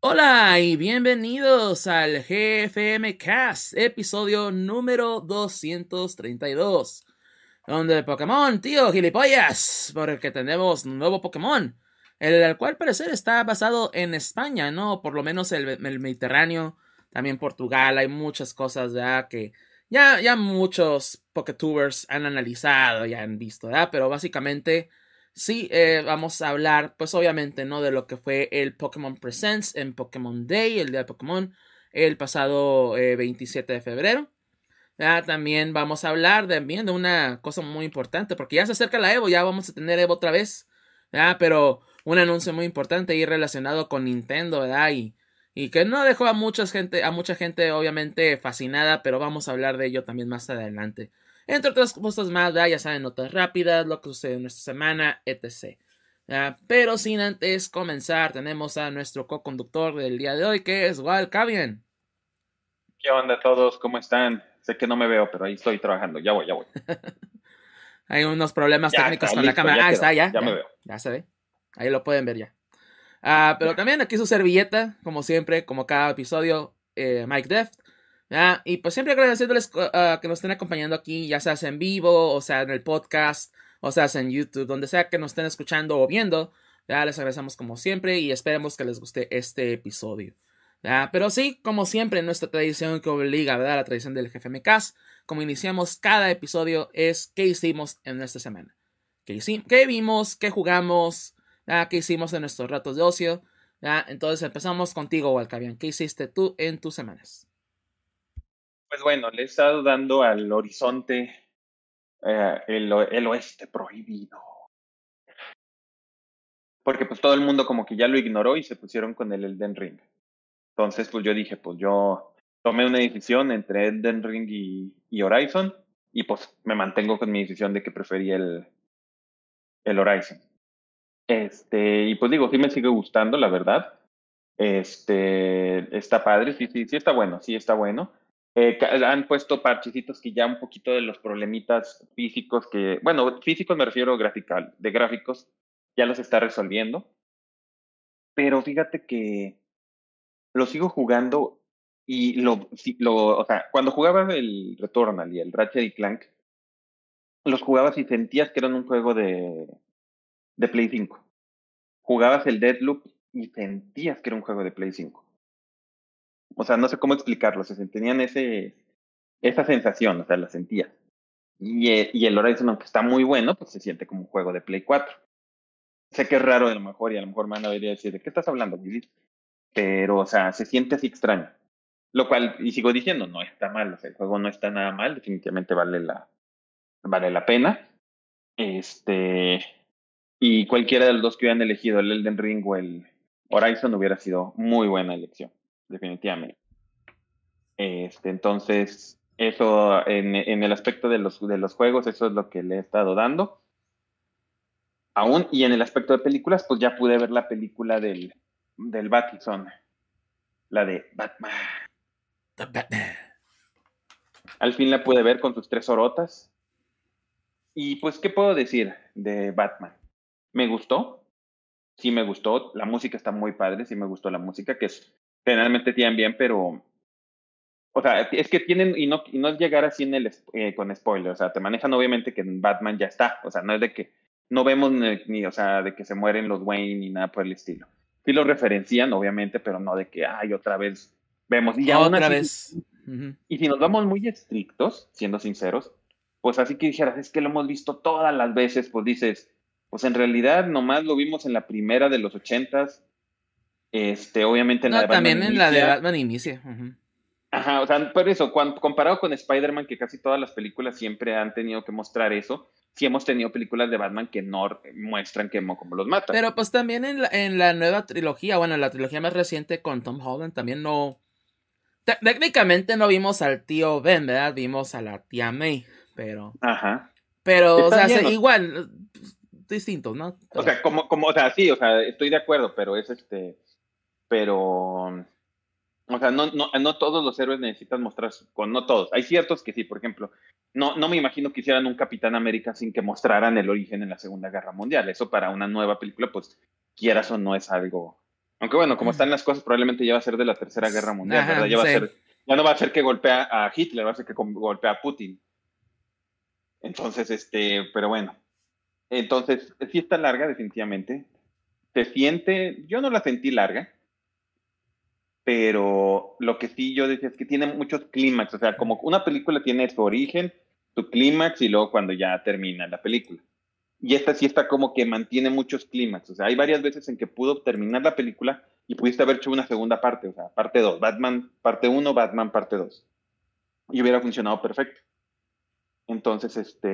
Hola y bienvenidos al GFM Cast, episodio número 232, donde Pokémon, tío, gilipollas, porque tenemos un nuevo Pokémon, el cual al parecer está basado en España, ¿no? Por lo menos el Mediterráneo, también Portugal, hay muchas cosas, ¿verdad? Que ya muchos Poketubers han analizado y han visto, ¿verdad? Pero básicamente sí, vamos a hablar, pues obviamente, ¿no? De lo que fue el Pokémon Presents en Pokémon Day, el día de Pokémon, el pasado 27 de febrero. También vamos a hablar también de una cosa muy importante, porque ya se acerca la Evo, ya vamos a tener Evo otra vez, ¿verdad? Pero un anuncio muy importante y relacionado con Nintendo, ¿verdad? Y que no dejó a mucha gente obviamente fascinada, pero vamos a hablar de ello también más adelante. Entre otras cosas más, ¿verdad? Ya saben, notas rápidas, lo que sucede en nuestra semana, etc. ¿Verdad? Pero sin antes comenzar, tenemos a nuestro co-conductor del día de hoy, que es Wal Cavian. ¿Qué onda todos? ¿Cómo están? Sé que no me veo, pero ahí estoy trabajando. Ya voy. Hay unos problemas Ya técnicos está, con la listo, cámara. ya Ah, quedó. está, Ya me veo. ya se ve. Ahí lo pueden ver ya. Pero también aquí su servilleta, como siempre, como cada episodio, Mike Deft. Y pues siempre agradeciéndoles que nos estén acompañando aquí, ya sea en vivo, o sea en el podcast, o sea en YouTube, donde sea que nos estén escuchando o viendo. Les agradecemos como siempre y esperemos que les guste este episodio. Pero sí, como siempre, nuestra tradición que obliga, ¿verdad? La tradición del GFMcast, como iniciamos cada episodio, es qué hicimos en esta semana. ¿Qué vimos? ¿Qué jugamos? ¿Qué hicimos en nuestros ratos de ocio? Entonces empezamos contigo, Walcavian. ¿Qué hiciste tú en tus semanas? Pues bueno, le he estado dando al horizonte el oeste prohibido. Porque pues todo el mundo como que ya lo ignoró y se pusieron con el Elden Ring. Entonces pues yo dije, pues yo tomé una decisión entre Elden Ring y Horizon. Y pues me mantengo con mi decisión de que prefería el Horizon. Y pues digo, sí me sigue gustando, la verdad. Está padre, sí está bueno, sí está bueno. Han puesto parchecitos que ya un poquito de los problemitas físicos bueno, físicos me refiero de gráficos, ya los está resolviendo. Pero fíjate que lo sigo jugando y o sea, cuando jugaba el Returnal y el Ratchet y Clank, los jugabas y sentías que eran un juego de Play 5. Jugabas el Deathloop y sentías que era un juego de Play 5. O sea, no sé cómo explicarlo, tenían esa sensación, o sea, la sentía. Y el Horizon, aunque está muy bueno, pues se siente como un juego de Play 4. Sé que es raro a lo mejor, y a lo mejor me van a venir a decir, ¿de qué estás hablando, Willy? Pero, o sea, se siente así extraño. Lo cual, y sigo diciendo, no está mal, o sea, el juego no está nada mal, definitivamente vale la pena. Este, y cualquiera de los dos que hubieran elegido, el Elden Ring o el Horizon, hubiera sido muy buena elección, definitivamente. Entonces, eso en el aspecto de los juegos, eso es lo que le he estado dando. Aún, y en el aspecto de películas, pues ya pude ver la película del Battleson, la de Batman. The Batman. Al fin la pude ver con sus 3 horotas. Y pues, ¿qué puedo decir de Batman? Me gustó, sí me gustó, la música está muy padre, sí me gustó la música, generalmente tienen bien, pero o sea, es que tienen, y no es llegar así con spoilers, o sea, te manejan obviamente que en Batman ya está, o sea, no es de que no vemos o sea, de que se mueren los Wayne ni nada por el estilo. Sí lo referencian, obviamente, pero no de que, ay, otra vez vemos. Y aún Otra así, vez. Ujú. y si nos vamos muy estrictos, siendo sinceros, pues así que dijeras, es que lo hemos visto todas las veces, pues dices, pues en realidad nomás lo vimos en la primera de los 80s, obviamente en la No, de Batman también en la de Inicia. Batman Inicia. Ujú. Ajá, o sea, por eso, comparado con Spider-Man, que casi todas las películas siempre han tenido que mostrar eso, sí hemos tenido películas de Batman que no muestran cómo los matan. Pero pues también en la nueva trilogía, bueno, en la trilogía más reciente con Tom Holland, también no. Técnicamente no vimos al tío Ben, ¿verdad? Vimos a la tía May, pero. Ajá. Pero, o Está sea, bien, igual, distintos, ¿no? o Pero. sea, o sea, sí, o sea, estoy de acuerdo, pero pero, o sea, no todos los héroes necesitan mostrar, no todos. Hay ciertos que sí, por ejemplo, no me imagino que hicieran un Capitán América sin que mostraran el origen en la Segunda Guerra Mundial. Eso para una nueva película, pues, quieras o no es algo. Aunque bueno, como están las cosas, probablemente ya va a ser de la Tercera Guerra Mundial, ¿verdad? Ajá, sí. Ya no va a ser que golpea a Hitler, va a ser que golpea a Putin. Entonces, pero bueno. Entonces, sí está larga, definitivamente. Se siente, yo no la sentí larga, pero lo que sí yo decía es que tiene muchos clímax, o sea, como una película tiene su origen, su clímax y luego cuando ya termina la película. Y esta sí está como que mantiene muchos clímax, o sea, hay varias veces en que pudo terminar la película y pudiste haber hecho una segunda parte, o sea, parte 2 Batman parte uno, Batman parte 2 y hubiera funcionado perfecto. Entonces,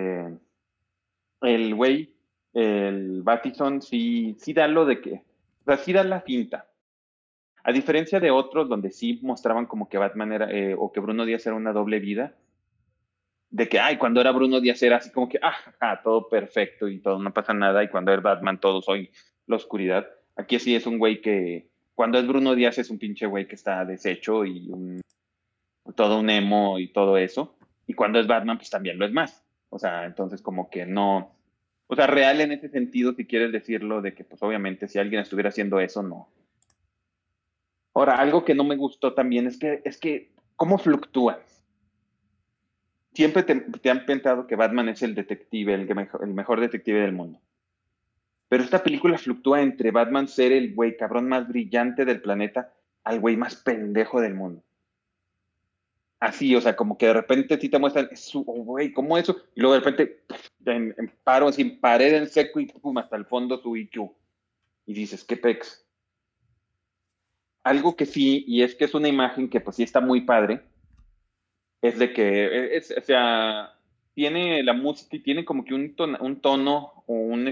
el güey, el Battison, sí da lo de que, o sea, sí da la cinta. A diferencia de otros donde sí mostraban como que Batman era, o que Bruno Díaz era una doble vida, de que, ay, cuando era Bruno Díaz era así como que, todo perfecto y todo, no pasa nada, y cuando es Batman todo soy la oscuridad. Aquí sí es un güey que, cuando es Bruno Díaz es un pinche güey que está deshecho y todo un emo y todo eso, y cuando es Batman pues también lo es más. O sea, entonces como que no, o sea, real en ese sentido, si quieres decirlo, de que pues obviamente si alguien estuviera haciendo eso, no. Ahora, algo que no me gustó también es que cómo fluctúa. Siempre te han pensado que Batman es el detective, el mejor detective del mundo. Pero esta película fluctúa entre Batman ser el güey cabrón más brillante del planeta al güey más pendejo del mundo. Así, o sea, como que de repente sí te muestran, güey, ¿cómo eso? Y luego de repente, en paro, sin pared en seco y pum, hasta el fondo su IQ. Y dices, ¿qué pex? Algo que sí, y es que es una imagen que pues sí está muy padre, es de que, o sea, tiene la música y tiene como que un tono o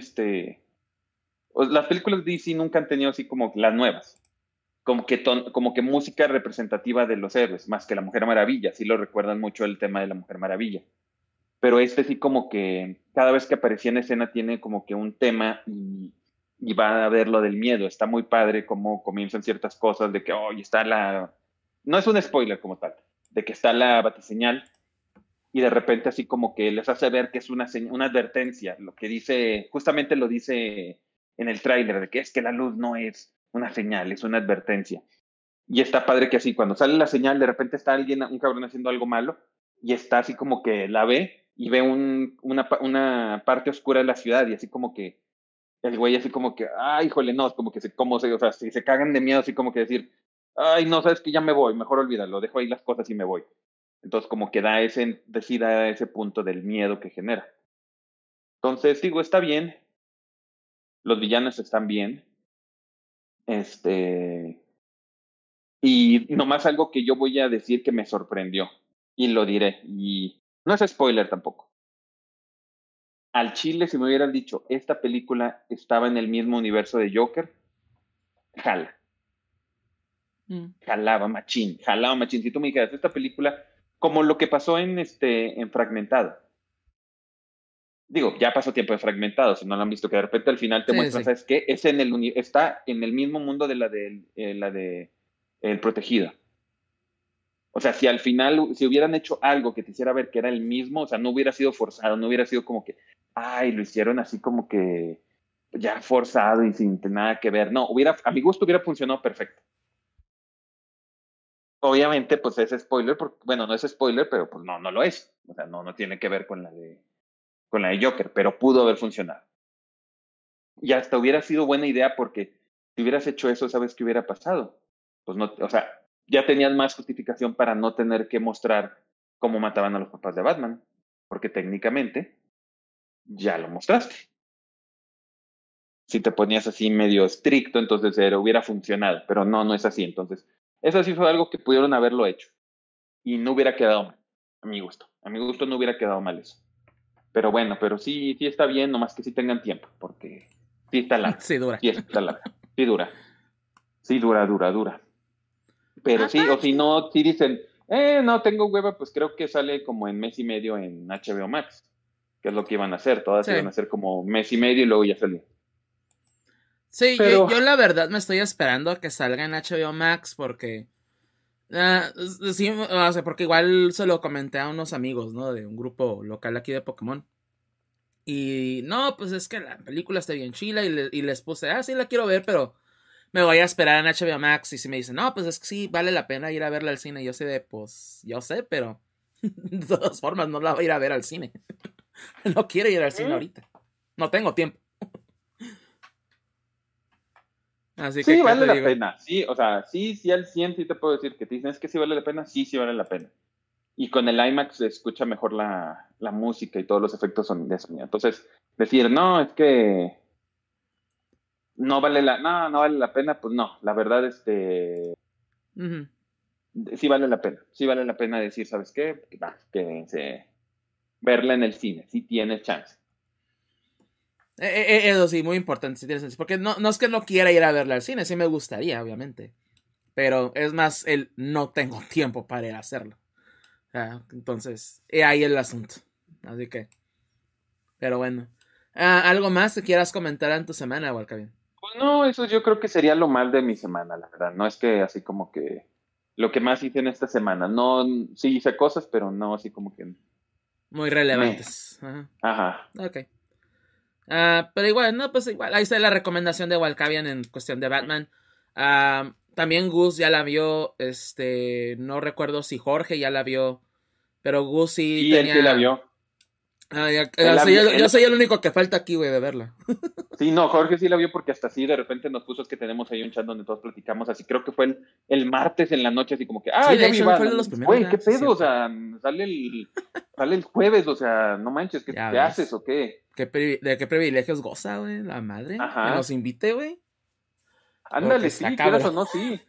las películas de DC nunca han tenido así como las nuevas, como que música representativa de los héroes, más que la Mujer Maravilla, sí lo recuerdan mucho el tema de la Mujer Maravilla, pero sí como que cada vez que aparecía en escena tiene como que un tema y va a ver lo del miedo, está muy padre cómo comienzan ciertas cosas de que, oh, está no es un spoiler como tal, de que está la batiseñal y de repente así como que les hace ver que es una advertencia, lo que dice, justamente lo dice en el tráiler, de que es que la luz no es una señal, es una advertencia. Y está padre que así, cuando sale la señal, de repente está alguien, un cabrón haciendo algo malo, y está así como que la ve y ve una parte oscura de la ciudad, y así como que el güey así como que, ay, híjole, no, es como que o sea, si se cagan de miedo, así como que decir, ay, no, sabes que ya me voy, mejor olvídalo, dejo ahí las cosas y me voy. Entonces, como que decida ese punto del miedo que genera. Entonces, digo, está bien, los villanos están bien, este, y nomás algo que yo voy a decir que me sorprendió, y lo diré, y no es spoiler tampoco. Al chile, si me hubieran dicho, esta película estaba en el mismo universo de Joker, jala, jalaba machín. Si tú me dijeras, esta película, como lo que pasó en Fragmentado, digo, ya pasó tiempo de Fragmentado, si no lo han visto, que de repente al final te Sí, muestran, sí. ¿sabes qué? Está en el mismo mundo de la de El Protegido. O sea, si al final, si hubieran hecho algo que te hiciera ver que era el mismo, o sea, no hubiera sido forzado, no hubiera sido como que, ay, lo hicieron así como que ya forzado y sin nada que ver. No, a mi gusto hubiera funcionado perfecto. Obviamente, pues es spoiler, porque, bueno, no es spoiler, pero pues no lo es. O sea, no tiene que ver con la de Joker, pero pudo haber funcionado. Y hasta hubiera sido buena idea porque si hubieras hecho eso, ¿sabes qué hubiera pasado? Pues no, o sea, ya tenías más justificación para no tener que mostrar cómo mataban a los papás de Batman, porque técnicamente ya lo mostraste. Si te ponías así medio estricto, entonces hubiera funcionado, pero no es así. Entonces, eso sí fue algo que pudieron haberlo hecho y no hubiera quedado mal, a mi gusto. A mi gusto no hubiera quedado mal eso. Pero bueno, pero sí está bien, nomás que sí tengan tiempo, porque sí está larga, Sí, dura. sí está larga, sí dura. Sí, dura. Pero Ah, está sí, o si chido. no, si dicen, no tengo hueva, pues creo que sale como en mes y medio en HBO Max, que es lo que iban a hacer. Todas Sí. iban a hacer como mes y medio y luego ya salió. Sí, yo, Pero, yo la verdad me estoy esperando a que salga en HBO Max porque... sí, o sea, porque igual se lo comenté a unos amigos, ¿no? De un grupo local aquí de Pokémon. Y no, pues es que la película está bien chila y les puse, sí la quiero ver, me voy a esperar en HBO Max. Y si me dicen, no, pues es que sí, vale la pena ir a verla al cine. Yo sé pues, yo sé, pero de todas formas no la voy a ir a ver al cine. No quiero ir al cine ahorita. No tengo tiempo. Así que, Sí, ¿qué vale te la digo? pena. Sí, o sea, sí al 100 sí te puedo decir que te dicen, es que sí vale la pena. Sí, sí vale la pena. Y con el IMAX se escucha mejor la música y todos los efectos de sonido. Entonces, decir, no, es que no vale la pena, pues no, la verdad, Ujú. sí vale la pena. Sí vale la pena decir, ¿sabes qué? Va, verla en el cine, sí tienes chance. Eso sí, muy importante. Si tienes, porque no es que no quiera ir a verla al cine, sí me gustaría, obviamente. Pero es más el no tengo tiempo para ir a hacerlo. Entonces, ahí el asunto. Así que, pero bueno. ¿Algo más que quieras comentar en tu semana, Walcavian? Pues no, eso yo creo que sería lo mal de mi semana, la verdad. No es que así como que lo que más hice en esta semana. No, sí hice cosas, pero no así como que Muy me. relevantes. Ajá. Ajá. Ok. Pero igual, no, pues igual. Ahí está la recomendación de Walcavian en cuestión de Batman. También Gus ya la vio. No recuerdo si Jorge ya la vio. Pero Gus sí Sí, él sí la tenía. vio. Él la vio, Yo soy el único que falta aquí, güey, de verla. sí, no, Jorge sí la vio porque hasta así de repente nos puso es que tenemos ahí un chat donde todos platicamos, así creo que fue el martes en la noche, así como que, Sí, de ya vi hecho, él fue de Batman. los primeros, Güey, ¿qué ¿verdad? Sí, es pedo? O cierto. sea, sale el jueves, o sea, no manches, Ya ¿qué haces ves. o qué? ¿De qué privilegios goza, güey? La madre. Que nos Ajá. invite, güey. Porque Ándale, está sí, quieras cabrón. o no, sí.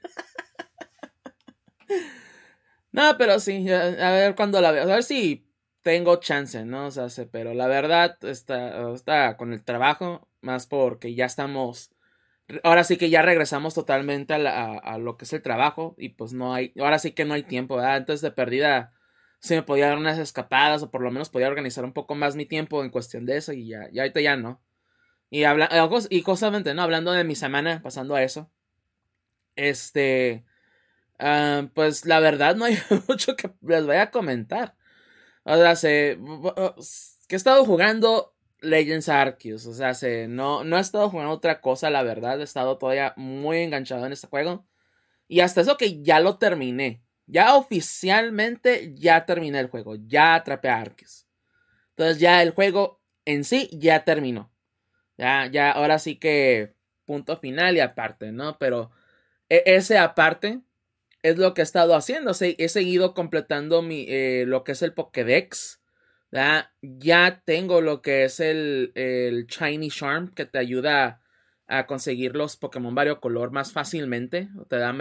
No, pero sí, a ver cuándo la veo. A ver si tengo chance, ¿no? O sea, pero la verdad está con el trabajo, más porque ya estamos. Ahora sí que ya regresamos totalmente a lo que es el trabajo y pues no hay. Ahora sí que no hay tiempo, ¿verdad? Entonces de perdida se me podía dar unas escapadas o por lo menos podía organizar un poco más mi tiempo en cuestión de eso y ya ahorita ya no. Y justamente, ¿no? Hablando de mi semana, pasando a eso. Este. Pues la verdad no hay mucho que les vaya a comentar. O sea, que he estado jugando Legends Arceus. O sea, no he estado jugando otra cosa, la verdad. He estado todavía muy enganchado en este juego. Y hasta eso que ya lo terminé. Ya oficialmente ya terminé el juego. Ya atrapé a Arceus. Entonces ya el juego en sí ya terminó. Ya, ahora sí que punto final y aparte, ¿no? Pero ese aparte es lo que he estado haciendo. He seguido completando lo que es el Pokédex. ¿Verdad? Ya tengo lo que es el Shiny Charm que te ayuda a conseguir los Pokémon variocolor más fácilmente. Te da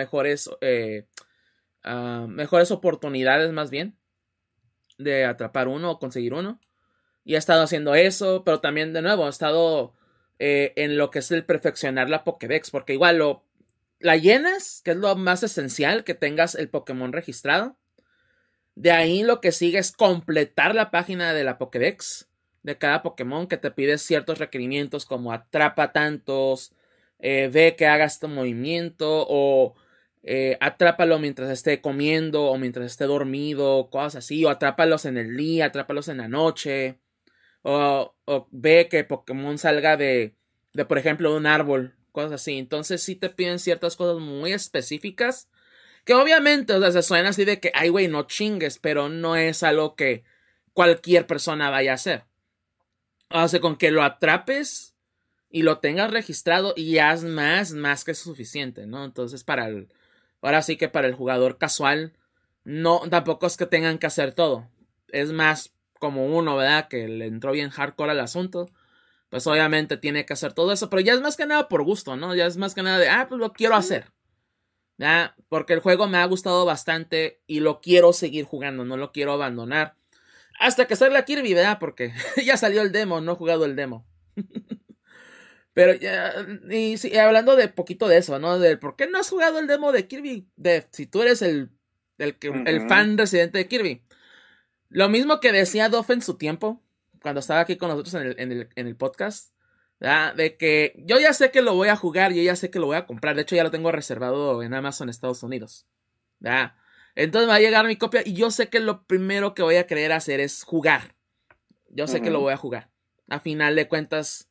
mejores oportunidades más bien de atrapar uno o conseguir uno. Y he estado haciendo eso, pero también de nuevo he estado en lo que es el perfeccionar la Pokédex, porque igual la llenas, que es lo más esencial, que tengas el Pokémon registrado. De ahí lo que sigue es completar la página de la Pokédex de cada Pokémon que te pide ciertos requerimientos como atrapa tantos, ve que haga este movimiento o atrápalo mientras esté comiendo o mientras esté dormido, cosas así, o atrápalos en el día, atrápalos en la noche, o ve que Pokémon salga de por ejemplo, de un árbol, cosas así. Entonces sí te piden ciertas cosas muy específicas que obviamente, o sea, se suena así de que, ay, güey, no chingues, pero no es algo que cualquier persona vaya a hacer. O sea, con que lo atrapes y lo tengas registrado y ya es más que suficiente, ¿no? Entonces, ahora sí que para el jugador casual, no, tampoco es que tengan que hacer todo. Es más como uno, ¿verdad? Que le entró bien hardcore al asunto. Pues obviamente tiene que hacer todo eso, pero ya es más que nada por gusto, ¿no? Ya es más que nada de, pues lo quiero hacer. ¿Ya? Porque el juego me ha gustado bastante y lo quiero seguir jugando, no lo quiero abandonar. Hasta que salga Kirby, ¿verdad? Porque ya salió el demo, no he jugado el demo. Pero ya, y sí, hablando de poquito de eso, ¿no? De por qué no has jugado el demo de Kirby, si tú eres el Ujú. fan residente de Kirby. Lo mismo que decía Doff en su tiempo, cuando estaba aquí con nosotros en el podcast, ¿verdad? De que yo ya sé que lo voy a jugar, yo ya sé que lo voy a comprar. De hecho, ya lo tengo reservado en Amazon Estados Unidos. ¿Verdad? Entonces me va a llegar mi copia y yo sé que lo primero que voy a querer hacer es jugar. Yo sé que lo Ujú. voy a jugar. A final de cuentas,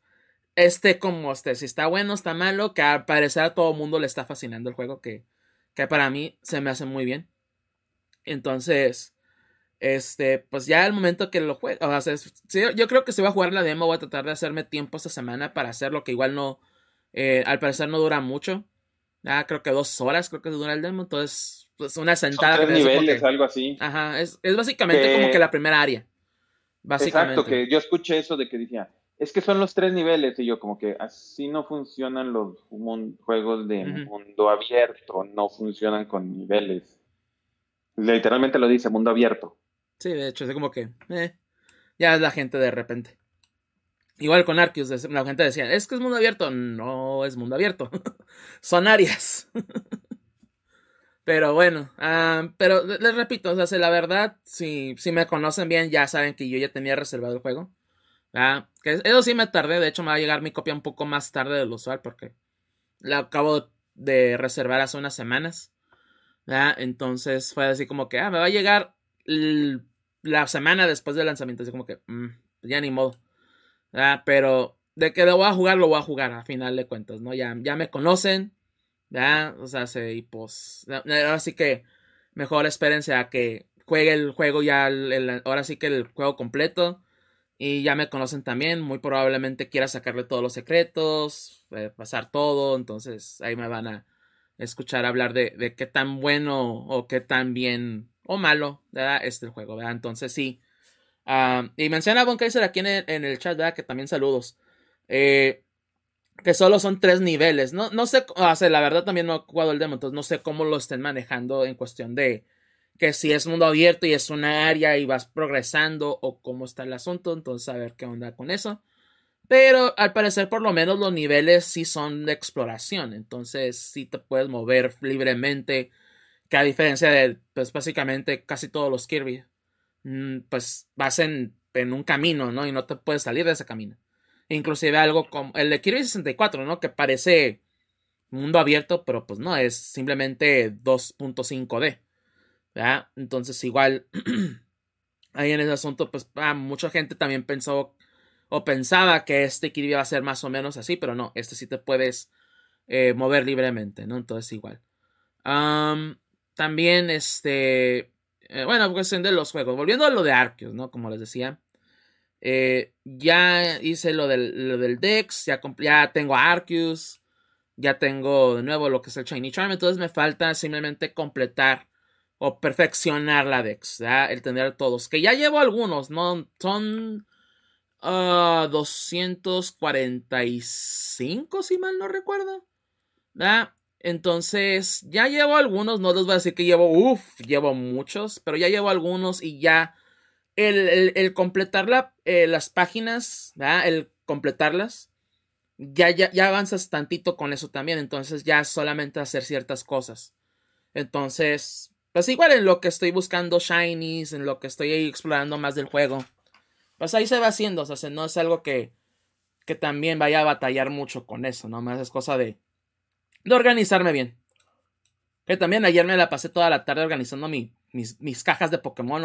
si está bueno, está malo, que al parecer a todo mundo le está fascinando el juego, que para mí se me hace muy bien. Entonces, pues ya el momento que lo juegue, o sea, yo creo que si voy a jugar la demo, voy a tratar de hacerme tiempo esta semana para hacerlo, que igual no, al parecer no dura mucho. Creo que 2 horas, creo que dura el demo, entonces, pues una Son sentada que tres te hace como niveles, que, algo así. ajá, es básicamente como que Que, la primera área, exacto, básicamente. que yo escuché eso de que decía, es que son los tres niveles, y yo como que así no funcionan los juegos de Ujú. mundo abierto, no funcionan con niveles. Literalmente lo dice, mundo abierto. Sí, de hecho, es como que, ya es la gente de repente. Igual con Arceus, la gente decía, es que es mundo abierto. No es mundo abierto. Son áreas. Pero bueno, pero les repito, o sea, la verdad, si me conocen bien, ya saben que yo ya tenía reservado el juego. Que eso sí me tardé, de hecho me va a llegar mi copia un poco más tarde de lo usual porque la acabo de reservar hace unas semanas. Entonces fue así como que, me va a llegar la semana después del lanzamiento, así como que, ya ni modo. Pero de que lo voy a jugar a final de cuentas, ¿no? Ya me conocen, ya, o sea, y pues, ahora sí que mejor espérense a que juegue el juego ya, ahora sí que el juego completo. Y ya me conocen también, muy probablemente quiera sacarle todos los secretos, pasar todo, entonces ahí me van a escuchar hablar de qué tan bueno o qué tan bien o malo, ¿verdad? El juego, ¿verdad? Entonces sí. Y menciona a Von Kaiser aquí en el chat, ¿verdad? Que también saludos. Eh, que solo son 3 niveles. No sé, o sea, la verdad también no he jugado el demo, entonces no sé cómo lo estén manejando en cuestión de que si es mundo abierto y es una área y vas progresando o cómo está el asunto, entonces a ver qué onda con eso. Pero al parecer por lo menos los niveles sí son de exploración, entonces sí te puedes mover libremente, que a diferencia de pues básicamente casi todos los Kirby, pues vas en un camino, ¿no? Y no te puedes salir de ese camino. Inclusive algo como el de Kirby 64, ¿no? Que parece mundo abierto, pero pues no, es simplemente 2.5D, ¿verdad? Entonces igual ahí en ese asunto, pues mucha gente también pensó o pensaba que Kirby iba a ser más o menos así, pero no, sí te puedes mover libremente, ¿no? Entonces igual. También bueno, cuestión de los juegos. Volviendo a lo de Arceus, ¿no? Como les decía. Ya hice lo del Dex, ya tengo a Arceus, ya tengo de nuevo lo que es el Shiny Charm, entonces me falta simplemente completar o perfeccionar la Dex, ¿ya? El tener todos, que ya llevo algunos, ¿no? Son 245, si mal no recuerdo, ¿ya? Entonces, ya llevo algunos, no les voy a decir que llevo muchos, pero ya llevo algunos y ya el completar las páginas, ¿verdad? El completarlas, ya avanzas tantito con eso también, entonces ya solamente hacer ciertas cosas. Entonces, pues igual en lo que estoy buscando shinies, en lo que estoy ahí explorando más del juego, pues ahí se va haciendo, o sea, no es algo que también vaya a batallar mucho con eso, ¿no? Más es cosa de organizarme bien. Que también ayer me la pasé toda la tarde organizando mis cajas de Pokémon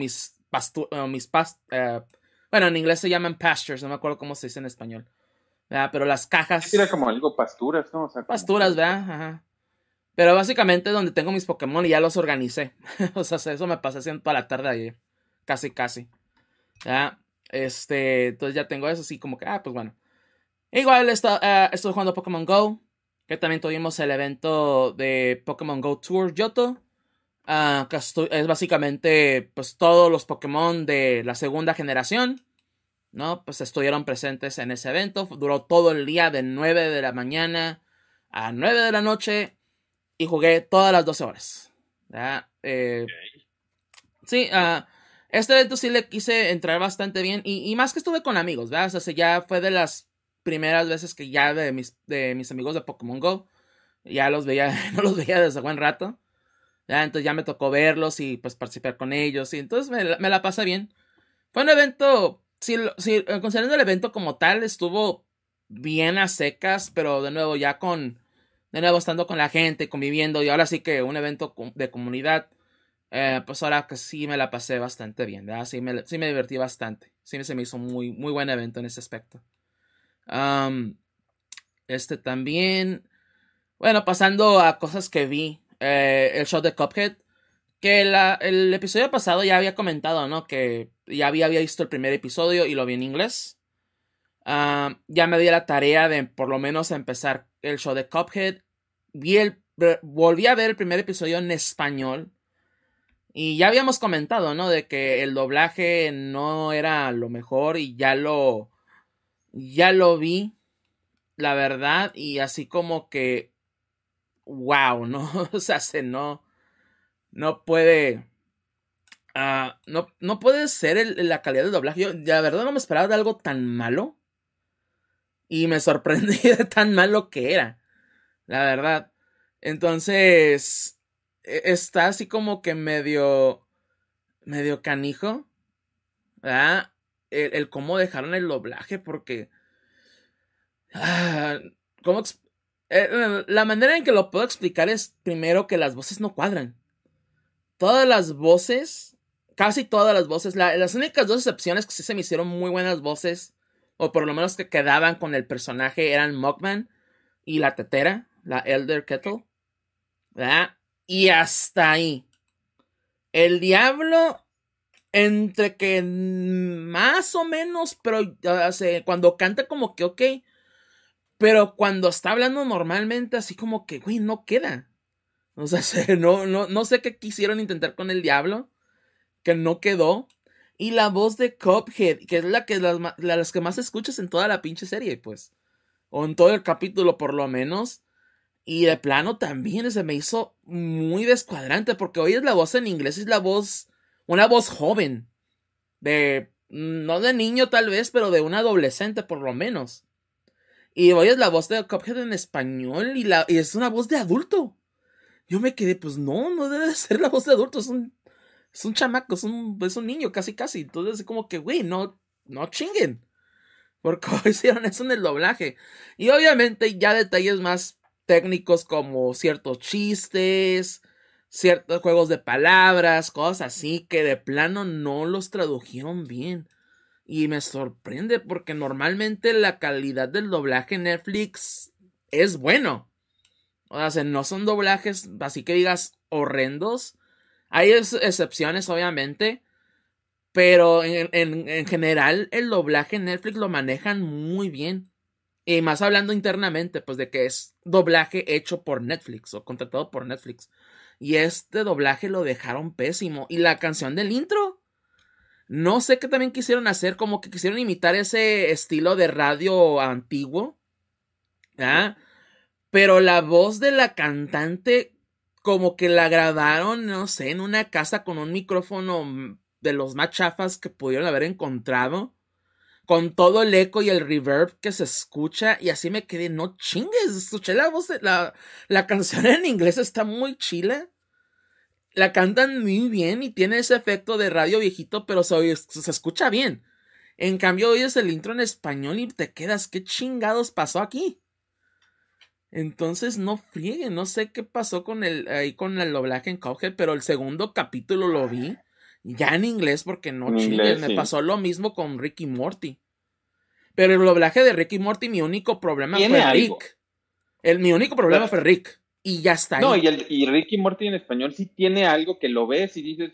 bueno, en inglés se llaman pastures, no me acuerdo cómo se dice en español. ¿Verdad? Pero las Sí, era cajas, como algo pasturas, ¿no? O sea, como pasturas, que ¿verdad? Ajá. Pero básicamente donde tengo mis Pokémon y ya los organicé. O sea, eso me pasé haciendo toda la tarde ayer. Casi, casi. ¿Verdad? Entonces ya tengo eso, así como que, pues bueno. Igual estoy jugando Pokémon Go. Que también tuvimos el evento de Pokémon Go Tour Yoto. Que es básicamente pues todos los Pokémon de la segunda generación, ¿no? Pues estuvieron presentes en ese evento. Duró todo el día de 9 de la mañana a 9 de la noche y jugué todas las 12 horas. Sí, este evento sí le quise entrar bastante bien y más que estuve con amigos, ¿verdad? O sea, ya fue de las primeras veces que ya de mis amigos de Pokémon Go ya los veía, no los veía desde buen rato. Entonces ya me tocó verlos y pues participar con ellos. Y entonces me la pasé bien. Fue un evento, si considerando el evento como tal, estuvo bien a secas, pero de nuevo estando con la gente, conviviendo, y ahora sí que un evento de comunidad, pues ahora que sí me la pasé bastante bien, ¿verdad? Sí me divertí bastante. Sí se me hizo muy, muy buen evento en ese aspecto. Am, también, bueno, pasando a cosas que vi, el show de Cuphead, que el episodio pasado ya había comentado, ¿no? Que ya había visto el primer episodio y lo vi en inglés. Ya me di la tarea de por lo menos empezar el show de Cuphead. Volví a ver el primer episodio en español. Y ya habíamos comentado, ¿no? De que el doblaje no era lo mejor y ya lo vi, la verdad, y así como que, wow, ¿no? O sea, no puede, no puede ser la calidad del doblaje. Yo, la verdad, no me esperaba de algo tan malo y me sorprendí de tan malo que era, la verdad. Entonces, está así como que medio canijo, ¿verdad? El cómo dejaron el doblaje, porque Ah, ¿cómo la manera en que lo puedo explicar es primero que las voces no cuadran. Todas las voces, casi todas las voces, las únicas dos excepciones que sí se me hicieron muy buenas voces, o por lo menos que quedaban con el personaje, eran Mugman y la tetera, la Elder Kettle, ¿verdad? Y hasta ahí. El diablo, entre que más o menos, pero cuando canta como que ok. Pero cuando está hablando normalmente, así como que, güey, no queda. O sea, no sé qué quisieron intentar con el diablo, que no quedó. Y la voz de Cuphead, que es las que más escuchas en toda la pinche serie, pues. O en todo el capítulo, por lo menos. Y de plano también se me hizo muy descuadrante, porque oyes la voz en inglés, es una voz joven. No de niño tal vez, pero de un adolescente, por lo menos. Y oyes la voz de Cuphead en español y es una voz de adulto. Yo me quedé, pues no debe de ser la voz de adulto, es un chamaco, es un niño casi casi. Entonces es como que, güey, no chinguen. Porque hicieron eso en el doblaje. Y obviamente ya detalles más técnicos como ciertos chistes, ciertos juegos de palabras, cosas así que de plano no los tradujeron bien. Y me sorprende porque normalmente la calidad del doblaje en Netflix es bueno. O sea, no son doblajes así que digas horrendos. Hay excepciones, obviamente. Pero en general el doblaje en Netflix lo manejan muy bien. Y más hablando internamente, pues de que es doblaje hecho por Netflix o contratado por Netflix. Y este doblaje lo dejaron pésimo. Y la canción del intro, no sé qué también quisieron hacer, como que quisieron imitar ese estilo de radio antiguo, ¿ah? Pero la voz de la cantante, como que la grabaron, no sé, en una casa con un micrófono de los más chafas que pudieron haber encontrado, con todo el eco y el reverb que se escucha, y así me quedé, no chingues, escuché la voz la canción en inglés está muy chila. La cantan muy bien y tiene ese efecto de radio viejito, pero se escucha bien. En cambio, oyes el intro en español y te quedas, ¿qué chingados pasó aquí? Entonces no friegue, no sé qué pasó con el doblaje en Cuphead, pero el segundo capítulo lo vi ya en inglés porque no En chingues, inglés, me sí. pasó lo mismo con Rick y Morty. Pero el doblaje de Rick y Morty, mi único problema fue Tiene algo. Rick. Mi único problema fue Rick. Y ya está No, ahí. y Ricky Morty en español sí tiene algo que lo ves y dices,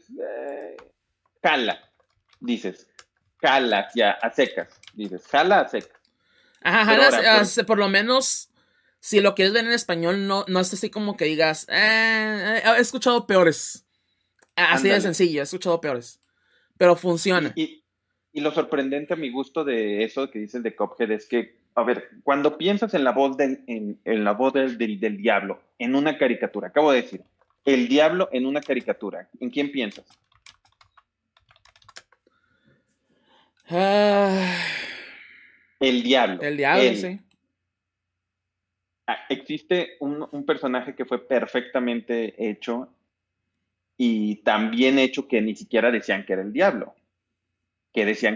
jala, dices, jala ya, a secas, dices, jala a secas. Ajá, Pero ahora, por lo menos, si lo quieres ver en español, no es así como que digas, he escuchado peores. Así de ándale. sencillo, he escuchado peores. Pero funciona. Y, y, y lo sorprendente a mi gusto de eso que dices de Cuphead es que, a ver, cuando piensas en la voz en la voz del diablo, en una caricatura, acabo de decir, el diablo en una caricatura, ¿en quién piensas? Ah, El diablo, el diablo, él. sí. Existe un personaje que fue perfectamente hecho y tan bien hecho que ni siquiera decían que era el diablo, que decían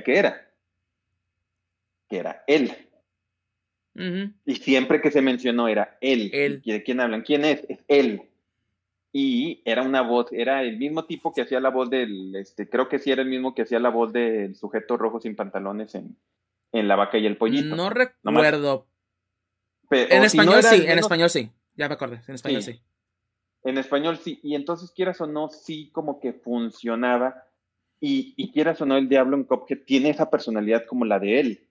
que era él. Ujú. Y siempre que se mencionó era él. ¿Y Él. de quién hablan? ¿Quién es? Es él. Y era una voz, era el mismo tipo que hacía la voz creo que sí era el mismo que hacía la voz del sujeto rojo sin pantalones en La Vaca y el Pollito. No Nomás, recuerdo. En o si no español era sí, al en menos, español sí. Ya me acordé, en español sí, sí. en español sí, y entonces quieras o no, sí como que funcionaba, y quieras o no, el Diablo en Cuphead tiene esa personalidad como la de él,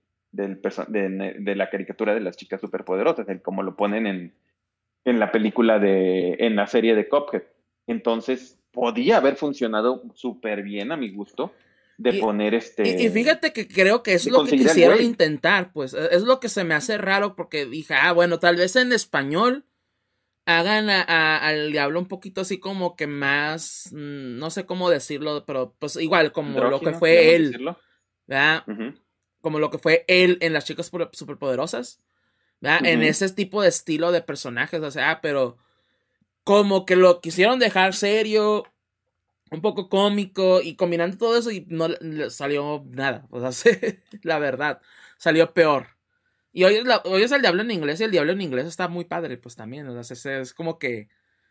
de la caricatura de las chicas superpoderosas, el como lo ponen en la película en la serie de Cuphead. Entonces, podía haber funcionado súper bien a mi gusto de Y, poner y fíjate que creo que es de lo que conseguir al quisieron güey. intentar, pues es lo que se me hace raro porque dije, bueno, tal vez en español hagan al diablo un poquito así como que más, no sé cómo decirlo, pero pues igual como lo que Andrógino, fue podríamos él, decirlo. ¿verdad? Ujú, Como lo que fue él en las chicas superpoderosas, ¿verdad? En ujú, ese tipo de estilo de personajes, o sea, pero como que lo quisieron dejar serio, un poco cómico y combinando todo eso y no le salió nada, o sea, la verdad, salió peor. Y hoy es el diablo en inglés y el diablo en inglés está muy padre, pues también, o sea, es como que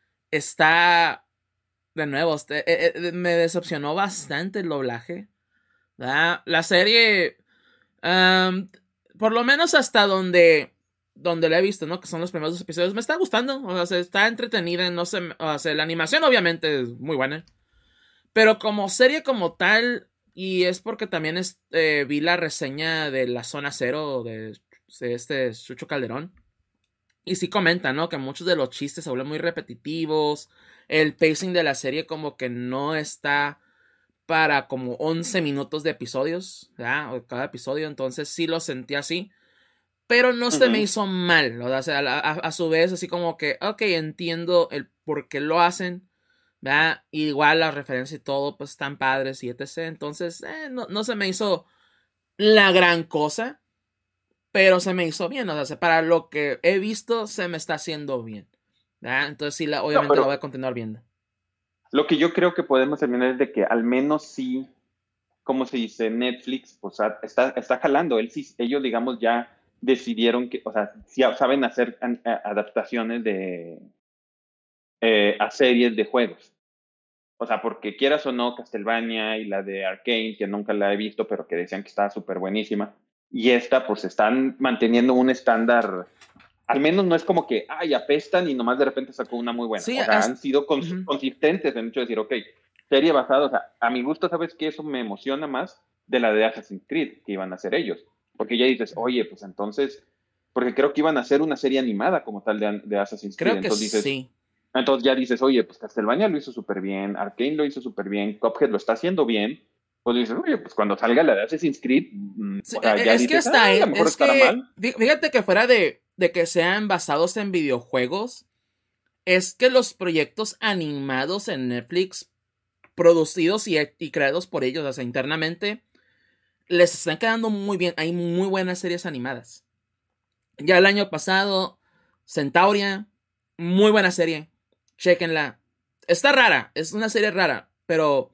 está, de nuevo, me decepcionó bastante el doblaje, ¿verdad? La serie, um, por lo menos hasta donde la he visto, ¿no? Que son los primeros dos episodios, me está gustando, o sea, está entretenida, no sé, o sea, la animación obviamente es muy buena. Pero como serie como tal, y es porque también vi la reseña de La Zona Cero de este Chucho Calderón. Y sí comenta, ¿no? Que muchos de los chistes se vuelven muy repetitivos. El pacing de la serie como que no está para como 11 minutos de episodios, ¿ya? O cada episodio. Entonces sí lo sentí así. Pero no se me ujú. hizo mal, ¿no? O sea, a su vez así como que, ok, entiendo el por qué lo hacen. ¿Verdad? Igual las referencias y todo, pues están padres y etc. Entonces, no se me hizo la gran cosa, pero se me hizo bien. O sea, para lo que he visto, se me está haciendo bien. ¿Verdad? Entonces, sí, No, obviamente la voy a pero continuar viendo. lo que yo creo que podemos terminar es de que al menos sí, como se dice, Netflix, pues está jalando. Ellos, digamos, ya decidieron que, o sea, sí saben hacer adaptaciones a series de juegos. O sea, porque quieras o no, Castlevania y la de Arcane, que nunca la he visto, pero que decían que estaba súper buenísima. Y esta, pues están manteniendo un estándar. Al menos no es como que, ay, apestan y nomás de repente sacó una muy buena. Sí, O sea, han sido ujú. consistentes en el hecho de decir, ok, serie basada, o sea, a mi gusto, ¿sabes qué? Eso me emociona más de la de Assassin's Creed que iban a hacer ellos. Porque ya dices, oye, pues entonces, porque creo que iban a hacer una serie animada como tal de Assassin's Creed. Creo que sí. Entonces ya dices, oye, pues Castlevania lo hizo súper bien, Arkane lo hizo súper bien, Cuphead lo está haciendo bien. Pues dices, oye, pues cuando salga la de Assassin's Creed, Sí, o sea, ya es que dices, hasta, a lo mejor es estará que, mal. fíjate que fuera de que sean basados en videojuegos, es que los proyectos animados en Netflix producidos y creados por ellos, o sea, internamente, les están quedando muy bien. Hay muy buenas series animadas. Ya el año pasado, Centauria, muy buena serie. Chequenla. Está rara, es una serie rara, pero,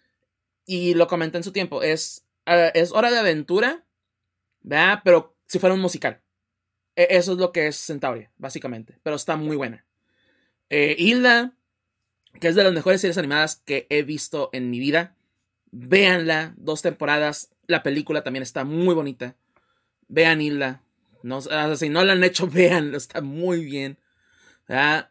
y lo comenté en su tiempo, es hora de aventura, ¿verdad? Pero si fuera un musical. Eso es lo que es Centauria, básicamente, pero está muy buena. Hilda, que es de las mejores series animadas que he visto en mi vida. Véanla, 2 temporadas. La película también está muy bonita. Vean Hilda. No, o sea, si no la han hecho, véanlo, está muy bien. ¿Verdad?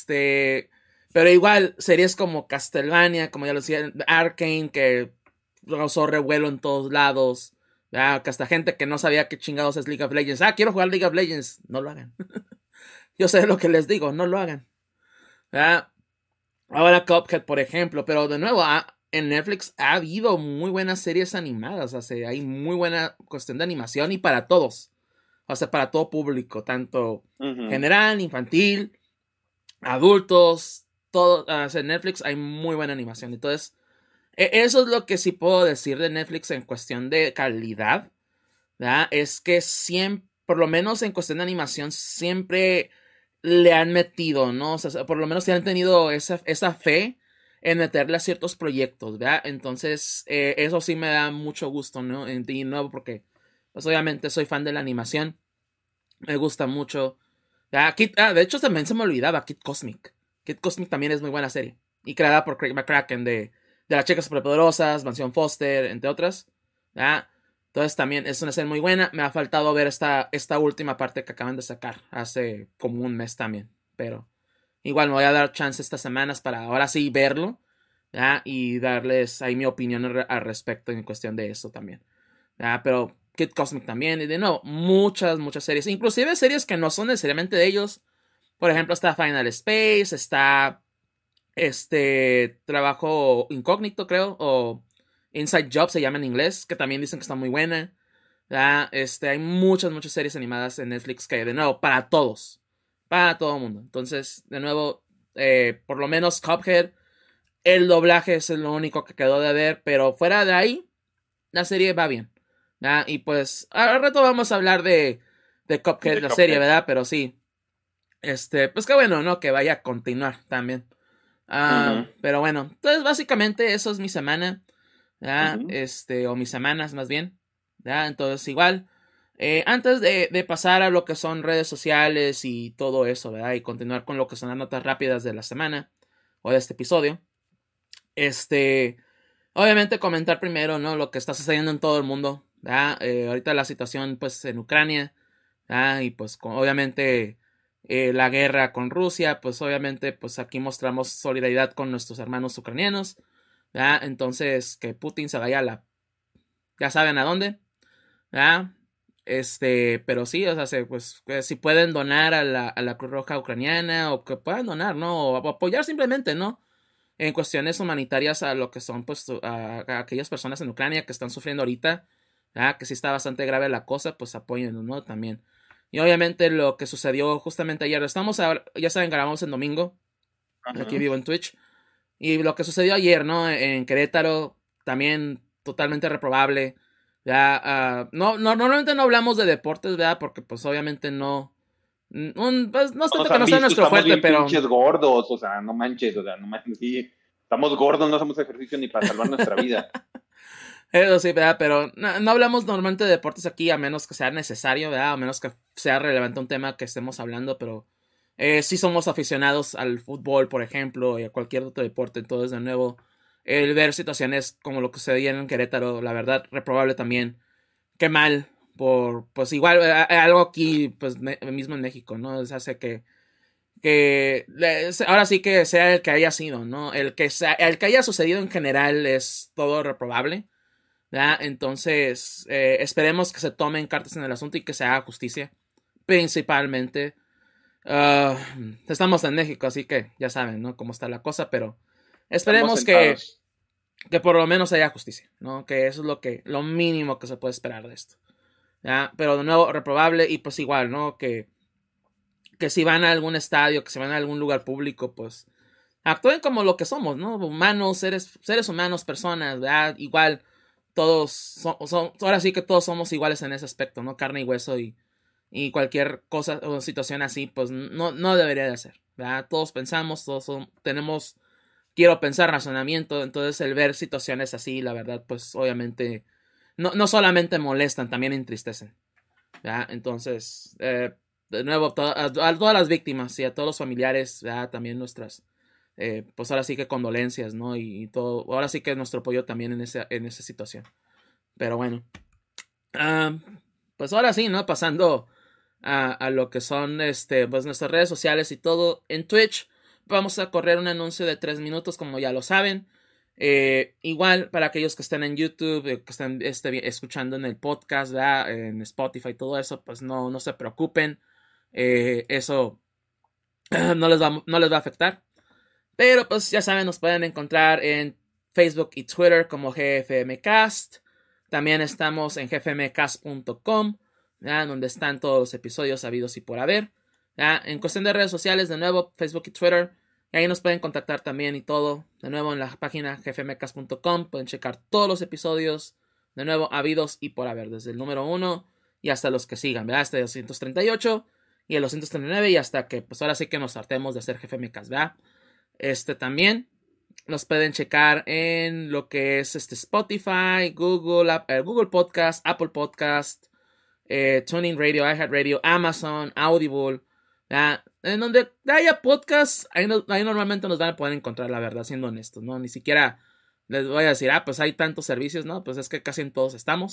Pero igual, series como Castlevania, como ya lo decía, Arcane, que causó revuelo en todos lados. ¿Verdad? Que hasta gente que no sabía qué chingados es League of Legends. Quiero jugar League of Legends. No lo hagan. Yo sé lo que les digo, no lo hagan. ¿Verdad? Ahora Cuphead, por ejemplo, pero de nuevo, en Netflix ha habido muy buenas series animadas, o sea, hay muy buena cuestión de animación y para todos, o sea, para todo público, tanto Ujú. general, infantil, adultos, todo, o sea, en Netflix hay muy buena animación, entonces, eso es lo que sí puedo decir de Netflix en cuestión de calidad, ¿verdad? Es que siempre, por lo menos en cuestión de animación, siempre le han metido, ¿no? O sea, por lo menos se han tenido esa fe en meterle a ciertos proyectos, ¿verdad? Entonces, eso sí me da mucho gusto, ¿no? Y nuevo porque, pues obviamente soy fan de la animación, me gusta mucho. De hecho, también se me olvidaba, Kid Cosmic. Kid Cosmic también es muy buena serie. Y creada por Craig McCracken de las chicas superpoderosas, Mansión Foster, entre otras. ¿Verdad? Entonces también es una serie muy buena. Me ha faltado ver esta última parte que acaban de sacar hace como un mes también. Pero igual me voy a dar chance estas semanas para ahora sí verlo, ¿ya? Y darles ahí mi opinión al respecto en cuestión de eso también. ¿Ya? Pero Kid Cosmic también. Y de nuevo, muchas series. Inclusive series que no son necesariamente de ellos. Por ejemplo, está Final Space, está Trabajo Incógnito, creo, o Inside Job se llama en inglés, que también dicen que está muy buena. ¿Ya? Hay muchas series animadas en Netflix que, de nuevo, para todos. Para todo el mundo. Entonces, de nuevo, por lo menos Cuphead, el doblaje es lo único que quedó de ver, pero fuera de ahí, la serie va bien. ¿Ya? Y pues, al rato vamos a hablar de Cuphead, la serie, ¿verdad? Pero sí. Pues qué bueno, ¿no? Que vaya a continuar también. Pero bueno, entonces básicamente eso es mi semana. ¿Ya? O mis semanas más bien. ¿Ya? Entonces igual. Antes de pasar a lo que son redes sociales y todo eso, ¿verdad? Y continuar con lo que son las notas rápidas de la semana o de este episodio. Obviamente comentar primero, ¿no? Lo que está sucediendo en todo el mundo, ¿verdad? Ahorita la situación, pues, en Ucrania, ¿verdad? Y pues, obviamente, la guerra con Rusia, pues, obviamente, pues, aquí mostramos solidaridad con nuestros hermanos ucranianos, ¿verdad? Entonces, que Putin se vaya a ya saben a dónde, ¿verdad? Pero sí, o sea, pues, que si pueden donar a la Cruz Roja Ucraniana, o que puedan donar, ¿no? O apoyar simplemente, ¿no? En cuestiones humanitarias a lo que son pues a aquellas personas en Ucrania que están sufriendo ahorita, ¿verdad? Que sí está bastante grave la cosa, pues apóyennos, ¿no? También. Y obviamente lo que sucedió justamente ayer, ya saben, grabamos en domingo, aquí vivo en Twitch, y lo que sucedió ayer, ¿no? En Querétaro, también totalmente reprobable, ya, normalmente no hablamos de deportes, ¿verdad? Porque pues obviamente no, pues, no es tanto que no sea nuestro estamos fuerte, bien pero pinches gordos, o sea, no manches, sí, estamos gordos, no hacemos ejercicio ni para salvar nuestra vida. eso sí, ¿verdad? Pero no hablamos normalmente de deportes aquí a menos que sea necesario, ¿verdad? A menos que sea relevante un tema que estemos hablando, pero sí somos aficionados al fútbol, por ejemplo, y a cualquier otro deporte. Entonces, de nuevo, el ver situaciones como lo que sucedía en Querétaro, la verdad, reprobable también. Qué mal, pues igual, algo aquí, pues mismo en México, ¿no? Se hace ahora sí que sea el que haya sido, ¿no? El que haya sucedido en general es todo reprobable. ¿Verdad? Entonces, esperemos que se tomen cartas en el asunto y que se haga justicia. Principalmente. Estamos en México, así que ya saben, ¿no? Cómo está la cosa, pero Estamos esperemos sentados. que por lo menos haya justicia, ¿no? Que eso es lo mínimo que se puede esperar de esto. ¿Ya? Pero de nuevo, reprobable y pues igual, ¿no? Que si van a algún estadio, que si van a algún lugar público, pues actúen como lo que somos, ¿no? Humanos, seres humanos, personas, ¿verdad? Igual todos ahora sí que todos somos iguales en ese aspecto, ¿no? Carne y hueso y cualquier cosa o situación así, pues no debería de ser, ¿verdad? Todos pensamos, tenemos, quiero pensar, razonamiento, entonces el ver situaciones así, la verdad, pues obviamente no solamente molestan, también entristecen, ¿verdad? Entonces, de nuevo, a todas las víctimas y a todos los familiares, ¿verdad? También nuestras, pues ahora sí que condolencias, ¿no? Y todo, ahora sí que nuestro apoyo también en esa situación. Pero bueno, pues ahora sí, ¿no? Pasando a lo que son, pues nuestras redes sociales y todo. En Twitch vamos a correr un anuncio de 3 minutos, como ya lo saben. Igual, para aquellos que estén en YouTube, que estén escuchando en el podcast, ¿verdad? En Spotify, todo eso, pues no se preocupen. Eso no les va a afectar. Pero pues ya saben, nos pueden encontrar en Facebook y Twitter como GFMcast. También estamos en gfmcast.com, donde están todos los episodios habidos y por haber. ¿Ya? En cuestión de redes sociales, de nuevo, Facebook y Twitter. Y ahí nos pueden contactar también y todo. De nuevo en la página gfmcast.com pueden checar todos los episodios. De nuevo, habidos y por haber. Desde el número 1 y hasta los que sigan. ¿Verdad? Hasta el 238 y el 239 y hasta que pues ahora sí que nos hartemos de hacer GFMcast, ¿verdad? También nos pueden checar en lo que es Spotify, Google Podcast, Apple Podcast, Tuning Radio, iHeartRadio, Amazon, Audible, ¿ya? En donde haya podcast, ahí normalmente nos van a poder encontrar, la verdad, siendo honestos, ¿no? Ni siquiera les voy a decir, pues hay tantos servicios, ¿no? Pues es que casi en todos estamos.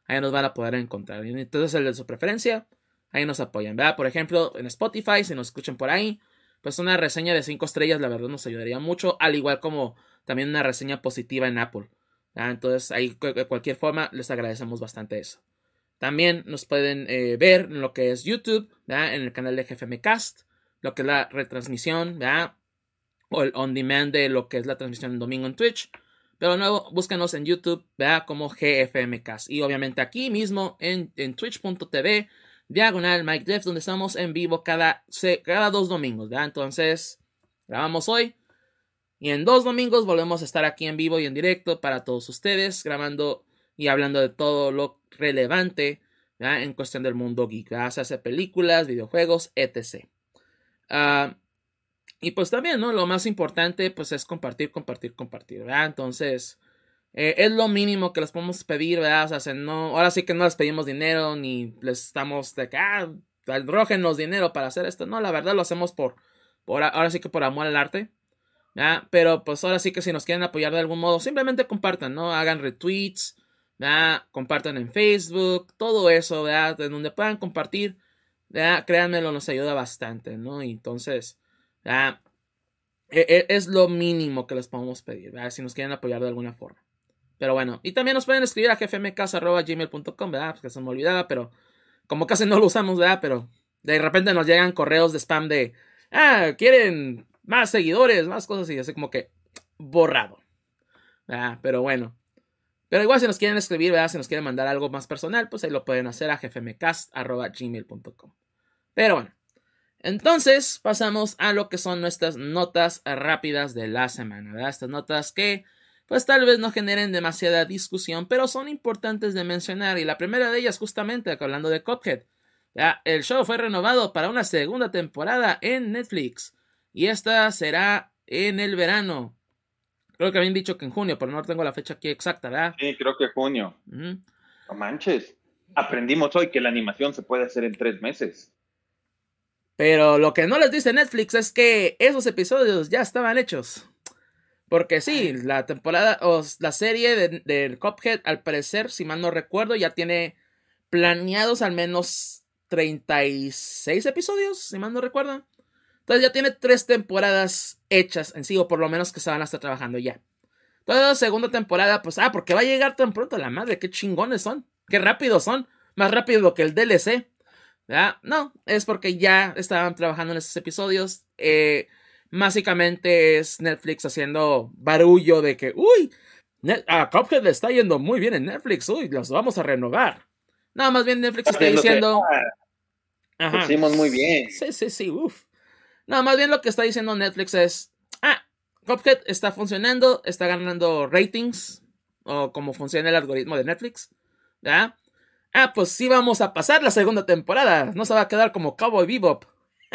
ahí nos van a poder encontrar. Entonces, el de su preferencia, ahí nos apoyan, ¿verdad? Por ejemplo, en Spotify, si nos escuchan por ahí, pues una reseña de 5 estrellas, la verdad, nos ayudaría mucho, al igual como también una reseña positiva en Apple, ¿verdad? Entonces, ahí de cualquier forma, les agradecemos bastante eso. También nos pueden ver en lo que es YouTube, ¿verdad? En el canal de GFM Cast, lo que es la retransmisión, ¿verdad? O el on demand de lo que es la transmisión en domingo en Twitch. Pero de nuevo, búscanos en YouTube, ¿verdad? Como GFM Cast. Y obviamente aquí mismo en twitch.tv, diagonal Mike Def, donde estamos en vivo cada 2 domingos, ¿verdad? Entonces, grabamos hoy. Y en 2 domingos volvemos a estar aquí en vivo y en directo para todos ustedes, grabando y hablando de todo lo relevante, ¿verdad? En cuestión del mundo geek, ¿verdad? Se hace películas, videojuegos, etc. Y pues también, ¿no? Lo más importante, pues es compartir, ¿verdad? Entonces, es lo mínimo que les podemos pedir, ¿verdad? O sea, no, ahora sí que no les pedimos dinero, ni les estamos de que, arrójenos dinero para hacer esto. No, la verdad lo hacemos ahora sí que por amor al arte. ¿Ya? Pero pues ahora sí que si nos quieren apoyar de algún modo, simplemente compartan, ¿no? Hagan retweets, ¿ya? Compartan en Facebook, todo eso, ¿verdad? En donde puedan compartir, ¿ya? Créanmelo, nos ayuda bastante, ¿no? Y entonces, ¿ya? Es lo mínimo que les podemos pedir, ¿verdad? Si nos quieren apoyar de alguna forma. Pero bueno, y también nos pueden escribir a gfmcasa@gmail.com, ¿verdad? Porque se me olvidaba, pero como casi no lo usamos, ¿verdad? Pero de repente nos llegan correos de spam de, quieren más seguidores, más cosas y así como que borrado. Pero bueno. Pero igual si nos quieren escribir, ¿verdad? Si nos quieren mandar algo más personal, pues ahí lo pueden hacer a gfmcast@gmail.com. Pero bueno. Entonces pasamos a lo que son nuestras notas rápidas de la semana, ¿verdad? Estas notas que pues tal vez no generen demasiada discusión, pero son importantes de mencionar. Y la primera de ellas justamente hablando de Cuphead. ¿Ya? El show fue renovado para una segunda temporada en Netflix. Y esta será en el verano. Creo que habían dicho que en junio, pero no tengo la fecha aquí exacta, ¿verdad? Sí, creo que junio. Uh-huh. No manches. Aprendimos hoy que la animación se puede hacer en 3 meses. Pero lo que no les dice Netflix es que esos episodios ya estaban hechos. Porque sí, la temporada o la serie de Cuphead, al parecer, si mal no recuerdo, ya tiene planeados al menos 36 episodios, si mal no recuerdo. Entonces ya tiene 3 temporadas hechas en sí, o por lo menos que se van a estar trabajando ya. Entonces la segunda temporada, pues, porque va a llegar tan pronto, la madre, qué chingones son, qué rápidos son, más rápido que el DLC. ¿Verdad? No, es porque ya estaban trabajando en esos episodios. Básicamente es Netflix haciendo barullo de que, uy, a Cuphead le está yendo muy bien en Netflix, uy, los vamos a renovar. No, más bien Netflix está diciendo... Lo hicimos muy bien. Sí, uff. No, más bien lo que está diciendo Netflix es, Cuphead está funcionando, está ganando ratings, o como funciona el algoritmo de Netflix, ¿verdad? Pues sí vamos a pasar la segunda temporada. No se va a quedar como Cowboy Bebop.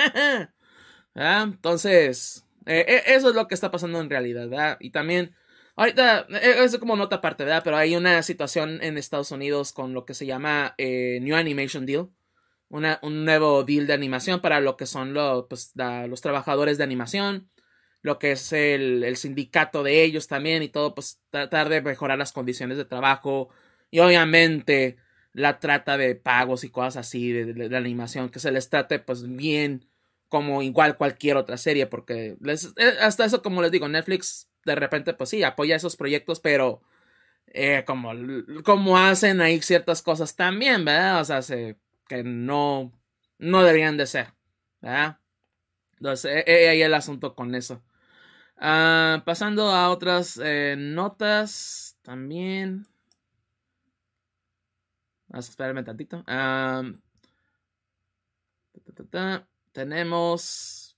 Entonces, eso es lo que está pasando en realidad, ¿verdad? Y también, ahorita, es como nota aparte, ¿verdad? Pero hay una situación en Estados Unidos con lo que se llama New Animation Deal. Un nuevo deal de animación para lo que son los trabajadores de animación. Lo que es el sindicato de ellos también y todo, pues tratar de mejorar las condiciones de trabajo. Y obviamente la trata de pagos y cosas así de animación, que se les trate pues bien como igual cualquier otra serie, porque hasta eso, como les digo, Netflix de repente pues sí, apoya esos proyectos, pero como hacen ahí ciertas cosas también, ¿verdad? O sea, que no deberían de ser, ¿verdad? Entonces, ahí el asunto con eso. Pasando a otras notas también. Vamos a esperarme tantito. Tenemos.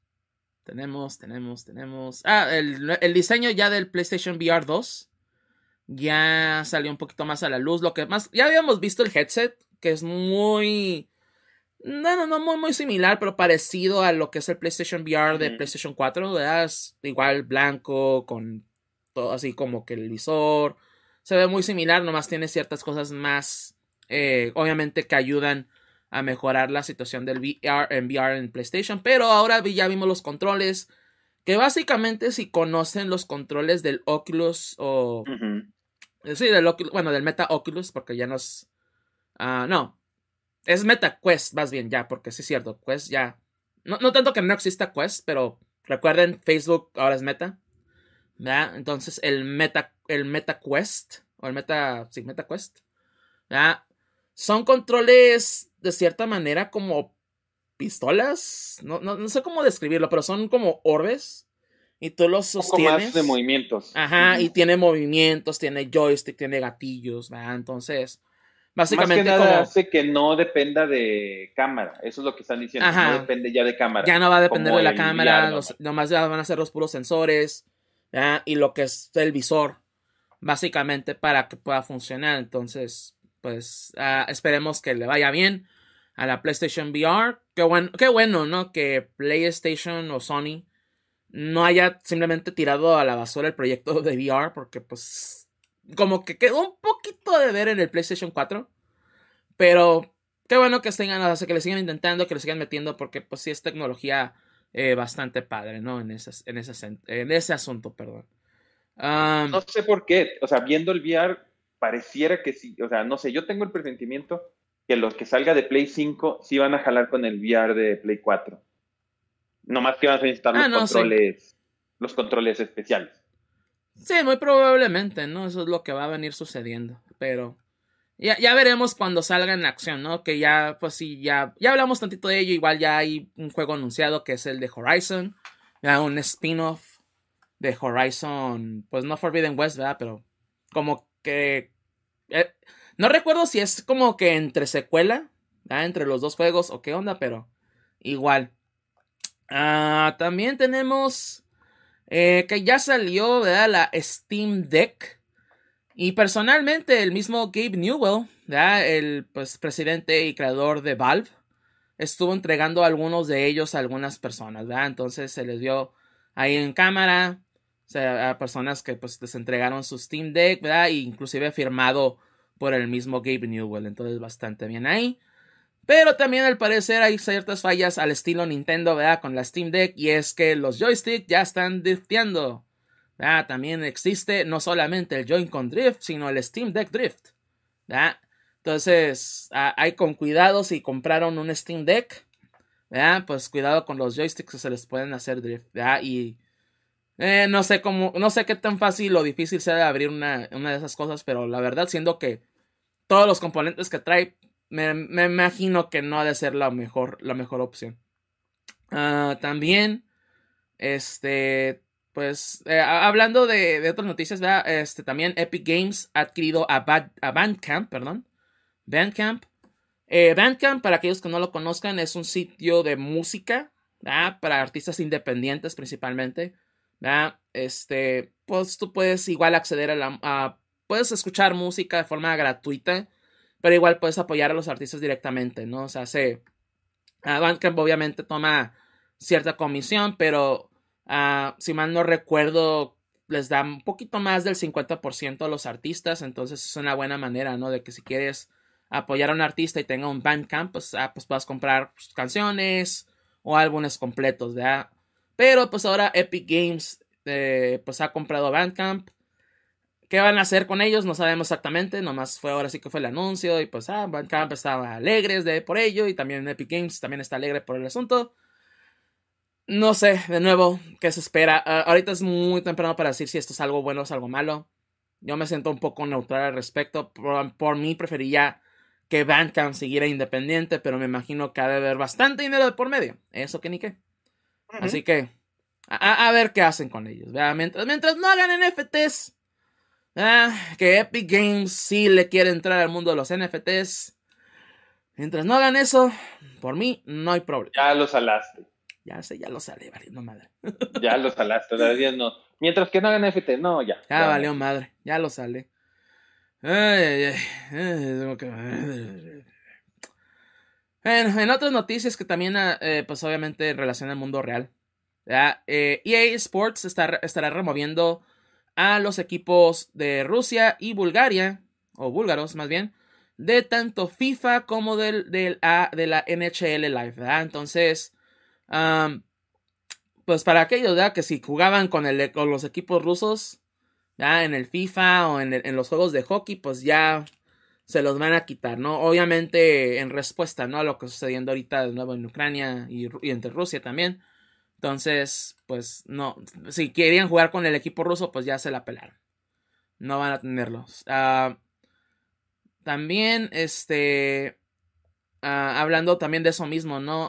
El diseño ya del PlayStation VR 2 ya salió un poquito más a la luz. Lo que más. Ya habíamos visto el headset, que es muy. No muy similar, pero parecido a lo que es el PlayStation VR de PlayStation 4, ¿verdad? Es igual blanco, con todo así como que el visor. Se ve muy similar, nomás tiene ciertas cosas más, obviamente, que ayudan a mejorar la situación del VR en PlayStation. Pero ahora ya vimos los controles, que básicamente si conocen los controles del Oculus o... Sí, del Meta Oculus, porque ya no es No, es MetaQuest, más bien, ya, porque sí es cierto, Quest ya. No tanto que no exista Quest, pero recuerden, Facebook ahora es Meta, ¿verdad? Entonces el MetaQuest, o sí, MetaQuest, ¿verdad? Son controles de cierta manera como pistolas, no sé cómo describirlo, pero son como orbes y tú los Un poco más de sostienes. movimientos. Ajá, y tiene movimientos, tiene joystick, tiene gatillos, ¿verdad? Entonces, Más que básicamente nada como, hace que no dependa de cámara. Eso es lo que están diciendo. No ajá, depende ya de cámara, ya no va a depender como de la el VR cámara, normal. nomás ya van a ser los puros sensores, ¿verdad? Y lo que es el visor, básicamente para que pueda funcionar. Entonces, pues esperemos que le vaya bien a la PlayStation VR. Qué bueno, ¿no? Que PlayStation o Sony no haya simplemente tirado a la basura el proyecto de VR, porque pues como que quedó un poquito de ver en el PlayStation 4, pero qué bueno que que le sigan intentando, que le sigan metiendo, porque pues sí es tecnología bastante padre, ¿no? En ese asunto, perdón. No Um, sé por qué, o sea, viendo el VR, pareciera que sí, o sea, no sé, yo tengo el presentimiento que los que salga de Play 5 sí van a jalar con el VR de Play 4. Nomás que van a necesitar no, sí. los controles especiales. Sí, muy probablemente, ¿no? Eso es lo que va a venir sucediendo, pero ya veremos cuando salga en acción, ¿no? Que ya, pues sí, ya hablamos tantito de ello. Igual ya hay un juego anunciado que es el de Horizon. Ya un spin-off de Horizon. Pues no Forbidden West, ¿verdad? Pero como que... eh, no recuerdo si es como que entre secuela, ¿verdad? Entre los dos juegos o qué onda, pero igual. También tenemos que ya salió, ¿verdad? La Steam Deck. Y personalmente, el mismo Gabe Newell, ¿ya? El pues, presidente y creador de Valve, estuvo entregando algunos de ellos a algunas personas, ¿verdad? Entonces se les vio ahí en cámara, o sea, a personas que pues les entregaron su Steam Deck, ¿verdad? E inclusive firmado por el mismo Gabe Newell, entonces bastante bien ahí. Pero también al parecer hay ciertas fallas al estilo Nintendo, ¿verdad? Con la Steam Deck, y es que los joysticks ya están drifteando. También existe no solamente el Joy-Con Drift, sino el Steam Deck Drift. ¿Verdad? Entonces, hay con cuidado si compraron un Steam Deck, ¿verdad? Pues cuidado con los joysticks que se les pueden hacer drift, ¿verdad? Y no sé qué tan fácil o difícil sea de abrir una de esas cosas, pero la verdad, siendo que todos los componentes que trae, me imagino que no ha de ser la mejor opción. También, pues, hablando de otras noticias, ¿verdad? También Epic Games ha adquirido a Bandcamp, perdón. Bandcamp. Bandcamp, para aquellos que no lo conozcan, es un sitio de música, ¿verdad? Para artistas independientes principalmente, ¿verdad? Pues tú puedes igual acceder puedes escuchar música de forma gratuita, pero igual puedes apoyar a los artistas directamente, ¿no? O sea, Bandcamp obviamente toma cierta comisión, pero si mal no recuerdo, les da un poquito más del 50% a los artistas, entonces es una buena manera, ¿no? De que si quieres apoyar a un artista y tenga un Bandcamp, pues puedas comprar pues, canciones o álbumes completos, ¿verdad? Pero pues ahora Epic Games pues ha comprado Bandcamp. ¿Qué van a hacer con ellos? No sabemos exactamente, nomás fue ahora sí que fue el anuncio y pues Bandcamp estaba alegres por ello y también Epic Games también está alegre por el asunto. No sé, de nuevo, qué se espera. Ahorita es muy temprano para decir si esto es algo bueno o es algo malo. Yo me siento un poco neutral al respecto. Por mí preferiría que Bandcamp siguiera independiente, pero me imagino que ha de haber bastante dinero de por medio. Eso que ni qué. Así que, a ver qué hacen con ellos. Mientras no hagan NFTs, que Epic Games sí le quiere entrar al mundo de los NFTs. Mientras no hagan eso, por mí no hay problema. Ya lo salaste. Ya sé, ya lo sale, valiendo madre. Ya lo salaste, todavía no. Mientras que no hagan FT, no, ya. Ya Ya valió no. madre, ya lo sale. Ay, ay, en otras noticias que también, pues obviamente en relación al mundo real, EA Sports estará removiendo a los equipos de Rusia y Bulgaria, o búlgaros más bien, de tanto FIFA como de la NHL Live, ¿verdad? Entonces, pues para aquellos, ¿verdad? Que si jugaban con los equipos rusos, ¿verdad? En el FIFA o en los juegos de hockey, pues ya se los van a quitar, ¿no? Obviamente en respuesta, ¿no? A lo que está sucediendo ahorita de nuevo en Ucrania y entre Rusia también. Entonces, pues no, si querían jugar con el equipo ruso, pues ya se la pelaron. No van a tenerlos. También, hablando también de eso mismo, ¿no?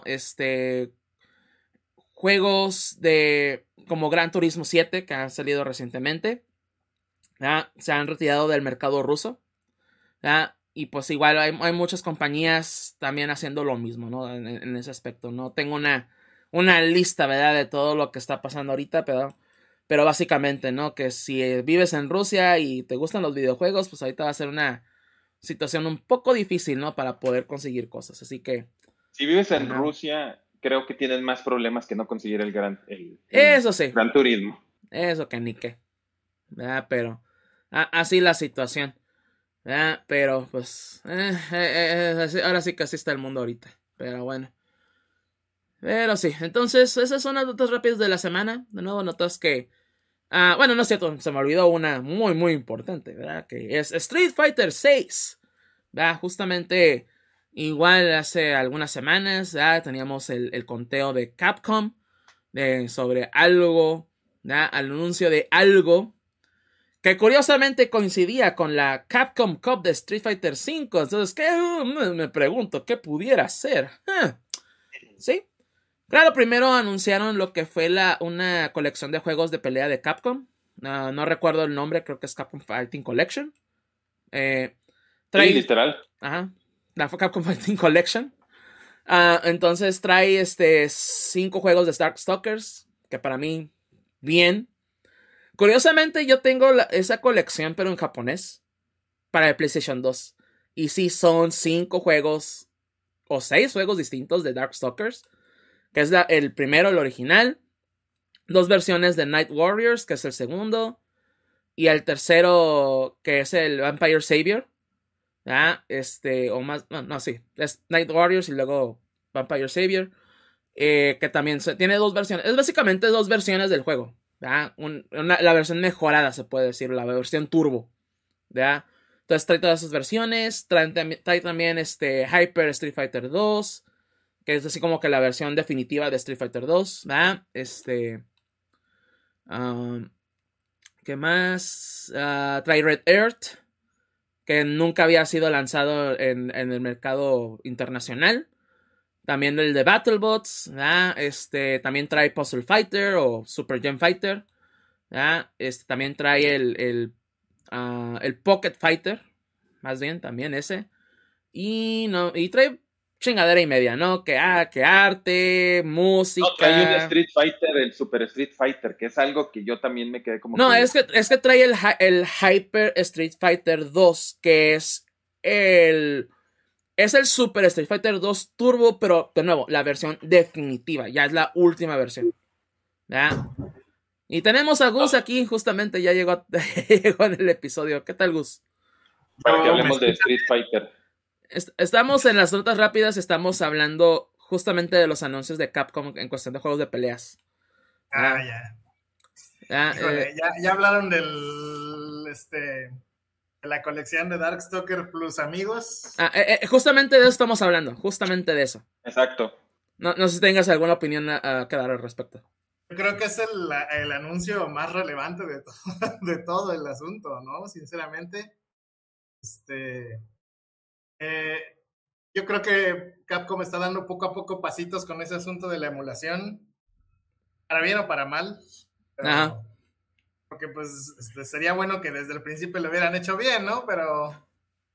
Juegos de como Gran Turismo 7 que han salido recientemente, ¿ya? Se han retirado del mercado ruso, ¿ya? Y pues igual hay muchas compañías también haciendo lo mismo, ¿no? En ese aspecto. No tengo una lista, ¿verdad? De todo lo que está pasando ahorita, pero básicamente, ¿no? Que si vives en Rusia y te gustan los videojuegos, pues ahorita va a ser una situación un poco difícil, ¿no? Para poder conseguir cosas. Así que... Si vives en Rusia, creo que tienes más problemas que no conseguir el Eso sí. Gran Turismo. Eso que ni qué. ¿Verdad? Pero así la situación. ¿Verdad? Pero pues... ahora sí que así está el mundo ahorita. Pero bueno. Pero sí, entonces esas son las notas rápidas de la semana. De nuevo, notas que... bueno, no es cierto, se me olvidó una muy, muy importante, ¿verdad? Que es Street Fighter 6. ¿Verdad? Justamente, igual hace algunas semanas, ¿verdad? Teníamos el conteo de Capcom sobre algo, ¿verdad? Al anuncio de algo que curiosamente coincidía con la Capcom Cup de Street Fighter 5. Entonces, ¿qué? Me pregunto, ¿qué pudiera ser? ¿Sí? Claro, primero anunciaron lo que fue una colección de juegos de pelea de Capcom. No recuerdo el nombre, creo que es Capcom Fighting Collection. Sí, literal. Ajá, la Capcom Fighting Collection. Entonces trae 5 juegos de Darkstalkers, que para mí, bien. Curiosamente, yo tengo esa colección, pero en japonés, para el PlayStation 2. Y sí, son 5 juegos, o 6 juegos distintos de Darkstalkers. Que es el primero, el original. 2 versiones de Night Warriors, que es el segundo. Y el tercero, que es el Vampire Savior. O más, no, sí. Es Night Warriors y luego Vampire Savior. Que también tiene 2 versiones. Es básicamente 2 versiones del juego. La versión mejorada, se puede decir. La versión turbo. ¿Ya? Entonces trae todas esas versiones. Trae también Hyper Street Fighter 2. Que es así como que la versión definitiva de Street Fighter 2, ¿verdad? ¿Qué más? Trae Red Earth, que nunca había sido lanzado en el mercado internacional. También el de BattleBots, ¿verdad? También trae Puzzle Fighter o Super Gem Fighter, ¿verdad? También trae el Pocket Fighter, más bien, también ese. Y trae chingadera y media, ¿no? Que arte, música. No, trae un Street Fighter, el Super Street Fighter, que es algo que yo también me quedé como... No, es que trae el Hyper Street Fighter 2, que es el Super Street Fighter 2 Turbo, pero de nuevo, la versión definitiva, ya es la última versión. ¿Ya? Y tenemos a Gus aquí, justamente, ya llegó en el episodio. ¿Qué tal, Gus? Para que hablemos de Street Fighter. Estamos en las notas rápidas, estamos hablando justamente de los anuncios de Capcom en cuestión de juegos de peleas. Ya. Híjole, ya hablaron de la colección de Darkstalker Plus Amigos. Justamente de eso estamos hablando, justamente de eso. Exacto. No sé si tengas alguna opinión que dar al respecto. Yo creo que es el anuncio más relevante de todo el asunto, ¿no? Sinceramente. Yo creo que Capcom está dando poco a poco pasitos con ese asunto de la emulación, para bien o para mal. Ajá. Porque pues sería bueno que desde el principio lo hubieran hecho bien, ¿no? Pero...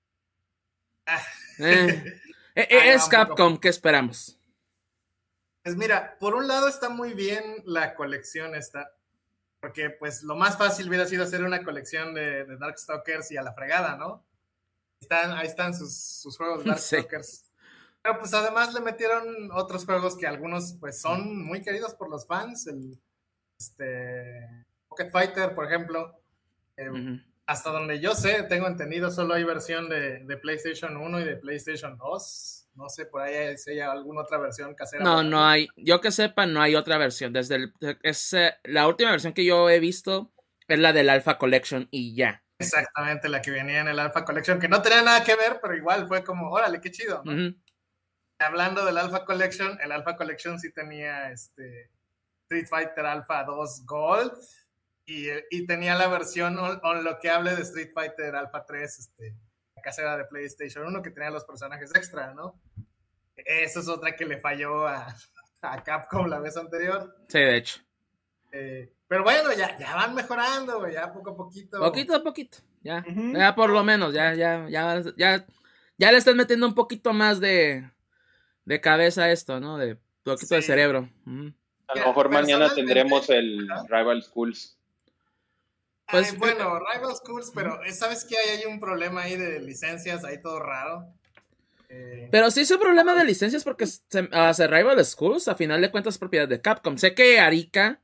es Capcom, ¿qué esperamos? Pues mira, por un lado está muy bien la colección esta, porque pues lo más fácil hubiera sido hacer una colección de Darkstalkers y a la fregada, ¿no? Ahí están sus juegos Darkstalkers. Sí. Pero pues además le metieron otros juegos que algunos pues son muy queridos por los fans. El Pocket Fighter, por ejemplo. Hasta donde yo sé, tengo entendido, solo hay versión de PlayStation 1 y de PlayStation 2. No sé, por ahí si hay alguna otra versión casera. No hay. Yo que sepa, no hay otra versión. La última versión que yo he visto es la del Alpha Collection y ya. Exactamente, la que venía en el Alpha Collection, que no tenía nada que ver, pero igual fue como, órale, qué chido, ¿no? Uh-huh. Hablando del Alpha Collection, el Alpha Collection sí tenía Street Fighter Alpha 2 Gold y tenía la versión unlockable de Street Fighter Alpha 3, la casera de PlayStation 1, que tenía los personajes extra, ¿no? Eso es otra que le falló a Capcom la vez anterior. Sí, de hecho. Pero bueno, ya van mejorando, ya poco a poquito. Poquito a poquito, ya. Uh-huh. Ya por lo menos, ya le estás metiendo un poquito más de cabeza a esto, ¿no? De poquito de cerebro. Uh-huh. A lo mejor mañana tendremos el Rival Schools. Pues, bueno, Rival Schools, pero ¿sabes qué? Hay un problema ahí de licencias, ahí todo raro. Pero sí es un problema de licencias porque Rival Schools, a final de cuentas, es propiedad de Capcom. Sé que Arika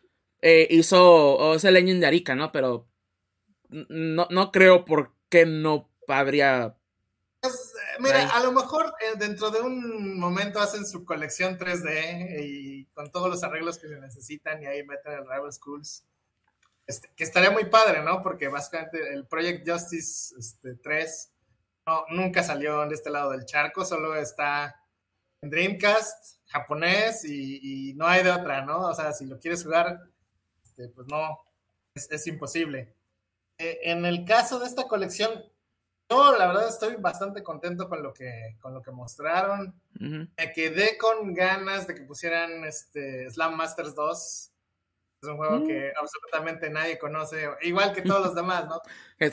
es el engine de Arika, ¿no? Pero no creo por qué no habría... Pues, mira, a lo mejor dentro de un momento hacen su colección 3D y con todos los arreglos que se necesitan y ahí meten el Rival Schools. Que estaría muy padre, ¿no? Porque básicamente el Project Justice 3 nunca salió de este lado del charco, solo está en Dreamcast, japonés y no hay de otra, ¿no? O sea, si lo quieres jugar, pues no, es imposible. En el caso de esta colección, yo la verdad estoy bastante contento con lo que mostraron. Uh-huh. Me quedé con ganas de que pusieran Slam Masters 2. Es un juego que absolutamente nadie conoce, igual que todos los demás, ¿no?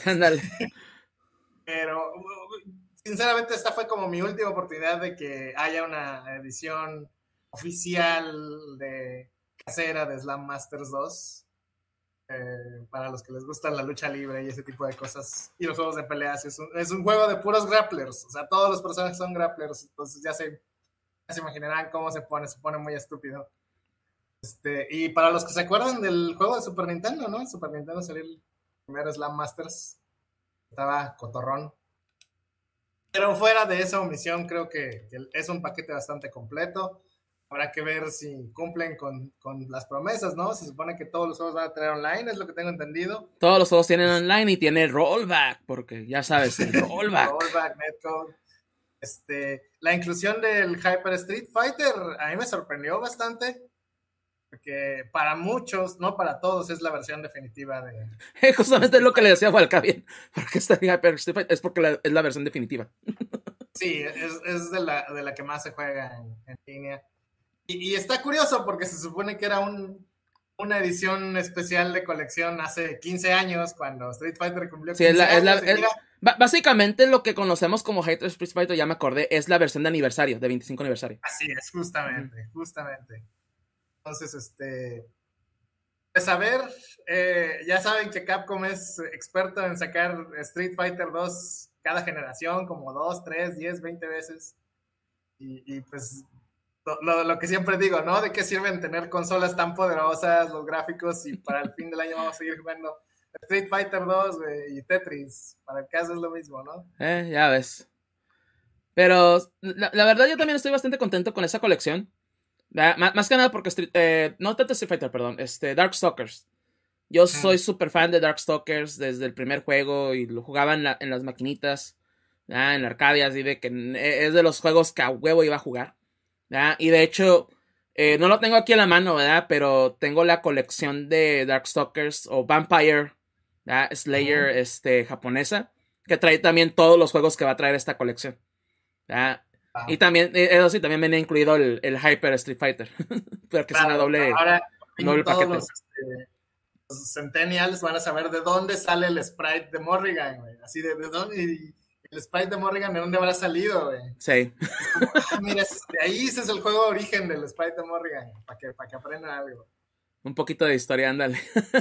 Pero sinceramente esta fue como mi última oportunidad de que haya una edición oficial de casera de Slam Masters 2. Para los que les gusta la lucha libre y ese tipo de cosas y los juegos de peleas, es un juego de puros grapplers, o sea, todos los personajes son grapplers, entonces ya se imaginarán cómo se pone muy estúpido. Y para los que se acuerdan del juego de Super Nintendo, ¿no? En Super Nintendo salió el primer Slam Masters, estaba cotorrón. Pero fuera de esa omisión, creo que es un paquete bastante completo. Habrá que ver si cumplen con las promesas, ¿no? Se supone que todos los juegos van a traer online, es lo que tengo entendido. Todos los juegos tienen online y tiene rollback, porque ya sabes, el rollback. Rollback, netcode. La inclusión del Hyper Street Fighter a mí me sorprendió bastante, porque para muchos, no para todos, es la versión definitiva de... Justamente es lo que le decía a Falcavian, porque esta Hyper Street Fighter es porque es la versión definitiva. Sí, es de la que más se juega en línea. Y está curioso porque se supone que era una edición especial de colección hace 15 años, cuando Street Fighter cumplió 15 años. Básicamente lo que conocemos como Hyper Street Fighter, ya me acordé, es la versión de aniversario, de 25 aniversario. Así es, justamente. Entonces, pues a ver, ya saben que Capcom es experto en sacar Street Fighter 2 cada generación, como 2, 3, 10, 20 veces. Y pues... Lo que siempre digo, ¿no? ¿De qué sirven tener consolas tan poderosas, los gráficos, y para el fin del año vamos a seguir jugando Street Fighter 2, güey, y Tetris? Para el caso es lo mismo, ¿no? Ya ves. Pero la verdad yo también estoy bastante contento con esa colección. Más que nada porque no tanto Street Fighter, perdón, Darkstalkers. Yo soy súper fan de Darkstalkers desde el primer juego y lo jugaba en las maquinitas, en Arcadias, y de que es de los juegos que a huevo iba a jugar. ¿verdad? Y de hecho, no lo tengo aquí a la mano, ¿verdad? Pero tengo la colección de Darkstalkers o Vampire, ¿verdad? Slayer japonesa, que trae también todos los juegos que va a traer esta colección, ¿verdad? Y también, eso sí, también venía incluido el Hyper Street Fighter, pero que es una doble paquete. Los Centennials van a saber de dónde sale el sprite de Morrigan, güey. Así de dónde... Y el sprite de Morrigan, ¿de dónde habrá salido, güey? Sí. Mira, de ahí ese es el juego de origen del sprite de Morrigan, para que aprendan algo. Un poquito de historia, ándale.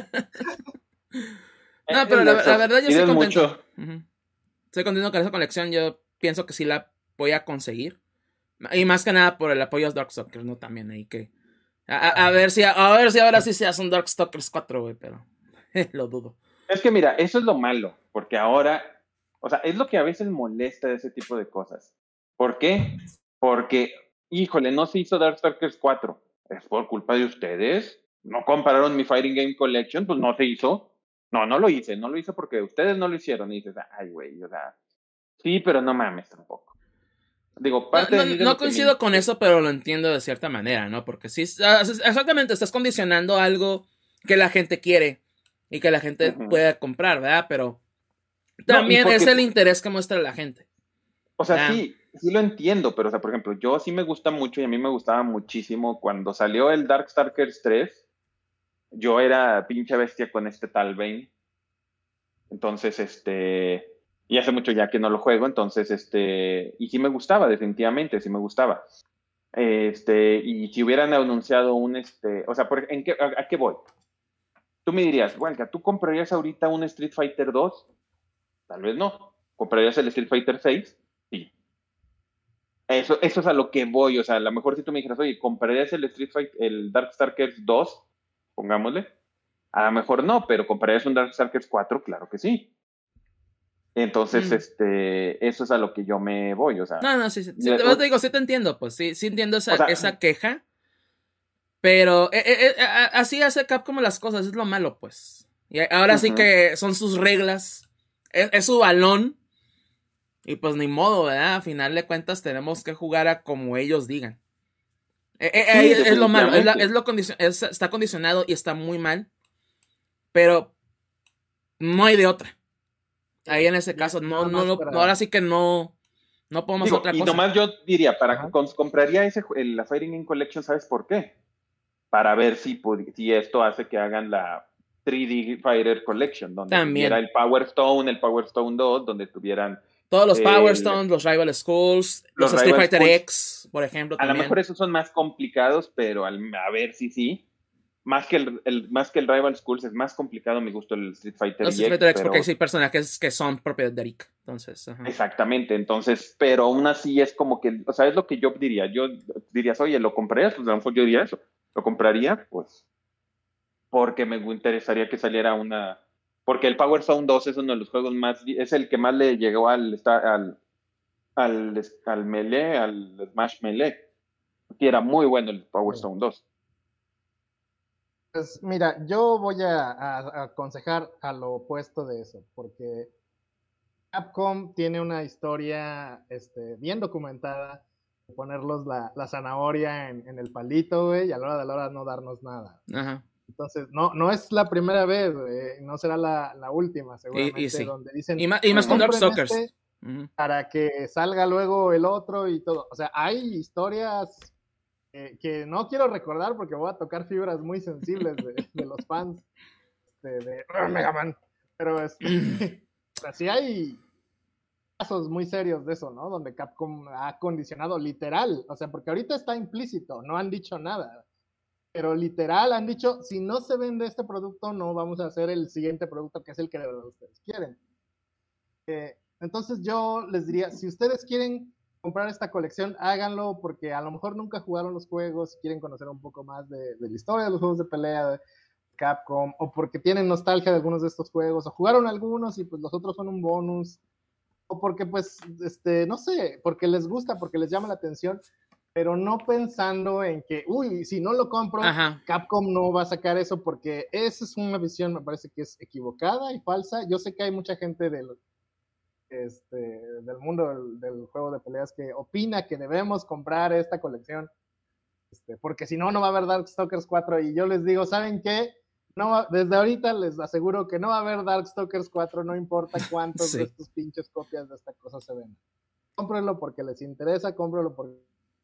No, pero la verdad yo estoy contento. Estoy contento con esa colección. Yo pienso que sí la voy a conseguir. Y más que nada por el apoyo a Darkstalkers, ¿no? También ahí que... A ver si ahora sí se hace un Darkstalkers 4, güey, pero lo dudo. Es que mira, eso es lo malo, porque ahora, o sea, es lo que a veces molesta de ese tipo de cosas. ¿Por qué? Porque, híjole, no se hizo Darkstalkers 4. Es por culpa de ustedes. No compraron mi Fighting Game Collection, pues no se hizo. No lo hice porque ustedes no lo hicieron. Y dices, ay, güey, o sea, sí, pero no mames tampoco. Digo, parte de mí de No lo que coincido con eso, pero lo entiendo de cierta manera, ¿no? Porque sí, exactamente, estás condicionando algo que la gente quiere y que la gente pueda comprar, ¿verdad? Pero también es el interés que muestra la gente. O sea, sí lo entiendo, pero, o sea, por ejemplo, yo sí me gusta mucho y a mí me gustaba muchísimo cuando salió el Darkstalkers 3, yo era pinche bestia con este tal Bane. Entonces, y hace mucho ya que no lo juego, entonces, y sí me gustaba, definitivamente, sí me gustaba. Y si hubieran anunciado o sea, ¿a qué voy? Tú me dirías, Walca, ¿tú comprarías ahorita un Street Fighter 2? Tal vez no. ¿Comprarías el Street Fighter 6? Sí. Eso es a lo que voy, o sea, a lo mejor si tú me dijeras, oye, ¿comprarías el Street Fighter, el Darkstalkers 2? Pongámosle. A lo mejor no, pero ¿comprarías un Darkstalkers 4? Claro que sí. Entonces, eso es a lo que yo me voy, o sea. No, sí, te digo, sí te entiendo, pues, sí entiendo esa queja, pero así hace Capcom las cosas, es lo malo, pues. Y ahora sí que son sus reglas, es su balón, y pues ni modo, ¿verdad? A final de cuentas tenemos que jugar a como ellos digan. Es lo malo, está condicionado y está muy mal, pero no hay de otra. Ahí en ese caso, ahora sí que no podemos hacer otra cosa. Y nomás yo diría, compraría la Fighting Game Collection, ¿sabes por qué? Para ver si esto hace que hagan la 3D Fighter Collection, donde tuviera el Power Stone 2, donde tuvieran todos los Power Stones, los Rival Schools, los Street Fighter X, por ejemplo. A lo mejor esos son más complicados, pero a ver si sí. Más que el Rival Schools es más complicado, me gustó el Street Fighter X. Porque hay personajes que son propiedad de Eric. Entonces, exactamente, entonces, pero aún así es como que, o sea, es lo que yo diría. Yo dirías, oye, ¿lo comprarías? Pues a lo mejor yo diría eso. ¿Lo compraría? Pues porque me interesaría que saliera porque el Power Stone 2 es uno de los juegos es el que más le llegó al Melee, al Smash Melee. Y era muy bueno el Power Stone 2. Pues mira, yo voy a aconsejar a lo opuesto de eso, porque Capcom tiene una historia bien documentada, de ponerlos la zanahoria en el palito, güey, y a la hora de la hora no darnos nada. Ajá. Entonces, no es la primera vez, güey, no será la última, seguramente, sí. donde dicen... Y más con Darkstalkers. Para que salga luego el otro y todo. O sea, hay historias... que no quiero recordar porque voy a tocar fibras muy sensibles de los fans de Mega Man, pero sí hay casos muy serios de eso, ¿no? Donde Capcom ha condicionado literal, o sea, porque ahorita está implícito, no han dicho nada, pero literal han dicho, si no se vende este producto, no vamos a hacer el siguiente producto que es el que de verdad ustedes quieren. Entonces yo les diría, si ustedes quieren comprar esta colección, háganlo porque a lo mejor nunca jugaron los juegos, quieren conocer un poco más de la historia de los juegos de pelea de Capcom, o porque tienen nostalgia de algunos de estos juegos, o jugaron algunos y pues los otros son un bonus, o porque pues, no sé, porque les gusta, porque les llama la atención, pero no pensando en que, uy, si no lo compro, Capcom no va a sacar eso, porque esa es una visión, me parece que es equivocada y falsa. Yo sé que hay mucha gente del mundo del juego de peleas que opina que debemos comprar esta colección, porque si no, no va a haber Darkstalkers 4, y yo les digo, ¿saben qué? Desde ahorita les aseguro que no va a haber Darkstalkers 4, no importa cuántos de estos pinches copias de esta cosa se ven. Cómprenlo porque les interesa, cómprenlo porque...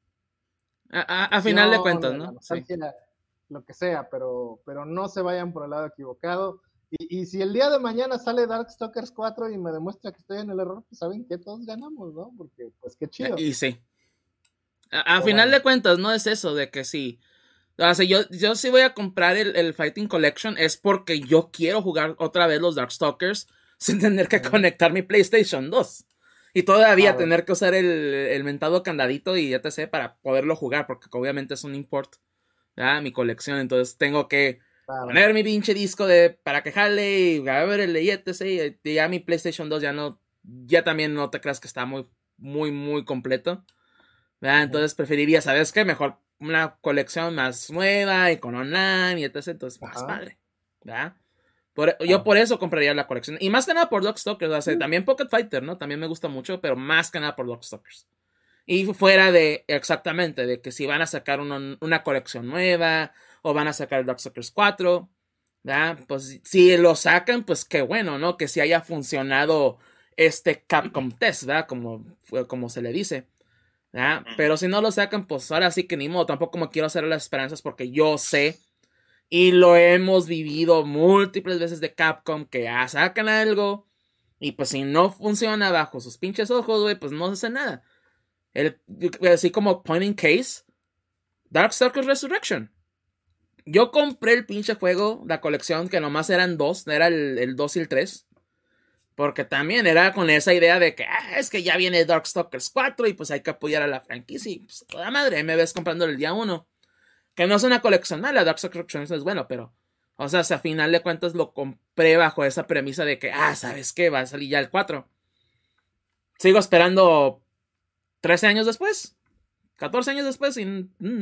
A final de cuentas, ¿no? Lo que sea, pero no se vayan por el lado equivocado. Y si el día de mañana sale Darkstalkers 4 y me demuestra que estoy en el error, pues saben que todos ganamos, ¿no? Porque, pues, qué chido. Y sí. A final de cuentas, no es eso de que sí. O sea, yo sí voy a comprar el Fighting Collection, es porque yo quiero jugar otra vez los Darkstalkers sin tener que conectar mi PlayStation 2. Y todavía tener que usar el mentado candadito y etc. para poderlo jugar, porque obviamente es un import, ¿verdad? Mi colección, entonces tengo que poner mi pinche disco para que jale y a ver el etc. Y ya mi PlayStation 2 ya también no te creas que está muy, muy, muy completo, ¿verdad? Entonces preferiría, ¿sabes qué? Mejor una colección más nueva y con online y etc. Entonces más padre, ¿verdad? Yo por eso compraría la colección. Y más que nada por Darkstalkers. O sea, también Pocket Fighter, ¿no? También me gusta mucho, pero más que nada por Darkstalkers. Y fuera de, exactamente, de que si van a sacar una colección nueva o van a sacar Darkstalkers 4, ¿verdad? Pues si lo sacan, pues qué bueno, ¿no? Que si haya funcionado este Capcom Test, ¿verdad? Como se le dice, ¿verdad? Pero si no lo sacan, pues ahora sí que ni modo. Tampoco me quiero hacer las esperanzas porque yo sé y lo hemos vivido múltiples veces de Capcom que sacan algo y pues si no funciona bajo sus pinches ojos, güey, pues no se hace nada. Así como point in case, Darkstalkers Resurrection. Yo compré el pinche juego, la colección, que nomás eran 2, era el 2 y el 3. Porque también era con esa idea de que es que ya viene Darkstalkers 4 y pues hay que apoyar a la franquicia. Y pues toda madre, me ves comprando el día 1. Que no es una colección mala, Darkstalkers Resurrection es bueno, pero o sea, a final de cuentas lo compré bajo esa premisa de que, ¿sabes qué? Va a salir ya el 4. Sigo esperando 13 años después, 14 años después y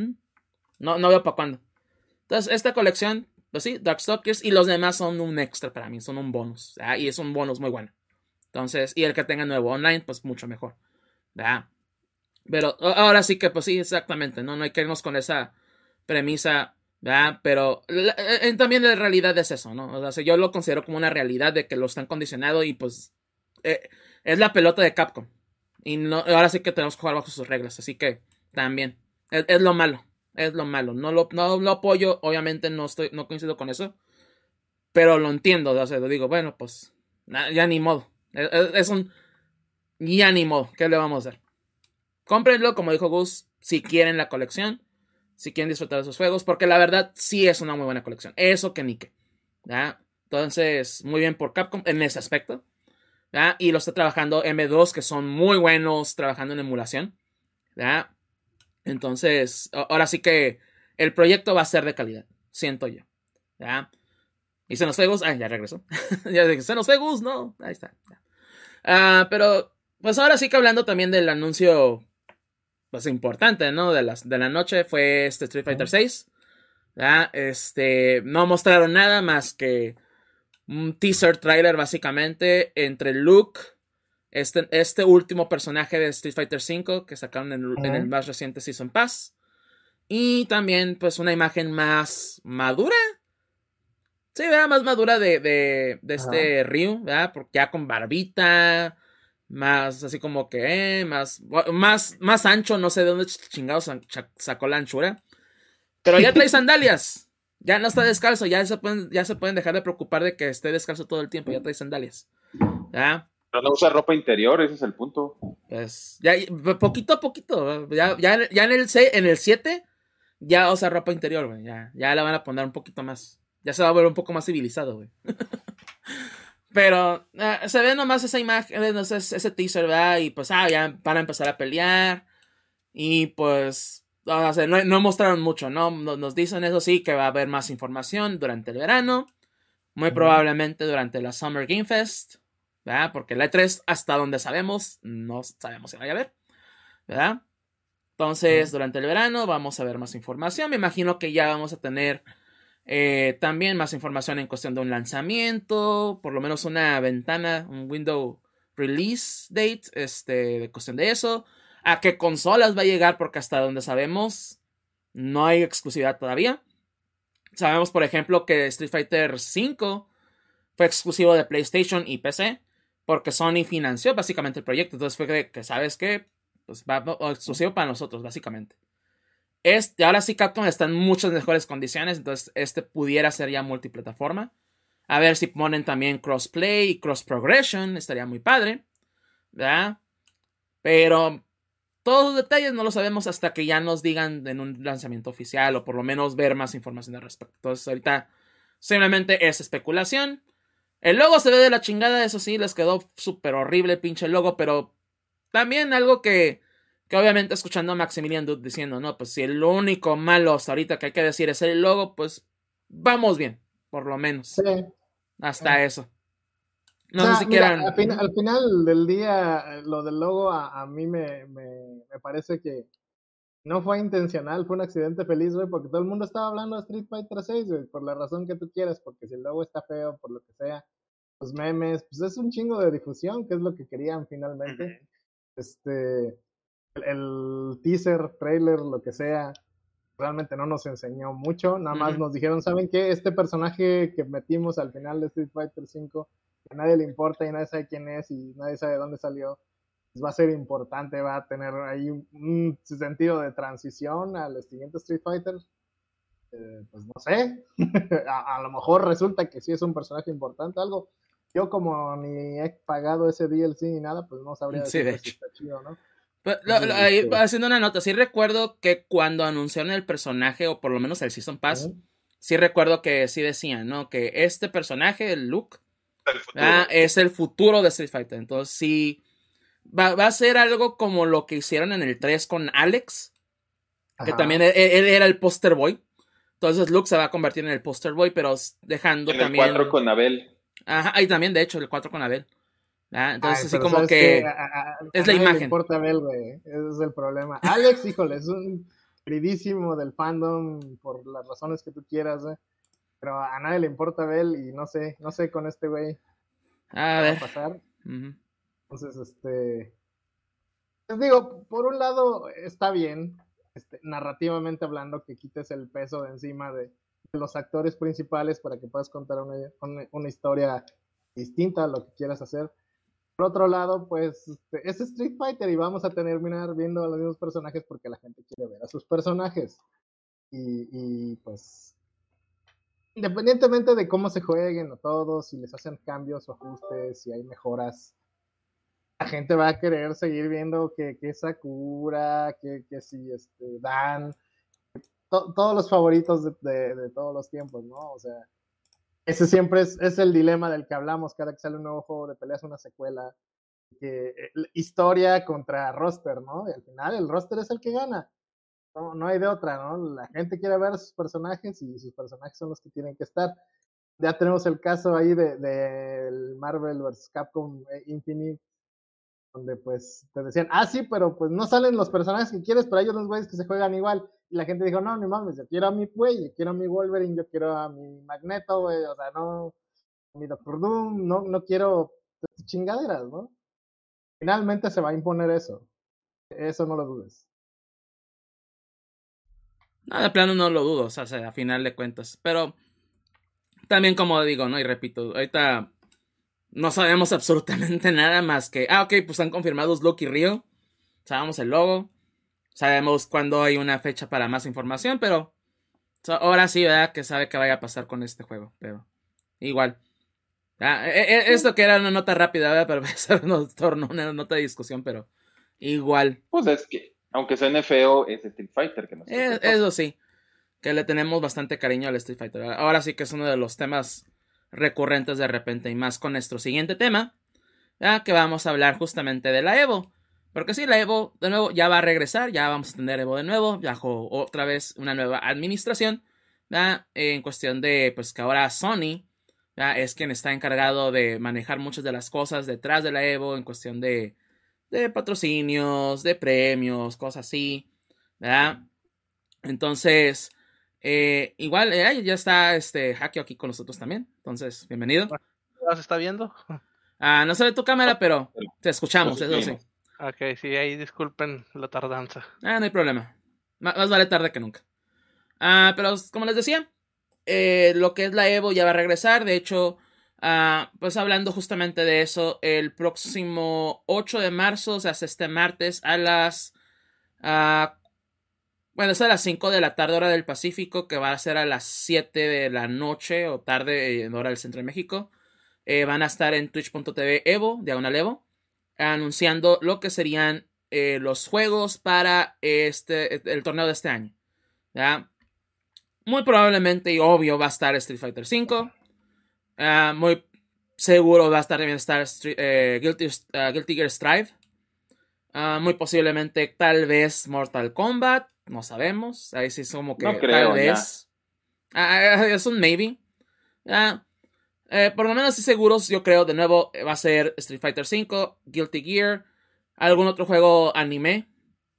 no veo para cuándo. Entonces, esta colección, pues sí, Darkstalkers y los demás son un extra para mí, son un bonus. ¿Verdad? Y es un bonus muy bueno. Entonces, y el que tenga nuevo online, pues mucho mejor. ¿Verdad? Pero ahora sí que, pues sí, exactamente, ¿no? No hay que irnos con esa premisa, ¿verdad? Pero también la realidad es eso, ¿no? O sea, yo lo considero como una realidad de que lo están condicionado y pues es la pelota de Capcom. Y no, ahora sí que tenemos que jugar bajo sus reglas. Así que también. Es lo malo. Es lo malo. No lo apoyo. Obviamente no coincido con eso. Pero lo entiendo. O sea, lo digo, bueno, pues. Ya ni modo. Es un. Ya ni modo. ¿Qué le vamos a hacer? Cómprenlo, como dijo Gus. Si quieren la colección. Si quieren disfrutar de sus juegos. Porque la verdad sí es una muy buena colección. Eso que ni que. ¿Ya? Entonces, muy bien por Capcom en ese aspecto. ¿Verdad? Y lo está trabajando M2, que son muy buenos trabajando en emulación. ¿Verdad? Entonces, ahora sí que el proyecto va a ser de calidad, siento yo. ¿Verdad? Y Xenosaga, ya regresó. Ya dije, Xenosaga, no, ahí está. Pero, pues ahora sí que hablando también del anuncio, pues importante, ¿no? De la noche fue Street Fighter 6. ¿Verdad? No mostraron nada más que un teaser trailer básicamente entre Luke, este último personaje de Street Fighter V que sacaron en el más reciente Season Pass, y también pues una imagen más madura, sí, ¿verdad? Más madura de este Ryu, ¿verdad? Porque ya con barbita, más así como que más ancho, no sé de dónde chingados sacó la anchura, pero ya trae sandalias. Ya no está descalzo, ya se pueden dejar de preocupar de que esté descalzo todo el tiempo, ya trae sandalias. ¿Ya? Pero no usa ropa interior, ese es el punto. Pues ya poquito a poquito, ya en el 7 ya usa ropa interior, güey. Ya la van a poner un poquito más. Ya se va a ver un poco más civilizado, güey. Pero se ve nomás esa imagen, ese teaser, ¿verdad? Y pues ya van a empezar a pelear. Y pues o sea, no mostraron mucho, ¿no? Nos dicen eso sí, que va a haber más información durante el verano. Muy probablemente durante la Summer Game Fest, ¿verdad? Porque la E3, hasta donde sabemos, no sabemos si vaya a haber, ¿verdad? Entonces, durante el verano vamos a ver más información. Me imagino que ya vamos a tener también más información en cuestión de un lanzamiento, por lo menos una ventana, un window release date, de cuestión de eso. A qué consolas va a llegar, porque hasta donde sabemos no hay exclusividad todavía. Sabemos, por ejemplo, que Street Fighter V fue exclusivo de PlayStation y PC, porque Sony financió básicamente el proyecto. Entonces fue que ¿sabes qué? Pues va exclusivo para nosotros, básicamente. Ahora sí Capcom está en muchas mejores condiciones, entonces pudiera ser ya multiplataforma. A ver si ponen también crossplay y cross progression, estaría muy padre, ¿verdad? Pero todos los detalles no lo sabemos hasta que ya nos digan en un lanzamiento oficial, o por lo menos ver más información al respecto. Entonces ahorita simplemente es especulación. El logo se ve de la chingada, eso sí, les quedó súper horrible el pinche logo, pero también algo que obviamente escuchando a Maximilian Dude diciendo, no, pues si el único malo hasta ahorita que hay que decir es el logo, pues vamos bien, por lo menos. Sí. Hasta eso. No o sea, sé si quieran. Al final del día, lo del logo a mí me parece que No fue intencional, fue un accidente feliz, güey, porque todo el mundo estaba hablando de Street Fighter 6, güey, por la razón que tú quieras, porque si el logo está feo, por lo que sea, los memes, pues es un chingo de difusión, que es lo que querían finalmente. Este, el teaser, trailer, lo que sea, realmente no nos enseñó mucho, nada más nos dijeron, ¿saben qué? Este personaje que metimos al final de Street Fighter 5, que a nadie le importa y nadie sabe quién es y nadie sabe dónde salió, pues va a ser importante, va a tener ahí un sentido de transición al siguiente Street Fighter. Pues no sé, a lo mejor resulta que sí es un personaje importante, algo. Yo como ni he pagado ese DLC ni nada, pues no sabría decir de si está chido, ¿no? Pues, ahí, haciendo una nota, sí recuerdo que cuando anunciaron el personaje, o por lo menos el Season Pass, sí recuerdo que sí decían, ¿no? Que este personaje, el Luke, es el futuro de Street Fighter. Entonces sí, va a ser algo como lo que hicieron en el 3 con Alex, que también él era el poster boy. Entonces Luke se va a convertir en el poster boy, pero dejando en también... el 4 con Abel. Ajá, y también, de hecho, el 4 con Abel. Entonces, así como ¿sabes que es la imagen. No importa Abel, güey. Ese es el problema. Alex, híjole, es un queridísimo del fandom por las razones que tú quieras, güey. Pero a nadie le importa Abel y no sé con este güey qué va a pasar. Entonces, les digo, por un lado está bien, narrativamente hablando, que quites el peso de encima de los actores principales para que puedas contar una historia distinta a lo que quieras hacer. Por otro lado, pues es Street Fighter y vamos a terminar viendo a los mismos personajes porque la gente quiere ver a sus personajes. Y pues, independientemente de cómo se jueguen o todo, si les hacen cambios o ajustes, si hay mejoras, la gente va a querer seguir viendo que Sakura, que si Dan, todos los favoritos de todos los tiempos, ¿no? O sea, ese siempre es el dilema del que hablamos cada que sale un nuevo juego de peleas, una secuela, que historia contra roster, ¿no? Y al final el roster es el que gana. No hay de otra, ¿no? La gente quiere ver a sus personajes y sus personajes son los que tienen que estar. Ya tenemos el caso ahí del Marvel vs. Capcom Infinite, donde pues te decían, sí, pero pues no salen los personajes que quieres, pero hay unos güeyes que se juegan igual. Y la gente dijo, no, ni mames, yo quiero a mi güey, yo quiero a mi Wolverine, yo quiero a mi Magneto, güey, o sea, no, mi Doctor Doom, no quiero chingaderas, ¿no? Finalmente se va a imponer eso. Eso no lo dudes. No, de plano no lo dudo, o sea, a final de cuentas. Pero también como digo, ¿no? Y repito, ahorita no sabemos absolutamente nada más que... ok, pues han confirmado Luke y Ryo. Sabemos el logo. Sabemos cuándo hay una fecha para más información, pero... ahora sí, ¿verdad? Que sabe qué vaya a pasar con este juego, pero... igual. Esto que era una nota rápida, ¿verdad? Pero se tornó una nota de discusión, pero... igual. Pues es que, aunque suene feo, es Street Fighter. Que no eso sí. Que le tenemos bastante cariño al Street Fighter. Ahora sí que es uno de los temas recurrentes de repente, y más con nuestro siguiente tema, ya que vamos a hablar justamente de la Evo. Porque sí, la Evo de nuevo ya va a regresar, ya vamos a tener Evo de nuevo, bajo otra vez una nueva administración, ¿ya? En cuestión de pues que ahora Sony, ¿ya? Es quien está encargado de manejar muchas de las cosas detrás de la Evo, en cuestión de patrocinios, de premios, cosas así, ¿verdad? Entonces, igual ya está Hakio aquí con nosotros también. Entonces, bienvenido. ¿Se está viendo? No se ve tu cámara, pero te escuchamos, eso sí. Ok, sí, ahí disculpen la tardanza. No hay problema. Más vale tarde que nunca. Pero como les decía, lo que es la Evo ya va a regresar. De hecho, pues hablando justamente de eso, el próximo 8 de marzo, o sea, este martes a las... bueno, es a las 5 de la tarde, hora del Pacífico, que va a ser a las 7 de la noche o tarde en hora del centro de México. Van a estar en twitch.tv Evo, diagonal Evo, anunciando lo que serían los juegos para el torneo de este año. ¿Ya? Muy probablemente y obvio va a estar Street Fighter V. Muy seguro va a estar también Guilty Gear Strive. Muy posiblemente tal vez Mortal Kombat. No sabemos. Ahí sí es como que no creo, tal vez. Es un maybe. Por lo menos seguros, yo creo, de nuevo, va a ser Street Fighter V, Guilty Gear, algún otro juego anime.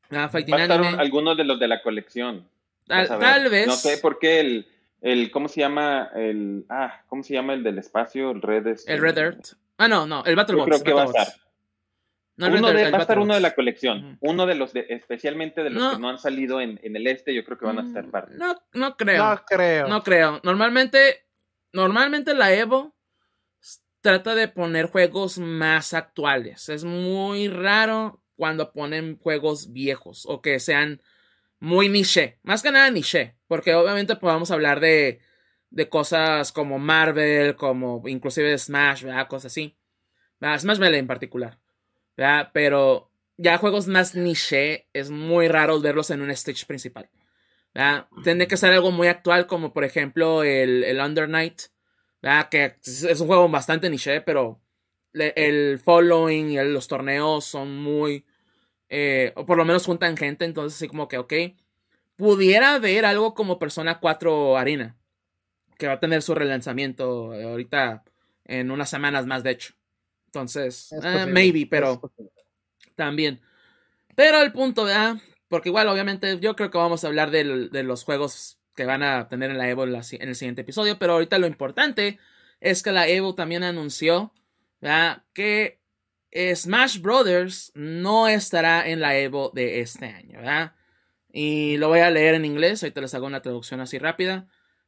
Fighting Va a estar Anime. algunos de los de la colección. Tal vez. No sé por qué ¿cómo se llama? ¿Cómo se llama el del espacio? El Red. El Red Earth. No, el Yo Battlebots. creo que va a estar. No, el Va a estar uno de la Battlebots. colección. Uno de los, especialmente de los que no han salido en el yo creo que van a estar parte. No creo. No creo. Normalmente la Evo trata de poner juegos más actuales. Es muy raro cuando ponen juegos viejos o que sean muy niche. Más que nada niche. Porque obviamente podemos hablar de cosas como Marvel, como inclusive Smash, ¿verdad? Cosas así. Smash Melee en particular, ¿verdad? Pero ya juegos más niche es muy raro verlos en un stage principal, ¿verdad? Tiene que ser algo muy actual, como por ejemplo el Under Night, ¿verdad? Que es un juego bastante niche, pero el following y los torneos son muy... o por lo menos juntan gente, entonces así como que, ok, pudiera haber algo como Persona 4 Arena, que va a tener su relanzamiento ahorita en unas semanas más, de hecho. Entonces, maybe, pero también. Pero el punto, ¿verdad? Porque igual, obviamente, yo creo que vamos a hablar de los juegos que van a tener en la Evo en el siguiente episodio, pero ahorita lo importante es que la Evo también anunció, ¿verdad?, que Smash Brothers no estará en la Evo de este año, ¿verdad? Y lo voy a leer en inglés, ahorita les hago una traducción así rápida.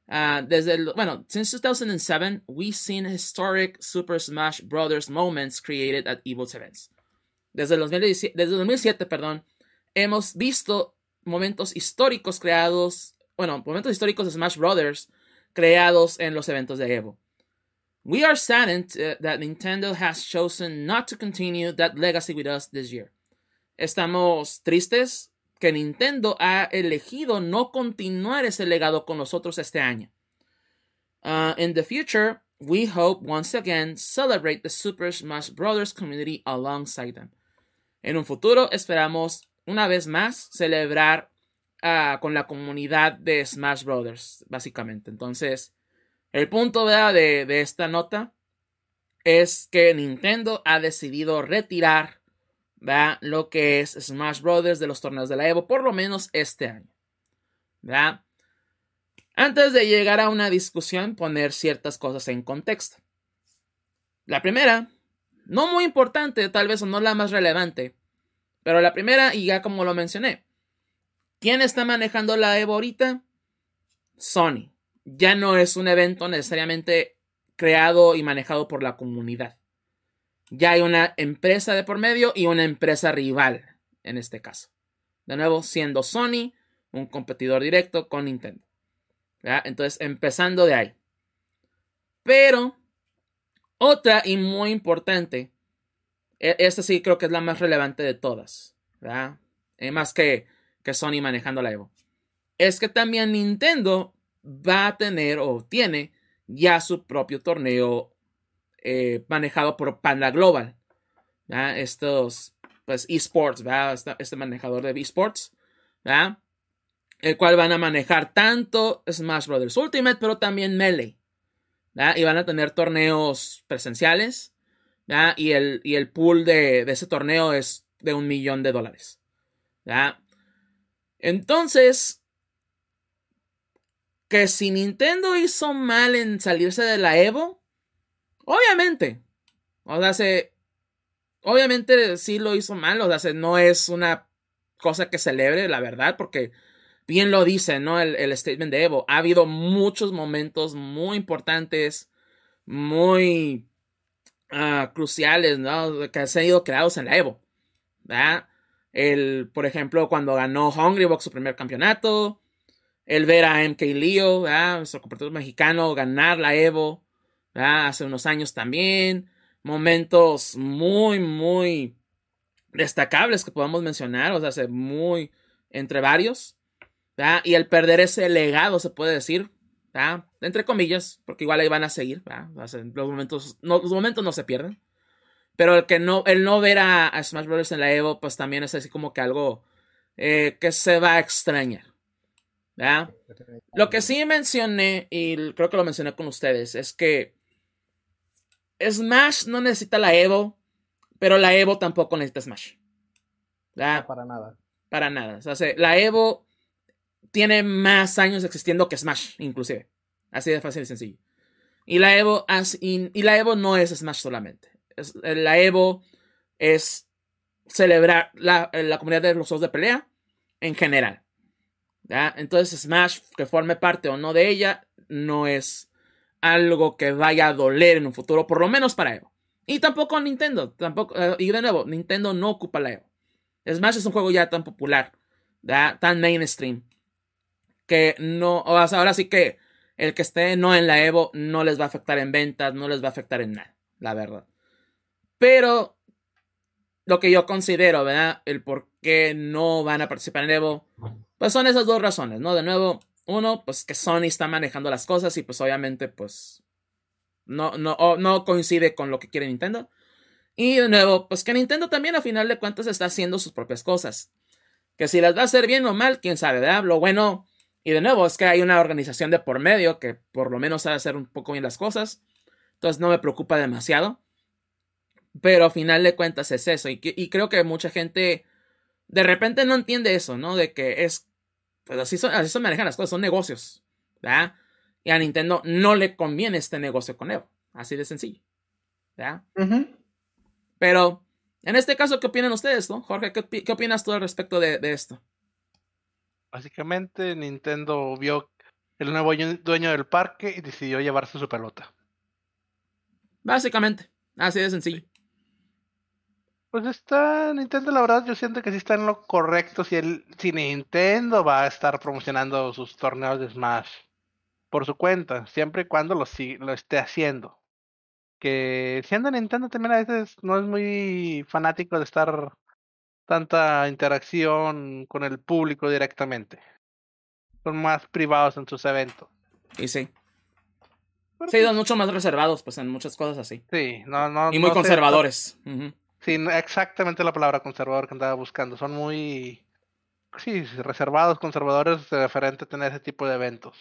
Since 2007, we've seen historic Super Smash Brothers moments created at Evo's events. Desde el 2007, hemos visto momentos históricos de Smash Brothers creados en los eventos de Evo. We are saddened that Nintendo has chosen not to continue that legacy with us this year. Estamos tristes que Nintendo ha elegido no continuar ese legado con nosotros este año. In the future, we hope once again celebrate the Super Smash Bros. Community alongside them. En un futuro esperamos una vez más celebrar con la comunidad de Smash Bros. Básicamente. Entonces, el punto de esta nota es que Nintendo ha decidido retirar, ¿verdad?, lo que es Smash Brothers de los torneos de la Evo, por lo menos este año, ¿verdad? Antes de llegar a una discusión, poner ciertas cosas en contexto. La primera, no muy importante, tal vez, o no la más relevante, pero la primera, y ya como lo mencioné, ¿quién está manejando la Evo ahorita? Sony. Ya no es un evento necesariamente creado y manejado por la comunidad. Ya hay una empresa de por medio y una empresa rival, en este caso. De nuevo, siendo Sony un competidor directo con Nintendo, ¿verdad? Entonces, empezando de ahí. Pero, otra y muy importante, esta sí creo que es la más relevante de todas, ¿verdad? Más que Sony manejando la Evo, es que también Nintendo va a tener o tiene ya su propio torneo manejado por Panda Global, ¿verdad? Estos, pues, esports, ¿verdad? Este manejador de esports, ¿verdad?, el cual van a manejar tanto Smash Bros. Ultimate, pero también Melee, ¿verdad? Y van a tener torneos presenciales, ¿verdad? Y el pool de ese torneo es de $1 millón, ¿verdad? Entonces, que si Nintendo hizo mal en salirse de la Evo, obviamente sí lo hizo mal, no es una cosa que celebre, la verdad, porque bien lo dice, ¿no?, el statement de Evo. Ha habido muchos momentos muy importantes, muy cruciales, ¿no?, que han sido creados en la Evo, ¿verdad? Por ejemplo, cuando ganó Hungrybox su primer campeonato, el ver a MK Leo, ¿verdad?, nuestro competidor mexicano, ganar la Evo, ¿verdad?, hace unos años también. Momentos muy, muy destacables que podemos mencionar, muy entre varios, ¿verdad? Y el perder ese legado, se puede decir, ¿verdad?, entre comillas, porque igual ahí van a seguir, ¿verdad? Los momentos no se pierden, pero el no ver a Smash Bros. En la Evo, pues también es así como que algo que se va a extrañar, ¿verdad? Lo que sí mencioné, y creo que lo mencioné con ustedes, es que Smash no necesita la Evo, pero la Evo tampoco necesita Smash, ¿verdad? No, para nada. Para nada. O sea, la Evo tiene más años existiendo que Smash, inclusive. Así de fácil y sencillo. Y la Evo, y la Evo no es Smash solamente. La Evo es celebrar la comunidad de los juegos de pelea en general. ¿Ya? Entonces Smash, que forme parte o no de ella, no es algo que vaya a doler en un futuro, por lo menos para Evo. Y tampoco Nintendo, y de nuevo, Nintendo no ocupa la Evo. Smash es un juego ya tan popular, ¿ya? Tan mainstream, que no, o sea, ahora sí que el que esté no en la Evo no les va a afectar en ventas, no les va a afectar en nada, la verdad. Pero lo que yo considero, ¿verdad? El por qué no van a participar en Evo, pues son esas dos razones, ¿no? De nuevo, uno, pues que Sony está manejando las cosas y pues obviamente, pues no coincide con lo que quiere Nintendo. Y de nuevo, pues que Nintendo también a final de cuentas está haciendo sus propias cosas. Que si las va a hacer bien o mal, quién sabe, ¿verdad? Lo bueno, y de nuevo, es que hay una organización de por medio que por lo menos sabe hacer un poco bien las cosas. Entonces no me preocupa demasiado. Pero a final de cuentas es eso. Y creo que mucha gente de repente no entiende eso, ¿no? De que es, pues así se manejan las cosas, son negocios, ¿verdad? Y a Nintendo no le conviene este negocio con Evo. Así de sencillo, ¿verdad? Pero, en este caso, ¿qué opinan ustedes, no? Jorge, ¿qué opinas tú al respecto de esto? Básicamente, Nintendo vio el nuevo dueño del parque y decidió llevarse su pelota. Básicamente, así de sencillo. Pues Nintendo, la verdad, yo siento que sí está en lo correcto si Nintendo va a estar promocionando sus torneos de Smash por su cuenta, siempre y cuando lo esté haciendo. Que siendo Nintendo también a veces no es muy fanático de estar tanta interacción con el público directamente. Son más privados en sus eventos. Y sí. Pero Sí, son mucho más reservados, pues, en muchas cosas así. Sí, no. Y muy conservadores. Sí, exactamente la palabra conservador que andaba buscando. Son muy, sí, reservados, conservadores, referente a tener ese tipo de eventos.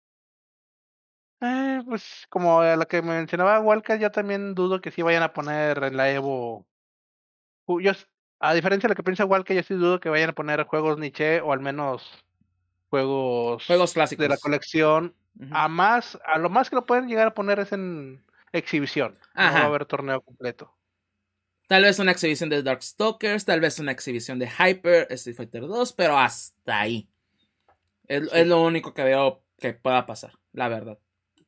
Pues como lo que mencionaba Walker, yo también dudo que sí vayan a poner en la Evo. Yo, a diferencia de lo que piensa Walker, yo sí dudo que vayan a poner juegos niche o al menos juegos clásicos de la colección. A lo más que lo pueden llegar a poner es en exhibición. Ajá. No va a haber torneo completo. Tal vez una exhibición de Darkstalkers, tal vez una exhibición de Hyper, Street Fighter 2, pero hasta ahí. Es lo único que veo que pueda pasar, la verdad.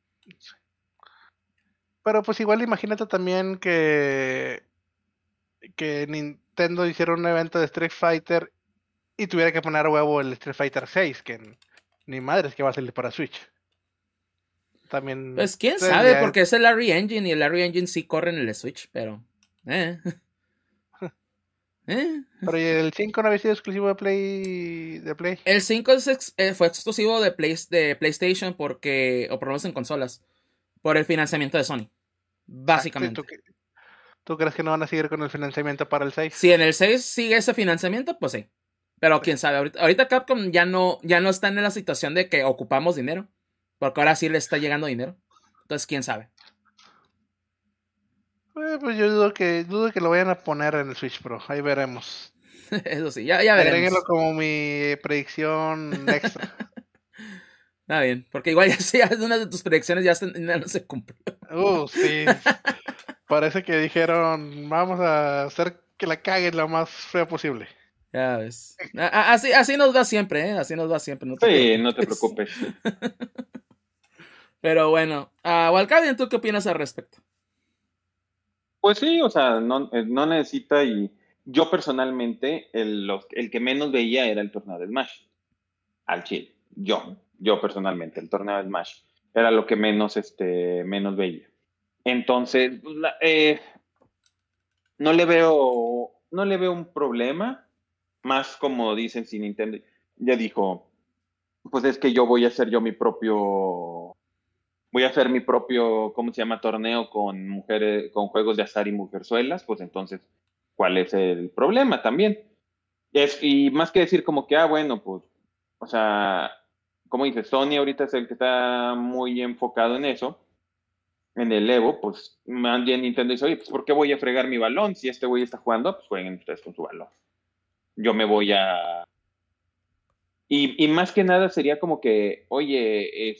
Pero pues igual imagínate también que Nintendo hiciera un evento de Street Fighter y tuviera que poner a huevo el Street Fighter 6, que ni madre es que va a salir para Switch. También. Pues quién sabe, porque es el Unreal Engine y el Unreal Engine sí corre en el Switch, pero. Pero el 5 no había sido exclusivo de Play. El 5 fue exclusivo de PlayStation porque, o por lo menos en consolas, por el financiamiento de Sony. Básicamente. ¿Tú crees que no van a seguir con el financiamiento para el 6? Si en el 6 sigue ese financiamiento, pues sí. Pero quién sabe, ahorita Capcom ya no está en la situación de que ocupamos dinero. Porque ahora sí le está llegando dinero. Entonces, quién sabe. Pues yo dudo que lo vayan a poner en el Switch Pro. Ahí veremos. Eso sí, ya veremos. Agréguenlo como mi predicción extra. Está bien, porque igual ya una de tus predicciones ya no se cumplió. Sí. Parece que dijeron, vamos a hacer que la caguen lo más fea posible. Ya ves. Así nos va siempre, ¿eh? Así nos va siempre. No te preocupes. Pero bueno, Walcavian, ¿tú qué opinas al respecto? Pues sí, o sea, no necesita, y yo personalmente, el que menos veía era el torneo de Smash. Al chile. Yo personalmente, el torneo de Smash era lo que menos veía. Entonces, no le veo un problema, más como dicen, si Nintendo ya dijo, pues es que yo voy a hacer mi propio, ¿cómo se llama? Torneo con mujeres, con juegos de azar y mujerzuelas, pues entonces, ¿cuál es el problema también? Y más que decir como que, bueno, pues, o sea, como dices, Sony ahorita es el que está muy enfocado en eso, en el Evo, pues más bien Nintendo dice, oye, pues ¿por qué voy a fregar mi balón? Si este güey está jugando, pues jueguen ustedes con su balón. Yo me voy a Y más que nada sería como que, oye,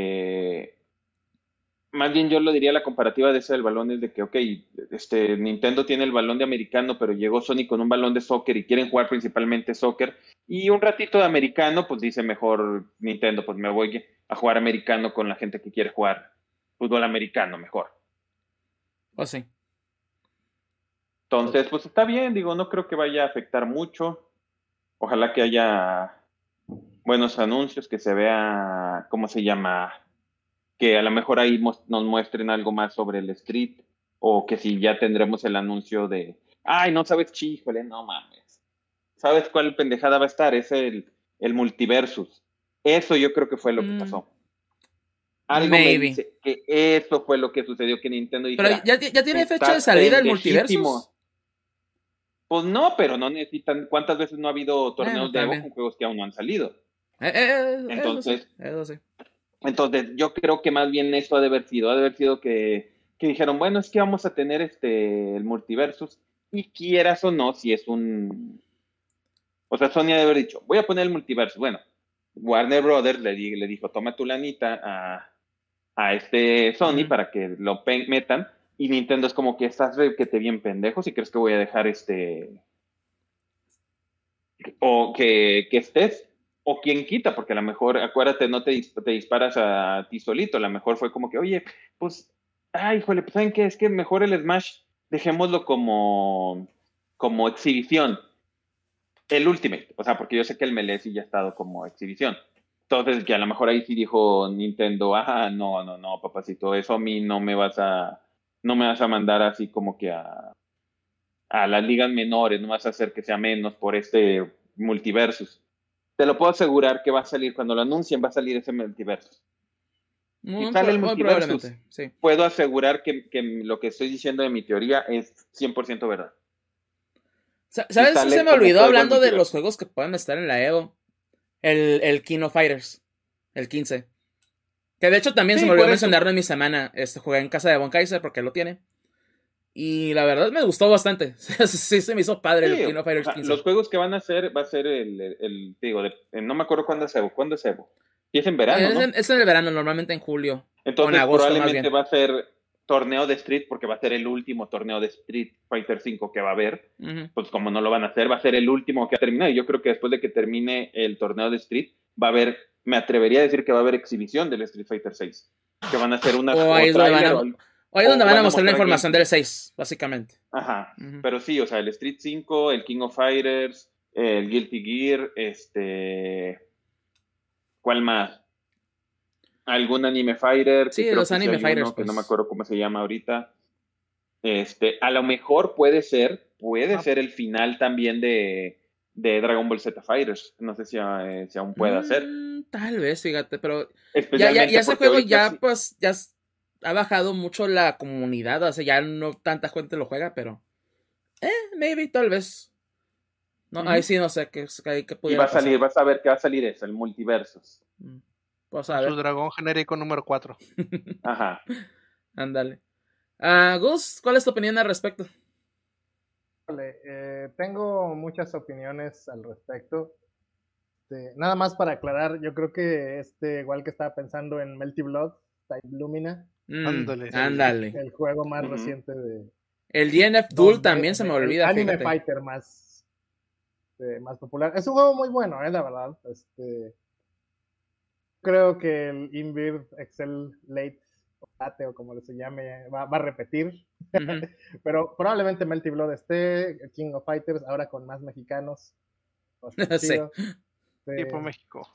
más bien yo lo diría la comparativa de ese del balón es de que, ok, Nintendo tiene el balón de americano, pero llegó Sony con un balón de soccer y quieren jugar principalmente soccer. Y un ratito de americano, pues dice mejor Nintendo, pues me voy a jugar americano con la gente que quiere jugar fútbol americano mejor. Pues sí. Entonces, pues está bien, digo, no creo que vaya a afectar mucho. Ojalá que haya buenos anuncios, que se vea, ¿cómo se llama? Que a lo mejor ahí nos muestren algo más sobre el Street, o que si ya tendremos el anuncio de, ay, no sabes, chíjole, no mames. ¿Sabes cuál pendejada va a estar? Es el Multiversus. Eso yo creo que fue lo que pasó. Algo Maybe. me dice que eso fue lo que sucedió, que Nintendo dijera, pero ya tiene fecha de salida el Multiversus. Pues no, pero no necesitan. ¿Cuántas veces no ha habido torneos de Evo también. con juegos que aún no han salido? Entonces, eso sí. Entonces, yo creo que más bien eso ha de haber sido que dijeron, bueno, es que vamos a tener el Multiversus, y quieras o no, si es un... O sea, Sony ha de haber dicho, voy a poner el Multiversus. Bueno, Warner Brothers le dijo, toma tu lanita a Sony para que lo metan, y Nintendo es como que estás que te bien pendejo si crees que voy a dejar o que estés, o quien quita, porque a lo mejor, acuérdate, no te disparas a ti solito, a lo mejor fue como que, oye, pues, ay, híjole, pues, ¿saben qué? Es que mejor el Smash dejémoslo como exhibición, el Ultimate, o sea, porque yo sé que el Melee sí ya ha estado como exhibición. Entonces, que a lo mejor ahí sí dijo Nintendo, no, papacito, eso a mí no me vas a mandar así como que a las ligas menores, no vas a hacer que sea menos por este multiversus. Te lo puedo asegurar que va a salir, cuando lo anuncien, va a salir ese multiversus. Si sale el multiversus, sí. Puedo asegurar que lo que estoy diciendo de mi teoría es 100% verdad. ¿Sabes qué se me olvidó hablando de los juegos que pueden estar en la Evo? El King of Fighters, el 15. Que de hecho también se me olvidó mencionarlo en mi semana. Jugué en casa de Von Kaiser porque lo tiene. Y la verdad me gustó bastante. Sí, se me hizo padre el King of Fighters 15. Los juegos que van a hacer, va a ser no me acuerdo cuándo es Evo. ¿Cuándo es Evo? Y es en verano, ¿no? Es en el verano, normalmente en julio. Entonces, en agosto, probablemente va a ser torneo de Street, porque va a ser el último torneo de Street Fighter 5 que va a haber. Pues como no lo van a hacer, va a ser el último que ha terminado. Y yo creo que después de que termine el torneo de Street, va a haber, me atrevería a decir que va a haber exhibición del Street Fighter 6. Que van a hacer una... ahí es donde van a mostrar la información del 6, básicamente. Ajá, pero sí, o sea, el Street 5, el King of Fighters, el Guilty Gear, ¿cuál más? Algún Anime Fighter. Sí, los Anime Fighters. Que no me acuerdo cómo se llama ahorita. A lo mejor puede ser el final también de Dragon Ball Z Fighters. No sé si aún puede hacer. Tal vez, fíjate, pero ya ese juego ya ha bajado mucho la comunidad, o sea, ya no tanta gente lo juega, pero maybe, tal vez. No, ahí sí no sé qué pudiera pasar. Y vas a ver que va a salir eso, el Multiversus. Pues a ver. Su dragón genérico número 4. Ajá. Ándale. Gus, ¿cuál es tu opinión al respecto? Tengo muchas opiniones al respecto. Nada más para aclarar, yo creo que igual que estaba pensando en Melty Blood, Type Lumina. Ándale. El juego más reciente de... El DNF Duel también se me olvida. El Anime Fighter más popular. Es un juego muy bueno, la verdad. Creo que el Inbird Excel Late o como se llame, va a repetir. Pero probablemente Melty Blood esté, King of Fighters, ahora con más mexicanos. Sí. Tipo México.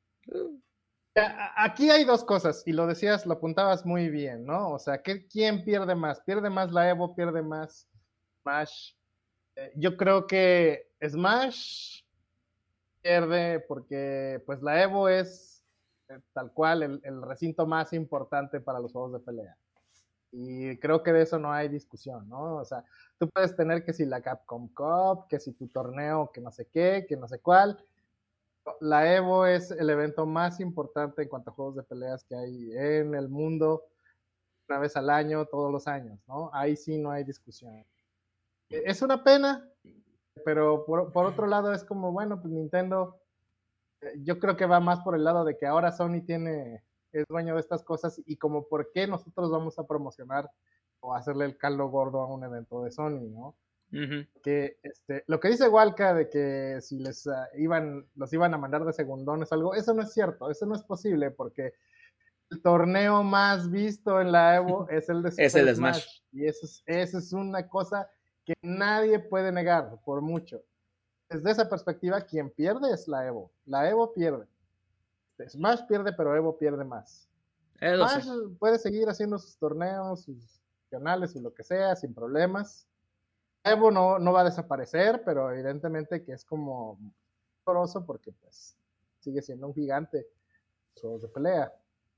Aquí hay dos cosas, y lo decías, lo apuntabas muy bien, ¿no? O sea, ¿quién pierde más? ¿Pierde más la Evo? ¿Pierde más Smash? Yo creo que Smash pierde porque pues la Evo es tal cual el recinto más importante para los juegos de pelea. Y creo que de eso no hay discusión, ¿no? O sea, tú puedes tener que si la Capcom Cup, que si tu torneo, que no sé qué, que no sé cuál. La Evo es el evento más importante en cuanto a juegos de peleas que hay en el mundo, una vez al año, todos los años, ¿no? Ahí sí no hay discusión. Es una pena, pero por otro lado es como, bueno, pues Nintendo Yo creo que va más por el lado de que ahora Sony es dueño de estas cosas y como por qué nosotros vamos a promocionar o hacerle el caldo gordo a un evento de Sony, ¿no? Que lo que dice Walca de que si los iban a mandar de segundones o algo, eso no es cierto, eso no es posible porque el torneo más visto en la Evo es el de Super Smash. Y eso es una cosa que nadie puede negar, por mucho. Desde esa perspectiva, quien pierde es la Evo. La Evo pierde. Smash pierde, pero Evo pierde más. Smash puede seguir haciendo sus torneos, sus canales y lo que sea, sin problemas. Evo no va a desaparecer, pero evidentemente que es como doloroso porque pues sigue siendo un gigante de juegos de pelea.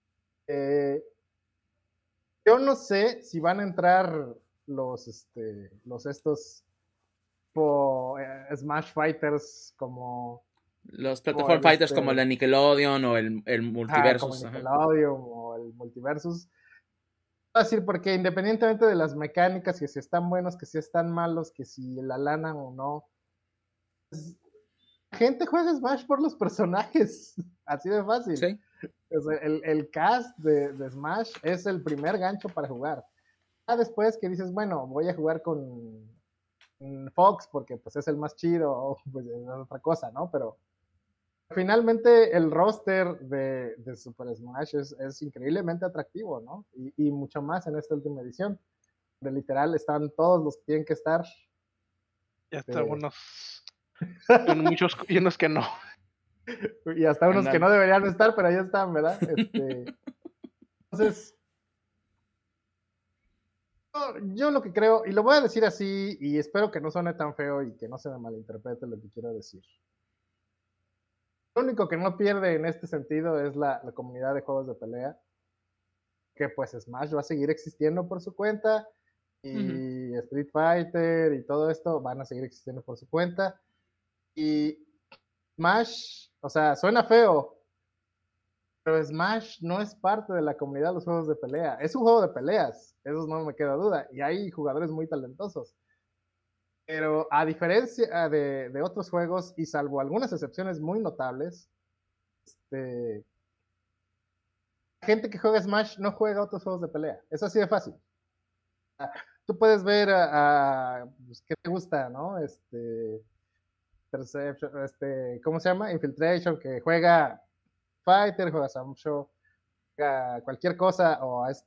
Yo no sé si van a entrar los estos Smash Fighters como los Platform Fighters como la Nickelodeon o el Multiversus. Como el Nickelodeon o el Multiversus. Voy a decir porque independientemente de las mecánicas, que si están buenos, que si están malos, que si la lana o no, pues, gente juega Smash por los personajes, así de fácil. Sí. O sea, el cast de Smash es el primer gancho para jugar. Ya después que dices, bueno, voy a jugar con Fox porque pues es el más chido, pues es otra cosa, ¿no? Pero finalmente el roster de Super Smash es increíblemente atractivo, ¿no? Y mucho más en esta última edición. De literal están todos los que tienen que estar. Ya hasta unos muchos y unos que no. Y hasta unos que no deberían estar, pero ahí están, ¿verdad? Entonces, yo lo que creo, y lo voy a decir así, y espero que no suene tan feo y que no se me malinterprete lo que quiero decir. Lo único que no pierde en este sentido es la comunidad de juegos de pelea, que pues Smash va a seguir existiendo por su cuenta, y Street Fighter y todo esto van a seguir existiendo por su cuenta, y Smash, o sea, suena feo, pero Smash no es parte de la comunidad de los juegos de pelea. Es un juego de peleas, eso no me queda duda, y hay jugadores muy talentosos. Pero a diferencia de otros juegos, y salvo algunas excepciones muy notables, gente que juega Smash no juega otros juegos de pelea. Es así de fácil. Tú puedes ver pues, ¿qué te gusta, no? Perception, ¿cómo se llama? Infiltration, que juega Fighter, juega Samsho, juega cualquier cosa, o a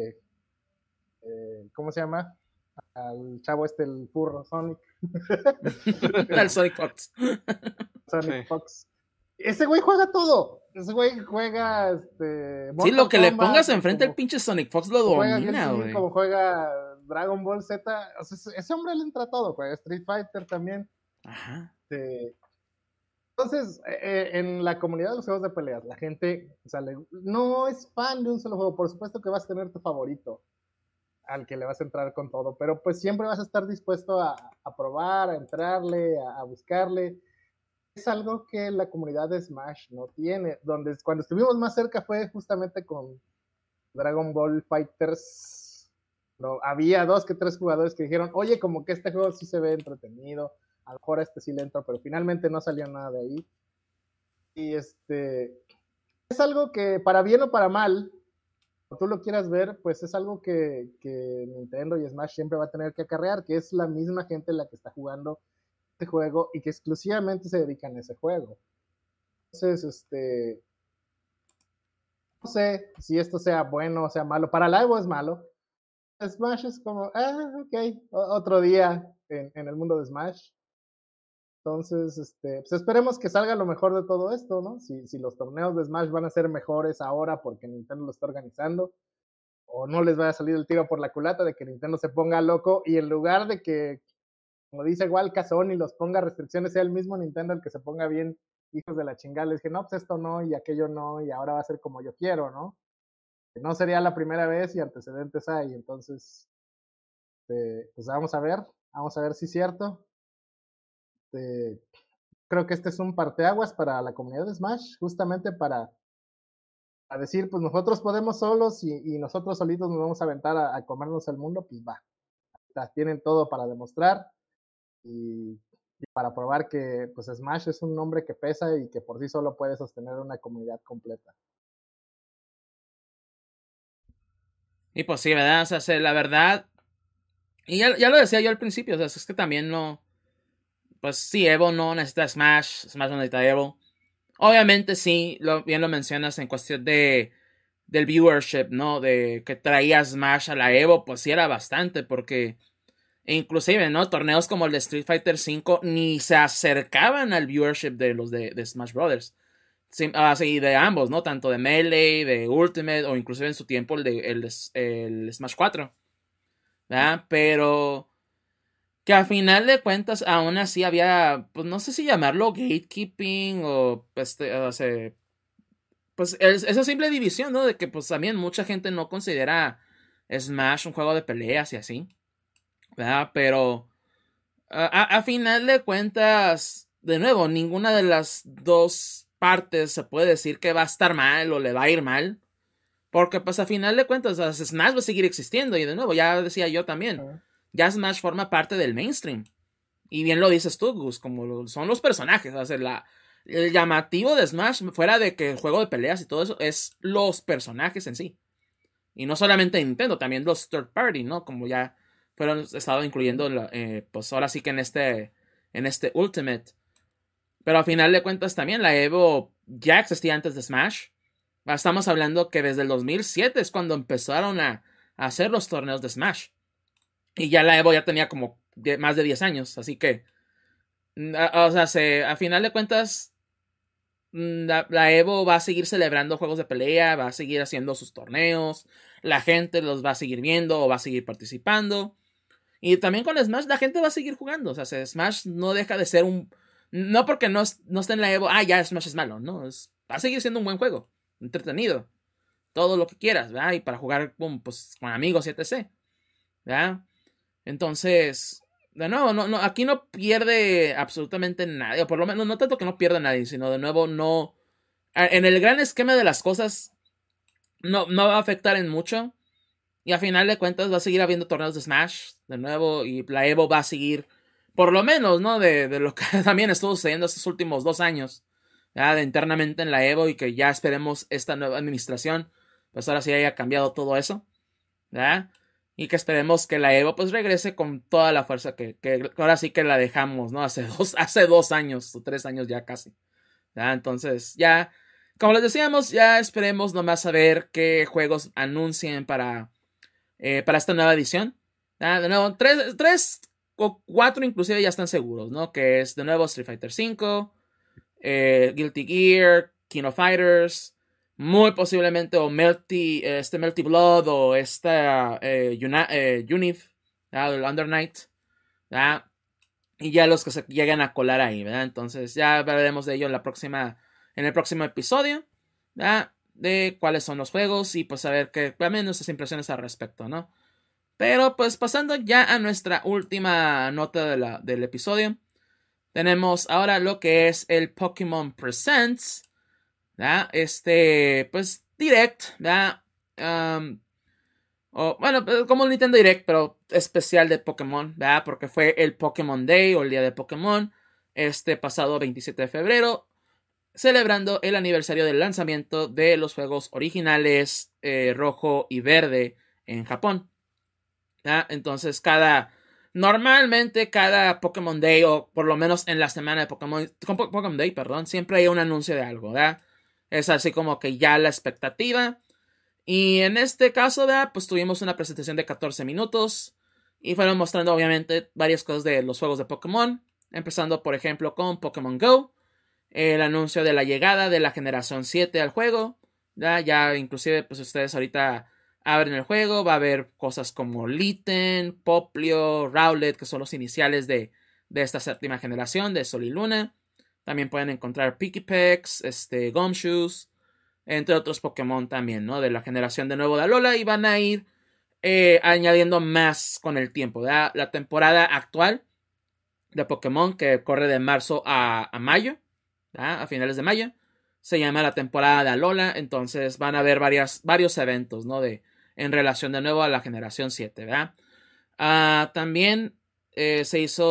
¿cómo se llama? Al chavo el furro Sonic. Al Sonic Fox. Sonic Fox. Ese güey juega todo. Ese güey juega sí, lo que Kombat, le pongas enfrente al pinche Sonic Fox lo domina, güey. Como juega Dragon Ball Z, o sea, ese hombre le entra todo, juega Street Fighter también. Ajá. Entonces, en la comunidad de los juegos de peleas, la gente, o sea, no es fan de un solo juego. Por supuesto que vas a tener tu favorito, al que le vas a entrar con todo, pero pues siempre vas a estar dispuesto a probar, a entrarle, a buscarle. Es algo que la comunidad de Smash no tiene. Cuando estuvimos más cerca fue justamente con Dragon Ball Fighters. No, había 2 que 3 jugadores que dijeron, oye, como que este juego sí se ve entretenido, a lo mejor sí le entro, pero finalmente no salió nada de ahí. Y es algo que, para bien o para mal, como tú lo quieras ver, pues es algo que Nintendo y Smash siempre va a tener que acarrear, que es la misma gente la que está jugando este juego y que exclusivamente se dedican a ese juego. Entonces, no sé si esto sea bueno o sea malo. Para la Evo es malo. Smash es como, ok, otro día en el mundo de Smash. Entonces, pues esperemos que salga lo mejor de todo esto, ¿no? Si los torneos de Smash van a ser mejores ahora porque Nintendo lo está organizando, o no les va a salir el tiro por la culata de que Nintendo se ponga loco y en lugar de que, como dice Walca, Sony los ponga restricciones, sea el mismo Nintendo el que se ponga bien hijos de la chingada. Les dije, no, pues esto no y aquello no, y ahora va a ser como yo quiero, ¿no? Que no sería la primera vez y antecedentes hay. Entonces, pues vamos a ver si es cierto. Creo que este es un parteaguas para la comunidad de Smash, justamente para decir, pues nosotros podemos solos y nosotros solitos nos vamos a aventar a comernos el mundo, pues va. Tienen todo para demostrar y y para probar que pues Smash es un nombre que pesa y que por sí solo puede sostener una comunidad completa. Y pues sí, ¿verdad? O sea, la verdad, y ya lo decía yo al principio, o sea, es que también no, pues sí, Evo no necesita Smash, Smash no necesita Evo. Obviamente sí, bien lo mencionas en cuestión del viewership, ¿no? De que traía Smash a la Evo, pues sí era bastante, porque inclusive, ¿no? Torneos como el de Street Fighter V ni se acercaban al viewership de los de Smash Brothers. Sí, de ambos, ¿no? Tanto de Melee, de Ultimate, o inclusive en su tiempo el Smash 4. ¿Verdad? Pero que a final de cuentas aún así había, pues no sé si llamarlo gatekeeping o pues esa simple división, ¿no? De que pues también mucha gente no considera Smash un juego de peleas y así, ¿verdad? Pero a final de cuentas, de nuevo, ninguna de las dos partes se puede decir que va a estar mal o le va a ir mal. Porque pues a final de cuentas Smash va a seguir existiendo. Y de nuevo, ya decía yo también, ya Smash forma parte del mainstream. Y bien lo dices tú, Gus, como son los personajes. O sea, el llamativo de Smash, fuera de que el juego de peleas y todo eso, es los personajes en sí. Y no solamente Nintendo, también los third party, ¿no? Como ya fueron estado incluyendo, pues ahora sí que en este Ultimate. Pero a final de cuentas también la Evo ya existía antes de Smash. Estamos hablando que desde el 2007 es cuando empezaron a hacer los torneos de Smash. Y ya la Evo ya tenía como más de 10 años. Así que, o sea, a final de cuentas, la Evo va a seguir celebrando juegos de pelea, va a seguir haciendo sus torneos, la gente los va a seguir viendo o va a seguir participando. Y también con Smash la gente va a seguir jugando. O sea, Smash no deja de ser un... No porque no esté en la Evo, ya Smash es malo, ¿no? Va a seguir siendo un buen juego, entretenido, todo lo que quieras, ¿verdad? Y para jugar pues, con amigos y etc., ¿verdad? Entonces, de nuevo, aquí no pierde absolutamente nadie, o por lo menos no tanto que no pierda nadie, sino de nuevo no... En el gran esquema de las cosas, no va a afectar en mucho. Y a final de cuentas va a seguir habiendo torneos de Smash de nuevo. Y la Evo va a seguir, por lo menos, ¿no? De lo que también estuvo sucediendo estos últimos 2 años. ¿Ya? De internamente en la Evo. Y que ya esperemos esta nueva administración, pues ahora sí haya cambiado todo eso. ¿Ya? Y que esperemos que la Evo pues regrese con toda la fuerza que ahora sí que la dejamos, ¿no? Hace 2 años o 3 años ya casi. ¿Ya? Entonces ya, como les decíamos, ya esperemos nomás a ver qué juegos anuncien para esta nueva edición. De nuevo, 3 o 4 inclusive ya están seguros, ¿no? Que es de nuevo Street Fighter V, Guilty Gear, King of Fighters, muy posiblemente o Melty Blood o esta Univ, el Under Night, ¿verdad? Y ya los que se lleguen a colar ahí, ¿verdad? Entonces ya hablaremos de ello en el próximo episodio, ¿verdad? De cuáles son los juegos y pues a ver qué, al menos nuestras impresiones al respecto, ¿no? Pero pues pasando ya a nuestra última nota del episodio, tenemos ahora lo que es el Pokémon Presents, ¿verdad? Pues Direct, ¿verdad? Bueno, como un Nintendo Direct, pero especial de Pokémon, ¿verdad? Porque fue el Pokémon Day o el día de Pokémon, pasado 27 de febrero, celebrando el aniversario del lanzamiento de los juegos originales rojo y verde en Japón. ¿Ya? Entonces normalmente cada Pokémon Day, o por lo menos en la semana de Pokémon Day, siempre hay un anuncio de algo, ¿verdad? Es así como que ya la expectativa. Y en este caso, ¿verdad? Pues tuvimos una presentación de 14 minutos y fueron mostrando obviamente varias cosas de los juegos de Pokémon, empezando por ejemplo con Pokémon Go, el anuncio de la llegada de la generación 7 al juego, ya inclusive pues ustedes ahorita abren el juego, va a haber cosas como Litten, Poplio, Rowlet, que son los iniciales de esta 7ª generación de Sol y Luna. También pueden encontrar Pikipeks, Gumshoos, entre otros Pokémon también, ¿no? De la generación de nuevo de Alola, y van a ir añadiendo más con el tiempo, ¿verdad? La temporada actual de Pokémon, que corre de marzo a mayo, ¿verdad? A finales de mayo, se llama la temporada de Alola. Entonces van a haber varios eventos, ¿no? En relación de nuevo a la generación 7, ¿verdad? También se hizo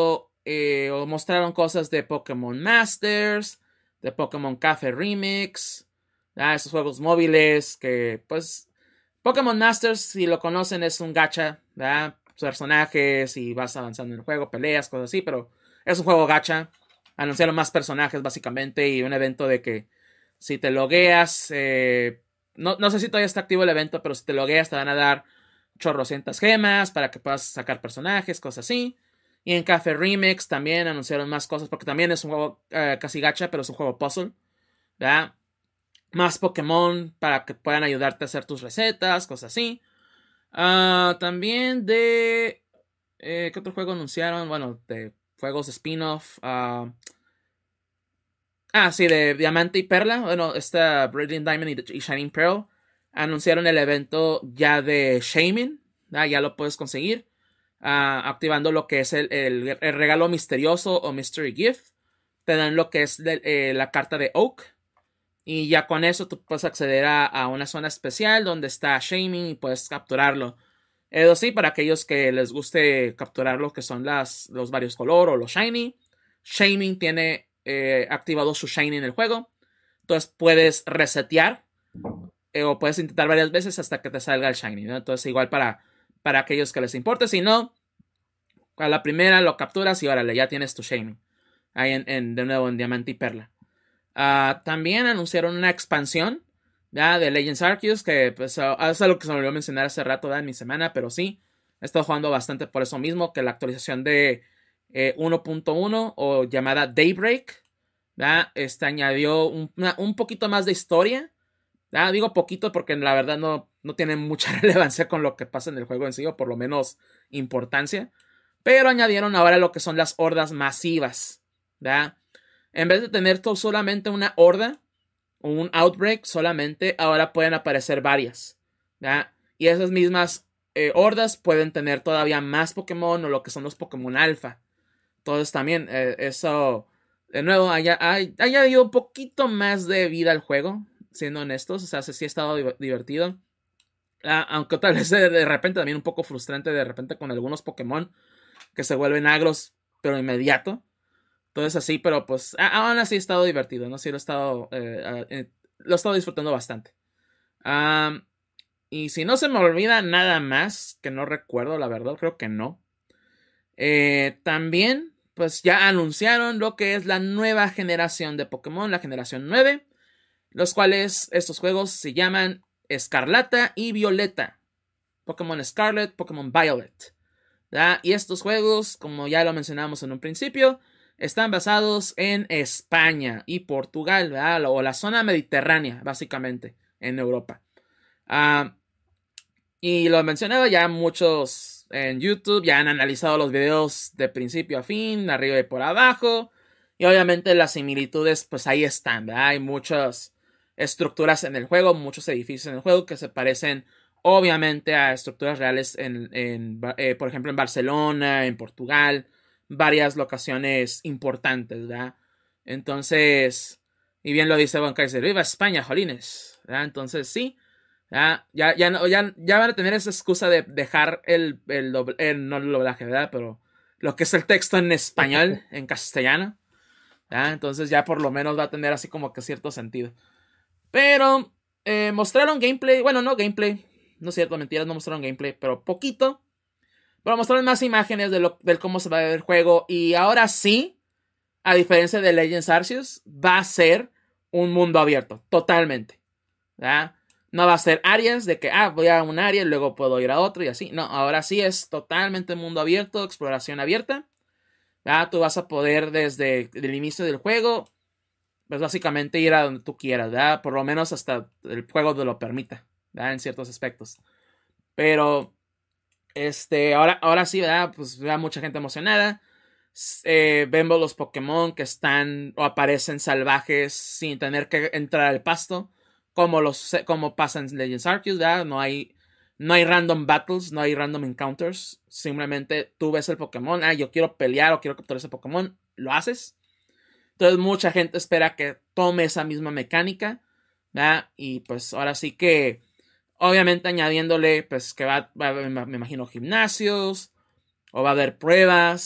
o mostraron cosas de Pokémon Masters, de Pokémon Café Remix, esos juegos móviles que, pues, Pokémon Masters, si lo conocen, es un gacha, ¿verdad? Personajes y vas avanzando en el juego, peleas, cosas así, pero es un juego gacha. Anunciaron más personajes, básicamente, y un evento de que si te logueas, no sé si todavía está activo el evento, pero si te logueas te van a dar chorrocientas gemas para que puedas sacar personajes, cosas así. Y en Café Remix también anunciaron más cosas, porque también es un juego casi gacha, pero es un juego puzzle, ¿verdad? Más Pokémon para que puedan ayudarte a hacer tus recetas, cosas así. También de... ¿qué otro juego anunciaron? Bueno, de juegos de spin-off. Sí, de Diamante y Perla. Bueno, esta Brilliant Diamond y Shining Pearl anunciaron el evento ya de Shaman. Ya lo puedes conseguir. Activando lo que es el regalo misterioso o Mystery Gift. Te dan lo que es la carta de Oak. Y ya con eso tú puedes acceder a una zona especial donde está Shaming y puedes capturarlo. Eso sí, para aquellos que les guste capturar lo que son los varios color o los shiny. Shaming tiene activado su shiny en el juego. Entonces puedes resetear o puedes intentar varias veces hasta que te salga el shiny, ¿no? Entonces igual para aquellos que les importe. Si no, a la primera lo capturas y órale, ya tienes tu Shaming. Ahí de nuevo en Diamante y Perla. También anunciaron una expansión de Legends Arceus, que pues, es algo que se me olvidó mencionar hace rato en mi semana, pero sí, he estado jugando bastante por eso mismo, que la actualización de 1.1 o llamada Daybreak, añadió un poquito más de historia. Digo poquito porque la verdad no tiene mucha relevancia con lo que pasa en el juego en sí, o por lo menos importancia, pero añadieron ahora lo que son las hordas masivas, ¿verdad? En vez de tener solamente una horda o un outbreak solamente, ahora pueden aparecer varias, ¿verdad? Y esas mismas hordas pueden tener todavía más Pokémon o lo que son los Pokémon Alpha. Entonces también eso, de nuevo, haya añadido un poquito más de vida al juego, siendo honestos. O sea, sí ha estado divertido. Aunque tal vez de repente también un poco frustrante de repente con algunos Pokémon que se vuelven agros, pero inmediato. Entonces así, pero pues aún así ha estado divertido, ¿no? Sí, lo he estado disfrutando bastante. Y si no se me olvida nada más, que no recuerdo, la verdad, creo que no. También, pues ya anunciaron lo que es la nueva generación de Pokémon, la generación 9, los cuales estos juegos se llaman Escarlata y Violeta. Pokémon Scarlet, Pokémon Violet. ¿Verdad? Y estos juegos, como ya lo mencionamos en un principio, están basados en España y Portugal, ¿verdad? O la zona mediterránea, básicamente, en Europa. Y lo mencionaba ya muchos en YouTube, ya han analizado los videos de principio a fin, arriba y por abajo. Y obviamente las similitudes, pues ahí están, ¿verdad? Hay muchas estructuras en el juego, muchos edificios en el juego que se parecen obviamente a estructuras reales por ejemplo, en Barcelona, en Portugal, varias locaciones importantes, ¿verdad? Entonces, y bien lo dice Von Kaiser, ¡viva España, jolines! ¿Verdad? Entonces, sí, ya van a tener esa excusa de dejar no el doblaje, ¿verdad? Pero lo que es el texto en español, en castellano, ¿verdad? Entonces ya por lo menos va a tener así como que cierto sentido. Pero mostraron gameplay, bueno, no gameplay, no es cierto, mentiras, no mostraron gameplay, pero poquito. Pero mostraron más imágenes de cómo se va a ver el juego. Y ahora sí, a diferencia de Legends Arceus, va a ser un mundo abierto, totalmente, ¿verdad? No va a ser áreas de que, voy a un área y luego puedo ir a otro y así. No, ahora sí es totalmente mundo abierto, exploración abierta, ¿verdad? Tú vas a poder desde el inicio del juego, pues básicamente ir a donde tú quieras, ¿verdad? Por lo menos hasta el juego te lo permita, ¿verdad? En ciertos aspectos. Pero ahora sí, ¿verdad? Pues vea mucha gente emocionada. Vemos los Pokémon que están o aparecen salvajes sin tener que entrar al pasto, como pasa en Legends Arceus, ¿verdad? No hay random battles, no hay random encounters. Simplemente tú ves el Pokémon, yo quiero pelear o quiero capturar ese Pokémon, lo haces. Entonces mucha gente espera que tome esa misma mecánica, ¿verdad? Y pues ahora sí que obviamente añadiéndole, pues que va a haber, me imagino, gimnasios, o va a haber pruebas,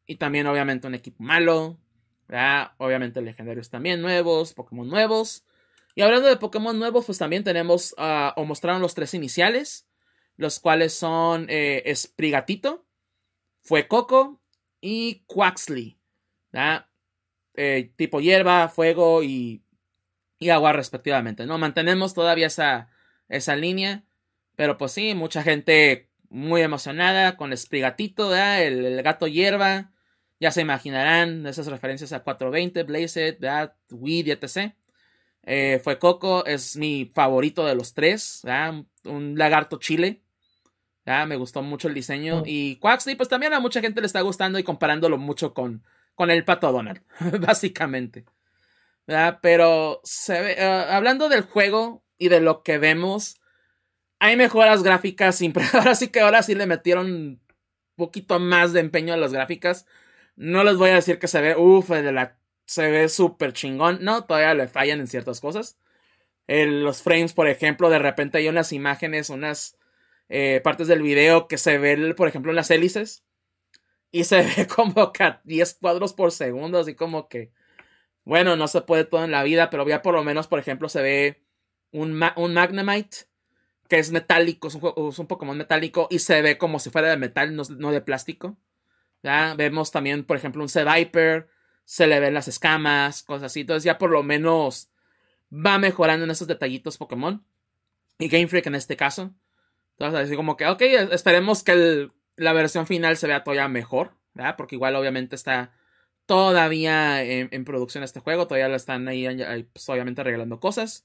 Y también, obviamente, un equipo malo. ¿Verdad? Obviamente, legendarios también nuevos, Pokémon nuevos. Y hablando de Pokémon nuevos, pues también tenemos, o mostraron los 3 iniciales, los cuales son Sprigatito, Fuecoco y Quaxly. ¿Verdad? Tipo hierba, fuego y agua respectivamente, ¿no? Mantenemos todavía esa línea, pero pues sí, mucha gente muy emocionada con Sprigatito, ¿verdad? El gato hierba, ya se imaginarán esas referencias a 420, Blazed, ¿verdad? Weed y etc. Fuecoco es mi favorito de los 3, ¿verdad? Un lagarto chile, ¿verdad? Me gustó mucho el diseño. Y Quaxly, pues también a mucha gente le está gustando y comparándolo mucho con el Pato Donald, básicamente. ¿Verdad? Pero hablando del juego y de lo que vemos, hay mejoras gráficas. Ahora sí le metieron un poquito más de empeño a las gráficas. No les voy a decir que se ve, se ve súper chingón. No, todavía le fallan en ciertas cosas. Los frames, por ejemplo, de repente hay unas imágenes, unas partes del video que se ven, por ejemplo, en las hélices. Y se ve como que a 10 cuadros por segundo, así como que... Bueno, no se puede todo en la vida, pero ya por lo menos, por ejemplo, se ve un Magnemite, que es metálico, es un Pokémon metálico, y se ve como si fuera de metal, no de plástico. ¿Ya? Vemos también, por ejemplo, un Seviper, se le ven las escamas, cosas así. Entonces ya por lo menos va mejorando en esos detallitos Pokémon. Y Game Freak en este caso. Entonces así como que, ok, esperemos que la versión final se vea todavía mejor, ¿verdad? Porque igual obviamente está todavía en producción este juego. Todavía lo están ahí pues, obviamente arreglando cosas.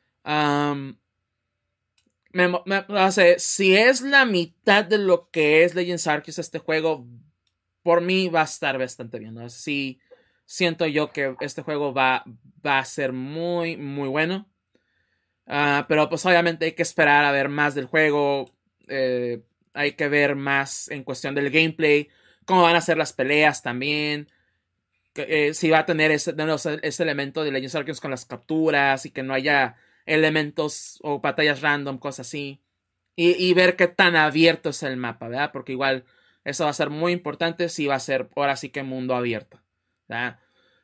Si es la mitad de lo que es Legends Arceus este juego, por mí va a estar bastante bien, ¿no? Sí, siento yo que este juego va a ser muy, muy bueno. Pero pues obviamente hay que esperar a ver más del juego. Hay que ver más en cuestión del gameplay. Cómo van a ser las peleas también. Si va a tener ese elemento de Legends Arceus con las capturas y que no haya elementos o batallas random, cosas así. Y ver qué tan abierto es el mapa, ¿verdad? Porque igual eso va a ser muy importante si va a ser ahora sí que mundo abierto, ¿verdad?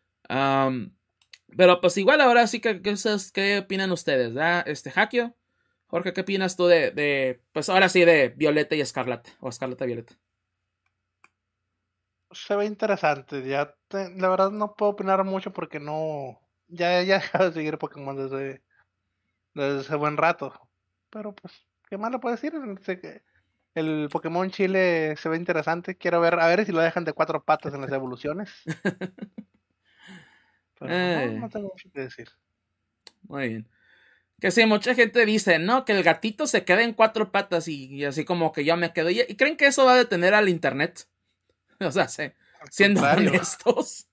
Pero pues igual ahora sí que ¿qué opinan ustedes, verdad? Hakio, Jorge, ¿qué opinas tú pues ahora sí de Violeta y Escarlata o Escarlata y Violeta? Se ve interesante. La verdad no puedo opinar mucho porque no. Ya he dejado de seguir Pokémon desde hace buen rato. Pero pues, ¿qué más le puedo decir? Sé que el Pokémon Chile se ve interesante. Quiero ver, a ver si lo dejan de 4 patas en las evoluciones. Pero no tengo mucho que decir. Muy bien. Que sí, mucha gente dice, ¿no? Que el gatito se queda en 4 patas y así como que yo me quedo. ¿Y creen que eso va a detener al internet? O sea, siendo honestos.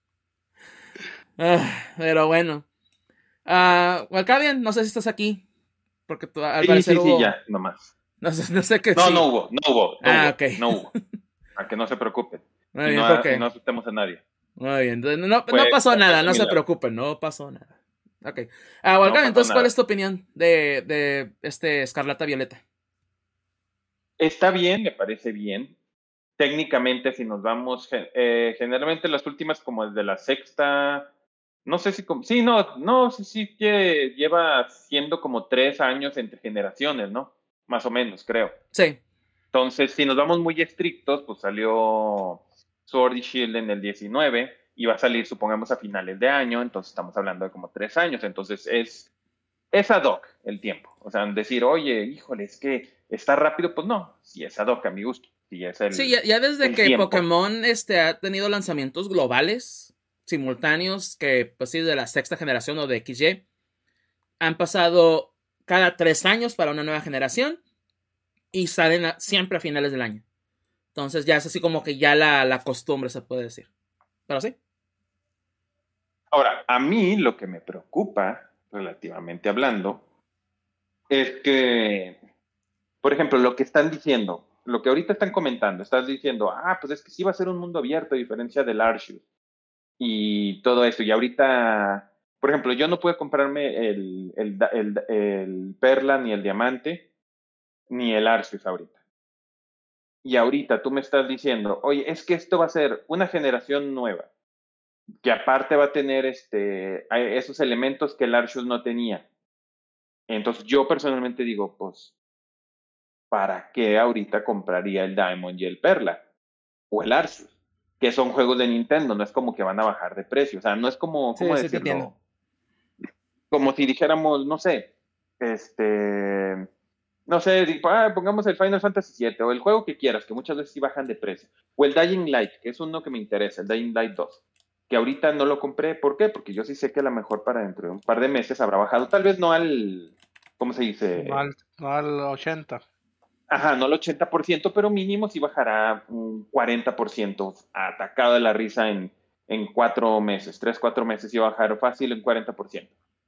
Pero bueno. Walcavian, no sé si estás aquí. Porque tú, al parecer hubo... ya, nomás. No sé qué. No, sí. no hubo. Okay. No hubo. A que no se preocupen. Muy bien, no asustemos a nadie. Muy bien. No pasó nada, no se preocupen, no pasó nada. Ok. Walcavian, entonces, ¿cuál es tu opinión de Escarlata Violeta? Está bien, me parece bien. Técnicamente, si nos vamos, generalmente las últimas, como el de la sexta, no sé si, sí, no sé si que lleva siendo como 3 años entre generaciones, ¿no? Más o menos, creo. Sí. Entonces, si nos vamos muy estrictos, pues salió Sword y Shield en el 19 y va a salir, supongamos, a finales de año, entonces estamos hablando de como 3 años, entonces es ad hoc el tiempo. O sea, decir, oye, híjole, es que está rápido, pues no, sí es ad hoc a mi gusto. Sí, ya desde que tiempo. Pokémon ha tenido lanzamientos globales, simultáneos, que pues sí, de la sexta generación o de XY, han pasado cada 3 años para una nueva generación y salen siempre a finales del año. Entonces ya es así como que ya la costumbre, se puede decir. Pero sí. Ahora, a mí lo que me preocupa, relativamente hablando, es que, por ejemplo, lo que están diciendo, lo que ahorita están comentando, estás diciendo, pues es que sí va a ser un mundo abierto a diferencia del Arceus y todo eso. Y ahorita, por ejemplo, yo no puedo comprarme el Perla, ni el Diamante, ni el Arceus ahorita. y ahorita tú me estás diciendo, oye, es que esto va a ser una generación nueva, que aparte va a tener esos elementos que el Arceus no tenía. Entonces yo personalmente digo, pues, ¿para qué ahorita compraría el Diamond y el Perla? O el Arceus, que son juegos de Nintendo, no es como que van a bajar de precio, o sea, no es como, Sí, ¿cómo sí te entiendo. decirlo? Como si dijéramos, no sé, no sé, pongamos el Final Fantasy VII o el juego que quieras, que muchas veces sí bajan de precio, o el Dying Light, que es uno que me interesa, el Dying Light 2, que ahorita no lo compré, ¿por qué? Porque yo sí sé que a lo mejor para dentro de un par de meses habrá bajado, tal vez no al, ¿cómo se dice? No al 80. Ajá, no al 80%, pero mínimo sí bajará un 40%, atacado de la risa en 4 meses, 3, 4 meses y va a bajar fácil en 40%.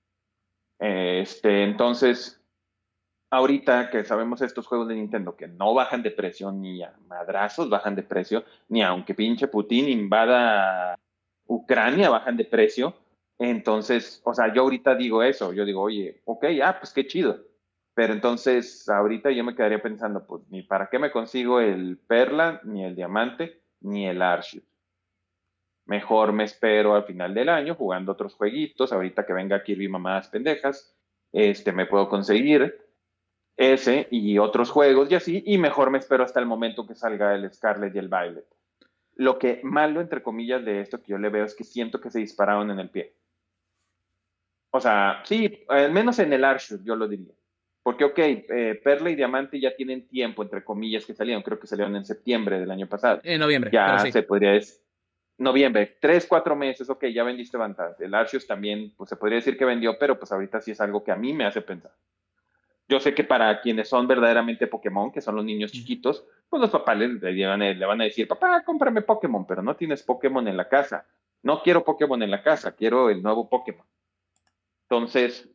Entonces, ahorita que sabemos estos juegos de Nintendo que no bajan de precio, ni a madrazos bajan de precio, ni aunque pinche Putin invada Ucrania bajan de precio, entonces, o sea, yo ahorita digo eso, yo digo, oye, ok, pues qué chido, pero entonces ahorita yo me quedaría pensando, pues ni para qué me consigo el Perla, ni el Diamante, ni el Arceus. Mejor me espero al final del año jugando otros jueguitos, ahorita que venga Kirby Mamadas Pendejas, me puedo conseguir ese y otros juegos y así, y mejor me espero hasta el momento que salga el Scarlet y el Violet. Lo que malo, entre comillas, de esto que yo le veo es que siento que se dispararon en el pie. O sea, sí, al menos en el Arceus, yo lo diría. Porque, ok, Perla y Diamante ya tienen tiempo, entre comillas, que salieron. Creo que salieron en septiembre del año pasado. En noviembre, Ya pero sí. se podría decir. Noviembre, 3, 4 meses, ok, ya vendiste bastante. El Arceus también, pues se podría decir que vendió, pero pues ahorita sí es algo que a mí me hace pensar. Yo sé que para quienes son verdaderamente Pokémon, que son los niños chiquitos, pues los papás le van a decir, papá, cómprame Pokémon, pero no tienes Pokémon en la casa. No quiero Pokémon en la casa, quiero el nuevo Pokémon. Entonces,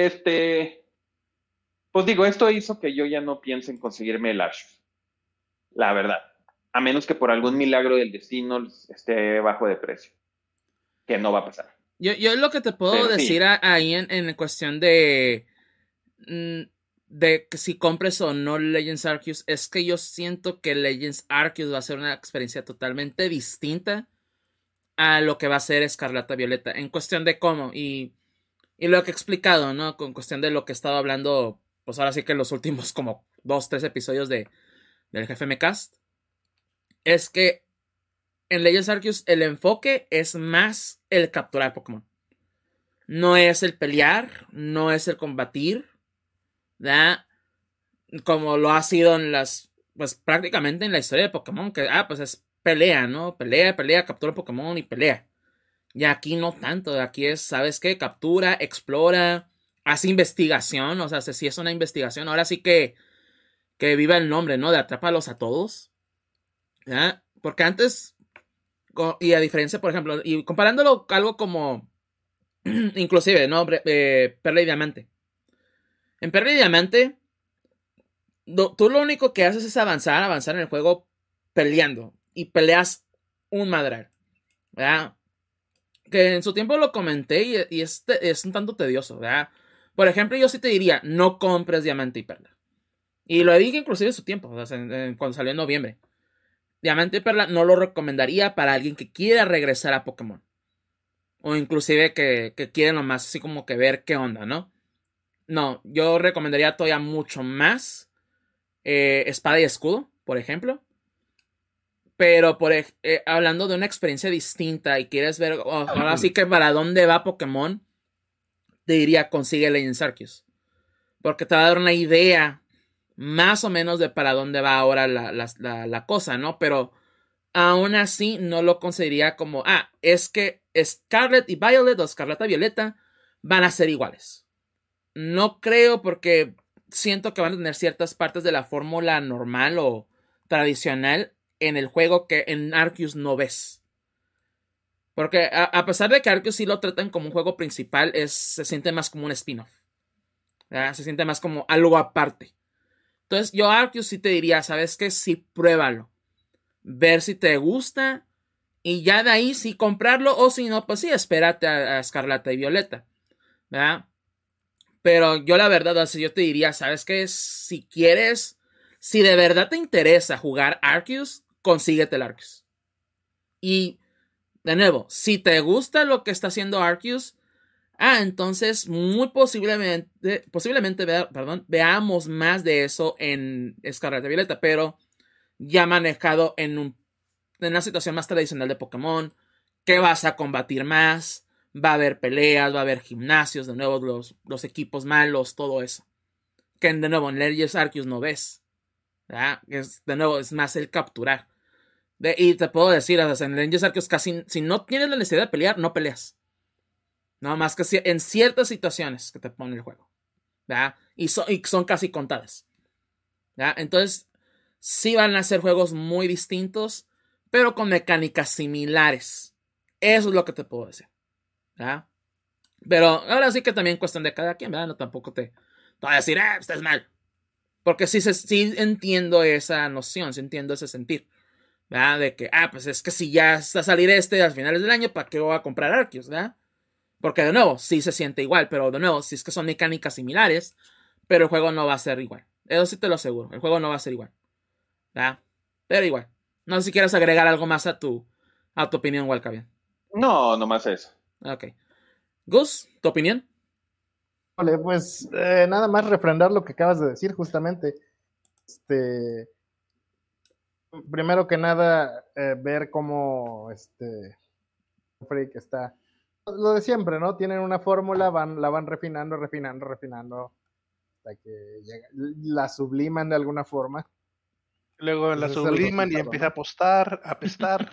pues digo, esto hizo que yo ya no piense en conseguirme el Arceus. La verdad. A menos que por algún milagro del destino esté bajo de precio. Que no va a pasar. Yo lo que te puedo Pero decir sí. ahí en cuestión de que si compres o no Legends Arceus, es que yo siento que Legends Arceus va a ser una experiencia totalmente distinta a lo que va a ser Escarlata Violeta, en cuestión de cómo, y lo que he explicado, ¿no? Con cuestión de lo que he estado hablando, pues ahora sí que en los últimos como 2, 3 episodios del GFM Cast, es que en Legends Arceus el enfoque es más el capturar Pokémon. No es el pelear, no es el combatir, ¿verdad? Como lo ha sido en pues prácticamente en la historia de Pokémon, que pues es pelea, ¿no? Pelea, captura Pokémon y pelea. Y aquí no tanto, aquí es, ¿sabes qué? Captura, explora, hace investigación, o sea, si es una investigación, ahora sí que viva el nombre, ¿no? De atrápalos a todos, ¿verdad? Porque antes, y a diferencia, por ejemplo, y comparándolo algo como, inclusive, ¿no? Perla y Diamante. En Perla y Diamante, tú lo único que haces es avanzar en el juego peleando. Y peleas un madral, ¿verdad? Que en su tiempo lo comenté y es un tanto tedioso, ¿verdad? Por ejemplo, yo sí te diría, no compres Diamante y Perla. Y lo dije inclusive en su tiempo, o sea, cuando salió en noviembre. Diamante y Perla no lo recomendaría para alguien que quiera regresar a Pokémon. O inclusive que quiere nomás así como que ver qué onda, ¿no? No, yo recomendaría todavía mucho más Espada y Escudo, por ejemplo. Pero hablando de una experiencia distinta y quieres ver, ahora sí que para dónde va Pokémon, te diría consigue Legends Arceus. Porque te va a dar una idea más o menos de para dónde va ahora la cosa, ¿no? Pero aún así no lo consideraría como, es que Scarlet y Violet o Escarlata Violeta van a ser iguales. No creo, porque siento que van a tener ciertas partes de la fórmula normal o tradicional en el juego que en Arceus no ves. Porque a pesar de que Arceus sí lo tratan como un juego principal, se siente más como un spin-off, ¿verdad? Se siente más como algo aparte. Entonces yo Arceus sí te diría, ¿sabes qué? Sí, pruébalo. Ver si te gusta. Y ya de ahí sí comprarlo. O si no, pues sí, espérate a Escarlata y Violeta, ¿verdad? Pero yo la verdad, así yo te diría, ¿sabes qué? Si quieres si de verdad te interesa jugar Arceus, consíguete el Arceus. Y, de nuevo, si te gusta lo que está haciendo Arceus, entonces muy posiblemente veamos más de eso en Escarlata y Violeta, pero ya manejado en una situación más tradicional de Pokémon, que vas a combatir más, va a haber peleas, va a haber gimnasios, de nuevo los equipos malos, todo eso. Que de nuevo en Legends Arceus no ves. De nuevo es más el capturar. Y te puedo decir, en Legends Arceus casi, si no tienes la necesidad de pelear, no peleas. No más que en ciertas situaciones que te pone el juego. Y son casi contadas. Entonces, sí van a ser juegos muy distintos, pero con mecánicas similares. Eso es lo que te puedo decir. Pero ahora sí que también cuestión de cada quien, ¿verdad? No tampoco te voy a decir, estás mal. Porque sí entiendo esa noción, sí entiendo ese sentir. ¿Verdad? De que, pues es que si ya está a salir a finales del año, ¿para qué voy a comprar Arceus? ¿Verdad? Porque de nuevo, sí se siente igual, pero de nuevo, si es que son mecánicas similares, pero el juego no va a ser igual. Eso sí te lo aseguro, el juego no va a ser igual. ¿Verdad? Pero igual. No sé si quieres agregar algo más a tu opinión, Walcavian. No, nomás eso. Ok. Gus, ¿tu opinión? Vale, pues nada más refrendar lo que acabas de decir, justamente. Primero que nada, ver cómo Freak está. Lo de siempre, ¿no? Tienen una fórmula, la van refinando, hasta que la subliman de alguna forma. Luego la subliman y empieza a apestar.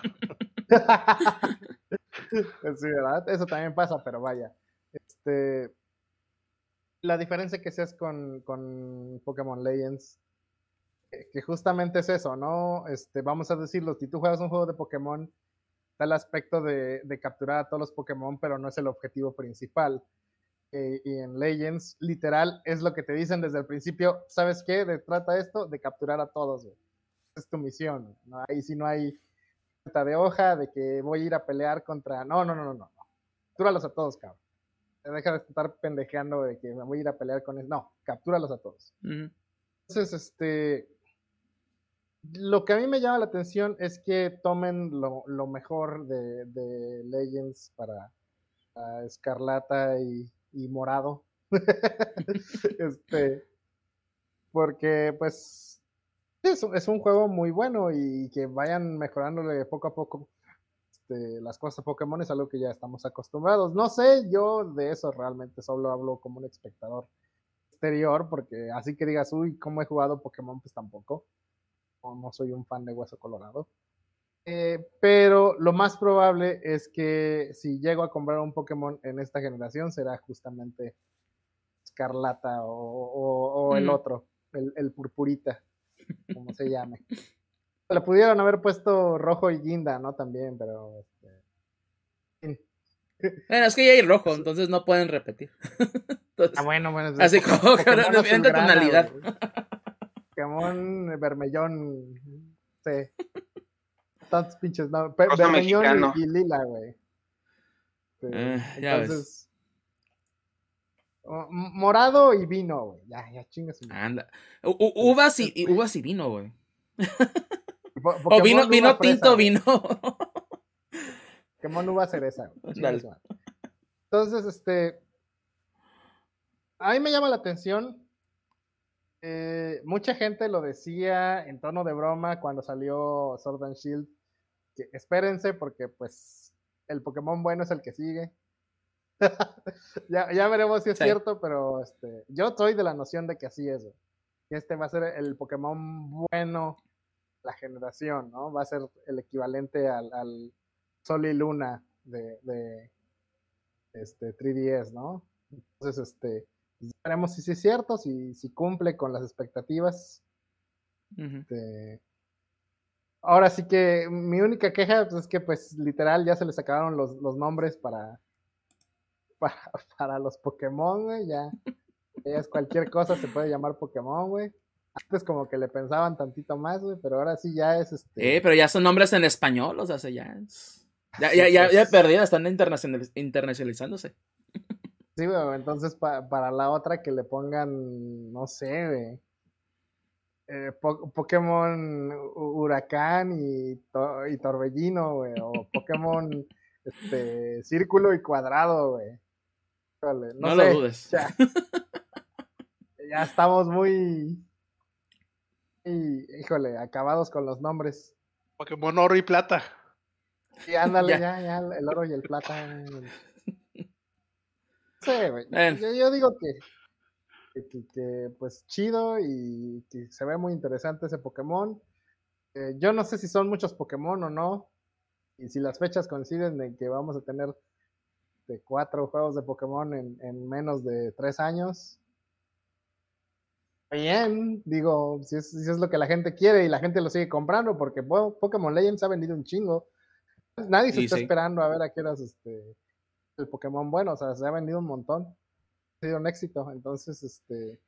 Sí, ¿verdad? Eso también pasa, pero vaya. La diferencia que se es con Pokémon Legends, que justamente es eso, ¿no? Vamos a decirlo, si tú juegas un juego de Pokémon, está el aspecto de capturar a todos los Pokémon, pero no es el objetivo principal. Y en Legends, literal, es lo que te dicen desde el principio, ¿sabes qué? Trata esto de capturar a todos, güey. Es tu misión, ¿no? Ahí sí no hay vuelta de hoja de que voy a ir a pelear contra... No. Captúralos a todos, cabrón. Deja de estar pendejeando de que me voy a ir a pelear con él. No, captúralos a todos. Uh-huh. Entonces, lo que a mí me llama la atención es que tomen lo mejor de Legends para Escarlata y Morado. Porque, pues, es un juego muy bueno y que vayan mejorándole poco a poco las cosas de Pokémon es algo que ya estamos acostumbrados. No sé, yo de eso realmente solo hablo como un espectador exterior, porque así que digas, uy, ¿cómo he jugado Pokémon? Pues tampoco. No soy un fan de Hueso Colorado. Pero lo más probable es que si llego a comprar un Pokémon en esta generación será justamente Escarlata o el otro, el Purpurita, como se llame. Le pudieron haber puesto Rojo y Guinda, ¿no? También, pero... Bueno, es que ya hay rojo, entonces no pueden repetir. Entonces, bueno. Así como que de diferente tonalidad. Pokémon Vermellón, sí. Tantos pinches, no. Vermellón y lila, güey. Ya entonces, morado y vino, güey. Ya chingas. Anda. Uvas y vino, güey. O vino tinto, vino. Pokémon uva cereza, güey. Entonces, a mí me llama la atención. Mucha gente lo decía en tono de broma cuando salió Sword and Shield, que espérense porque pues el Pokémon bueno es el que sigue. ya veremos si es cierto, pero yo soy de la noción de que así es, güey. Que va a ser el Pokémon bueno la generación, ¿no? Va a ser el equivalente al Sol y Luna de 3DS, ¿no? Entonces, veremos si es cierto, si cumple con las expectativas. Uh-huh. Ahora sí que mi única queja pues, es que pues literal ya se les acabaron los nombres para los Pokémon, güey. Ya es cualquier cosa se puede llamar Pokémon, güey. Antes como que le pensaban tantito más, güey, pero ahora sí ya es pero ya son nombres en español, o sea, ya es... Ya perdido, están internacionalizándose. Sí, güey, entonces para la otra que le pongan, no sé, güey. Pokémon Huracán y Torbellino, güey, o Pokémon Círculo y Cuadrado, güey. No No sé, lo dudes. Ya estamos muy, híjole, acabados con los nombres. Pokémon Oro y Plata. Y ándale, ya, el oro y el plata. Sí, güey. Yo digo que pues chido y que se ve muy interesante ese Pokémon. Yo no sé si son muchos Pokémon o no. Y si las fechas coinciden en que vamos a tener 4 juegos de Pokémon en menos de 3 años. Bien, digo, si es lo que la gente quiere y la gente lo sigue comprando, porque Pokémon Legends ha vendido un chingo. Nadie se está esperando a ver a qué horas el Pokémon bueno, o sea, se ha vendido un montón. Ha sido un éxito, entonces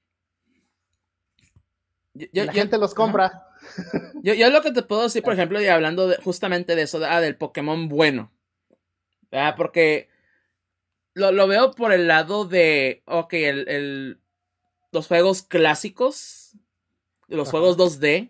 la gente los compra. Yo lo que te puedo decir, por ejemplo, y hablando justamente de eso, del Pokémon bueno, ¿verdad? Porque lo veo por el lado de, ok, los juegos clásicos, los juegos 2D,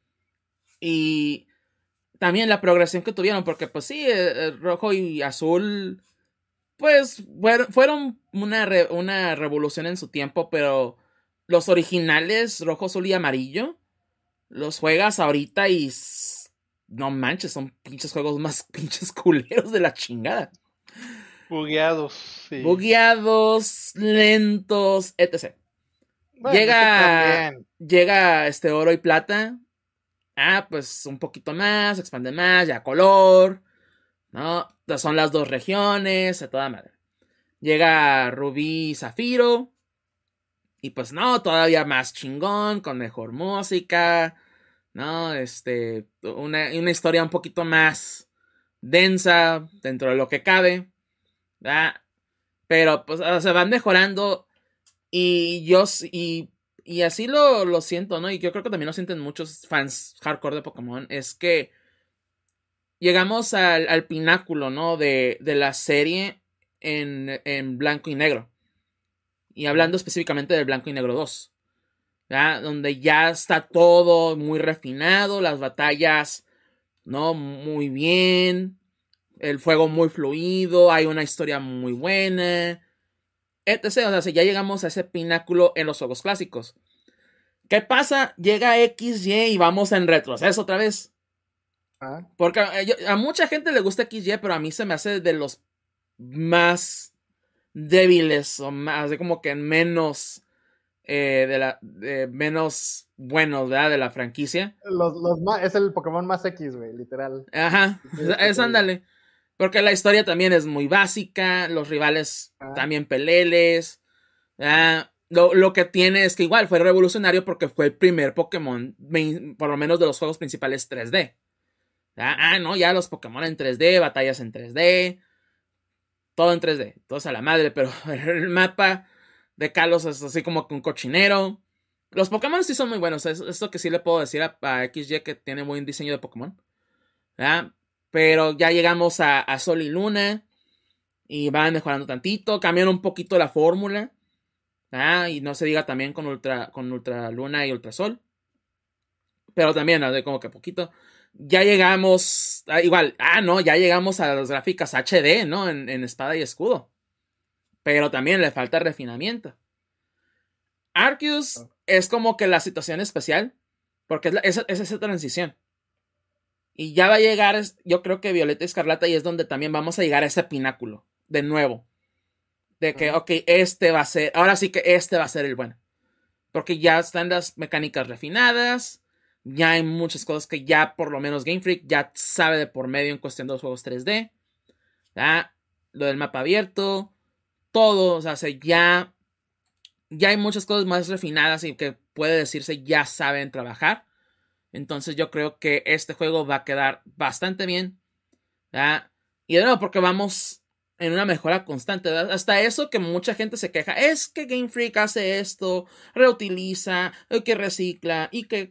y también la progresión que tuvieron, porque pues sí, rojo y azul, pues fueron una revolución en su tiempo, pero los originales, rojo, azul y amarillo, los juegas ahorita y no manches, son pinches juegos más pinches culeros de la chingada. Bugueados, sí. Bugueados, lentos, etc. Bueno, llega oro y plata. Pues un poquito más, expande más, ya color, ¿no? Son las 2 regiones, a toda madre. Llega Rubí y Zafiro. Y pues no, todavía más chingón, con mejor música, ¿no? Una historia un poquito más densa dentro de lo que cabe, ¿verdad? Pero pues se van mejorando y así lo siento, ¿no? Y yo creo que también lo sienten muchos fans hardcore de Pokémon, es que llegamos al pináculo, ¿no? De la serie en blanco y negro. Y hablando específicamente del Blanco y Negro 2, ¿verdad? Donde ya está todo muy refinado, las batallas, ¿no? Muy bien, el fuego muy fluido, hay una historia muy buena, etc. O sea, ya llegamos a ese pináculo en los juegos clásicos. ¿Qué pasa? Llega XY y vamos en retroceso otra vez. Porque a mucha gente le gusta XY, pero a mí se me hace de los más débiles o más, de como que menos menos buenos, ¿verdad? De la franquicia. Es el Pokémon más X, güey, literal. Ajá, ándale. Porque la historia también es muy básica, los rivales también peleles. Lo que tiene es que igual fue revolucionario porque fue el primer Pokémon, por lo menos de los juegos principales 3D. No, ya los Pokémon en 3D, batallas en 3D, todo en 3D, todos a la madre, pero el mapa de Kalos es así como que un cochinero. Los Pokémon sí son muy buenos, esto que sí le puedo decir a XY, que tiene buen diseño de Pokémon, ¿verdad? Pero ya llegamos a Sol y Luna y van mejorando tantito, cambian un poquito la fórmula, y no se diga también con Ultra Luna y Ultra Sol, pero también de como que poquito. Ya llegamos, ya llegamos a las gráficas HD, ¿no? En Espada y Escudo. Pero también le falta refinamiento. Arceus es como que la situación especial, porque es esa transición. Y ya va a llegar, yo creo que Violeta y Escarlata, y es donde también vamos a llegar a ese pináculo, de nuevo. De que, ok, ahora sí que este va a ser el bueno. Porque ya están las mecánicas refinadas. Ya hay muchas cosas que ya por lo menos Game Freak ya sabe de por medio en cuestión de los juegos 3D. ¿Ya? Lo del mapa abierto. Todo. O sea, ya hay muchas cosas más refinadas y que puede decirse ya saben trabajar. Entonces yo creo que este juego va a quedar bastante bien. ¿Ya? Y de nuevo porque vamos en una mejora constante, ¿verdad? Hasta eso que mucha gente se queja, es que Game Freak hace esto, reutiliza, que recicla,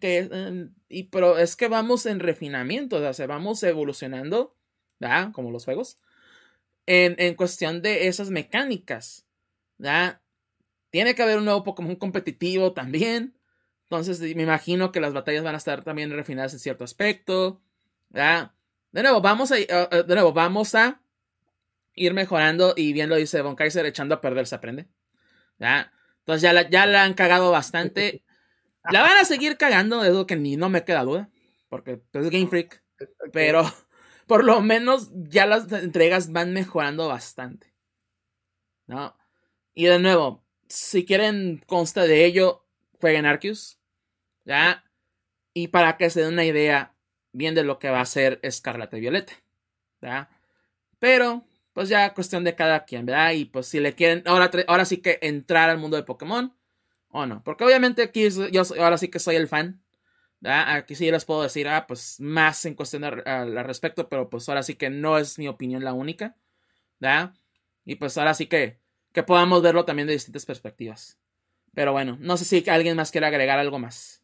pero es que vamos en refinamiento, o sea, vamos evolucionando, ¿verdad? Como los juegos, en cuestión de esas mecánicas, ¿verdad? Tiene que haber un nuevo Pokémon competitivo también, Entonces me imagino que las batallas van a estar también refinadas en cierto aspecto. ¿Verdad? De nuevo, vamos a ir mejorando, y bien lo dice Von Kaiser, echando a perder se aprende. ¿Verdad? Entonces ya la han cagado bastante. La van a seguir cagando, es lo que ni no me queda duda, porque es Game Freak. Ok. Pero por lo menos ya las entregas van mejorando bastante, ¿no? Y de nuevo, si quieren consta de ello, jueguen Arceus, ¿ya? Y para que se den una idea bien de lo que va a ser Escarlata y Violeta, ¿ya? Pero pues ya cuestión de cada quien, ¿verdad? Y pues si le quieren ahora sí que entrar al mundo de Pokémon o no, porque obviamente aquí yo ahora sí que soy el fan, ¿verdad? Aquí sí les puedo decir, pues más en cuestión al respecto, pero pues ahora sí que no es mi opinión la única, ¿verdad? Y pues ahora sí que podamos verlo también de distintas perspectivas. Pero bueno, no sé si alguien más quiere agregar algo más.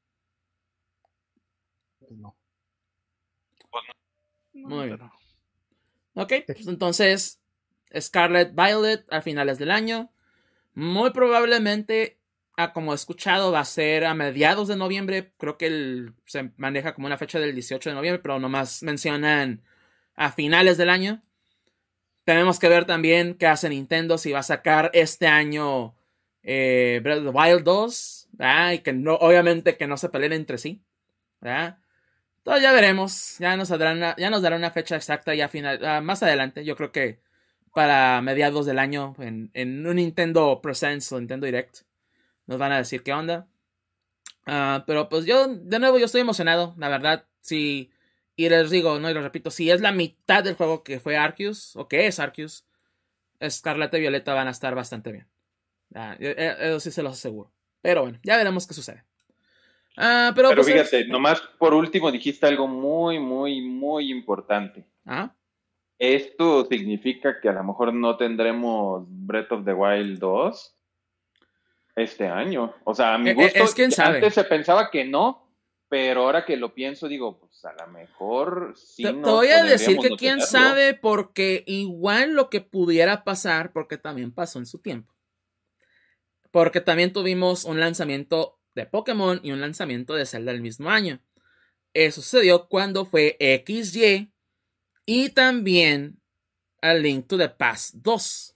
No. Muy bien. Ok, pues entonces Scarlet Violet a finales del año. Muy probablemente, como he escuchado, va a ser a mediados de noviembre. Creo que se maneja como una fecha del 18 de noviembre, pero nomás mencionan a finales del año. Tenemos que ver también qué hace Nintendo, si va a sacar este año Breath of the Wild 2, ¿verdad? Y que no, obviamente que no se peleen entre sí, ¿verdad? Entonces ya veremos, ya nos dará una fecha exacta ya más adelante. Yo creo que para mediados del año en un Nintendo Presents o Nintendo Direct nos van a decir qué onda. Pero pues de nuevo, yo estoy emocionado, la verdad. Sí, y les digo, no, y lo repito, si es la mitad del juego que fue Arceus, o que es Arceus, Escarlata y Violeta van a estar bastante bien. Eso sí se los aseguro. Pero bueno, ya veremos qué sucede. Pero pues, fíjate, nomás por último dijiste algo muy, muy, muy importante. Ajá. Esto significa que a lo mejor no tendremos Breath of the Wild 2 este año. O sea, a mi gusto, quién sabe. Antes se pensaba que no, pero ahora que lo pienso, digo, pues a lo mejor sí te nos voy a decir que no quién tenerlo. sabe, porque igual lo que pudiera pasar, porque también pasó en su tiempo. Porque también tuvimos un lanzamiento de Pokémon y un lanzamiento de Zelda el mismo año. Eso sucedió cuando fue XY y también A Link to the Past 2.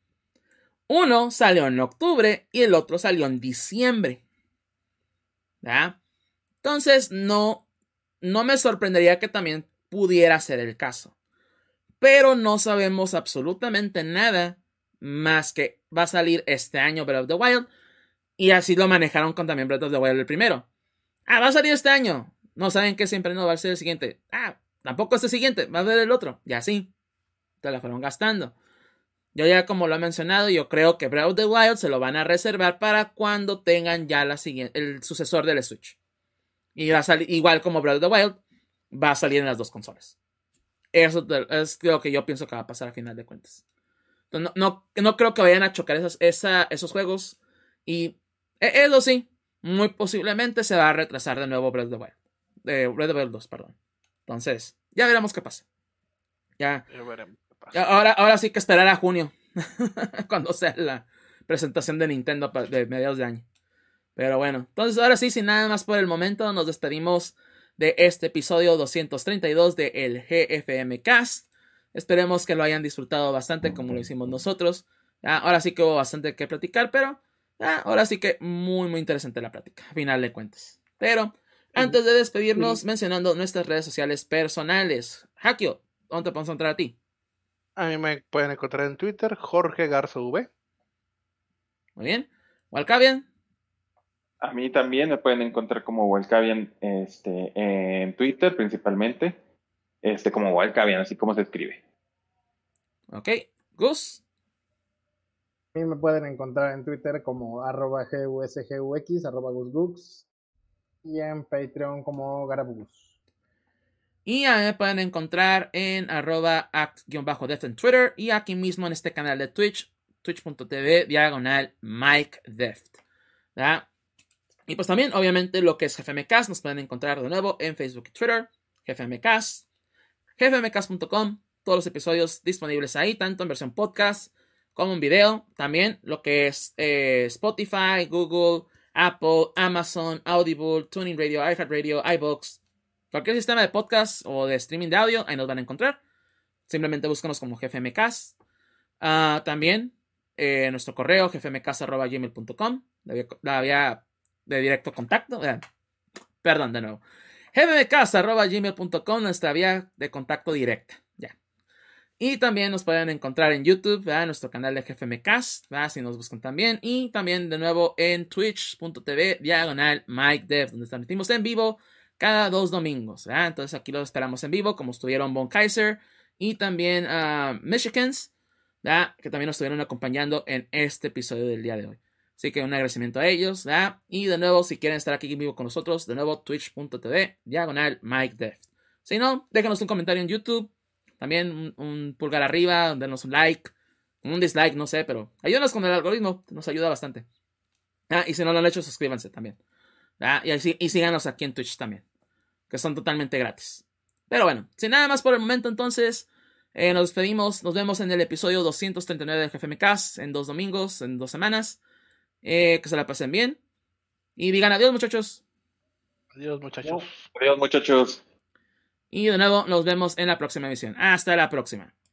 Uno salió en octubre y el otro salió en diciembre. ¿Ya? Entonces no me sorprendería que también pudiera ser el caso. Pero no sabemos absolutamente nada más que va a salir este año Breath of the Wild. Y así lo manejaron con también Breath of the Wild el primero. Va a salir este año. No saben que siempre no va a ser el siguiente. Tampoco es el siguiente, va a ser el otro. Y así. Te la fueron gastando. Yo ya como lo he mencionado, yo creo que Breath of the Wild se lo van a reservar para cuando tengan ya el sucesor del Switch. Y va a salir, igual como Breath of the Wild, va a salir en las dos consolas. Eso es lo que yo pienso que va a pasar a final de cuentas. Entonces, no creo que vayan a chocar esos juegos. Y eso sí, muy posiblemente se va a retrasar de nuevo Breath of the Wild. Breath of the Wild 2, perdón. Entonces, ya veremos qué pasa. Ya veremos qué pasa. Ahora sí que esperar a junio. Cuando sea la presentación de Nintendo de mediados de año. Pero bueno, entonces ahora sí, sin nada más por el momento, nos despedimos de este episodio 232 de el GFM Cast. Esperemos que lo hayan disfrutado bastante como lo hicimos nosotros. Ahora sí que hubo bastante que platicar, pero ahora sí que muy, muy interesante la plática, a final de cuentas. Pero antes de despedirnos, mencionando nuestras redes sociales personales. Hakio, ¿dónde te podemos encontrar a ti? A mí me pueden encontrar en Twitter, Jorge Garza V. Muy bien. Walcavian. A mí también me pueden encontrar como Walcavian en Twitter principalmente. Como Walcavian, así como se escribe. Ok. Gus. A mí me pueden encontrar en Twitter como @GUSGUX, @GusGux, y en Patreon como Garabugus. Y a mí me pueden encontrar en @act_deft en Twitter y aquí mismo en este canal de Twitch, twitch.tv/MikeDeft. ¿Verdad? Y pues también, obviamente, lo que es GFMcast, nos pueden encontrar de nuevo en Facebook y Twitter, GFMcast, gfmcast.com, todos los episodios disponibles ahí, tanto en versión podcast como en video. También lo que es Spotify, Google, Apple, Amazon, Audible, Tuning Radio, iHeartRadio, iVoox, cualquier sistema de podcast o de streaming de audio, ahí nos van a encontrar. Simplemente búscanos como GFMcast. También nuestro correo gfmcast@gmail.com, la vía de directo contacto. Perdón, de nuevo. gfmcast@gmail.com, nuestra vía de contacto directa. Ya. Y también nos pueden encontrar en YouTube, ¿verdad? En nuestro canal de GFMcast, ¿verdad? Si nos buscan también. Y también de nuevo en twitch.tv/MikeDev, donde transmitimos en vivo cada 2 domingos, ¿verdad? Entonces aquí los esperamos en vivo, como estuvieron Von Kaiser y también Michigans, ¿verdad? Que también nos estuvieron acompañando en este episodio del día de hoy. Así que un agradecimiento a ellos, ¿verdad? Y de nuevo, si quieren estar aquí en vivo con nosotros, de nuevo twitch.tv/MikeDev. Si no, déjanos un comentario en YouTube. También un pulgar arriba, denos un like, un dislike, no sé, pero ayúdanos con el algoritmo, nos ayuda bastante. Y si no lo han hecho, suscríbanse también. Y síganos aquí en Twitch también, que son totalmente gratis. Pero bueno, sin nada más por el momento, entonces, nos despedimos. Nos vemos en el episodio 239 del GFMcast, en 2 domingos, en 2 semanas. Que se la pasen bien. Y digan adiós, muchachos. Adiós, muchachos. Adiós, muchachos. Y de nuevo, nos vemos en la próxima emisión. Hasta la próxima.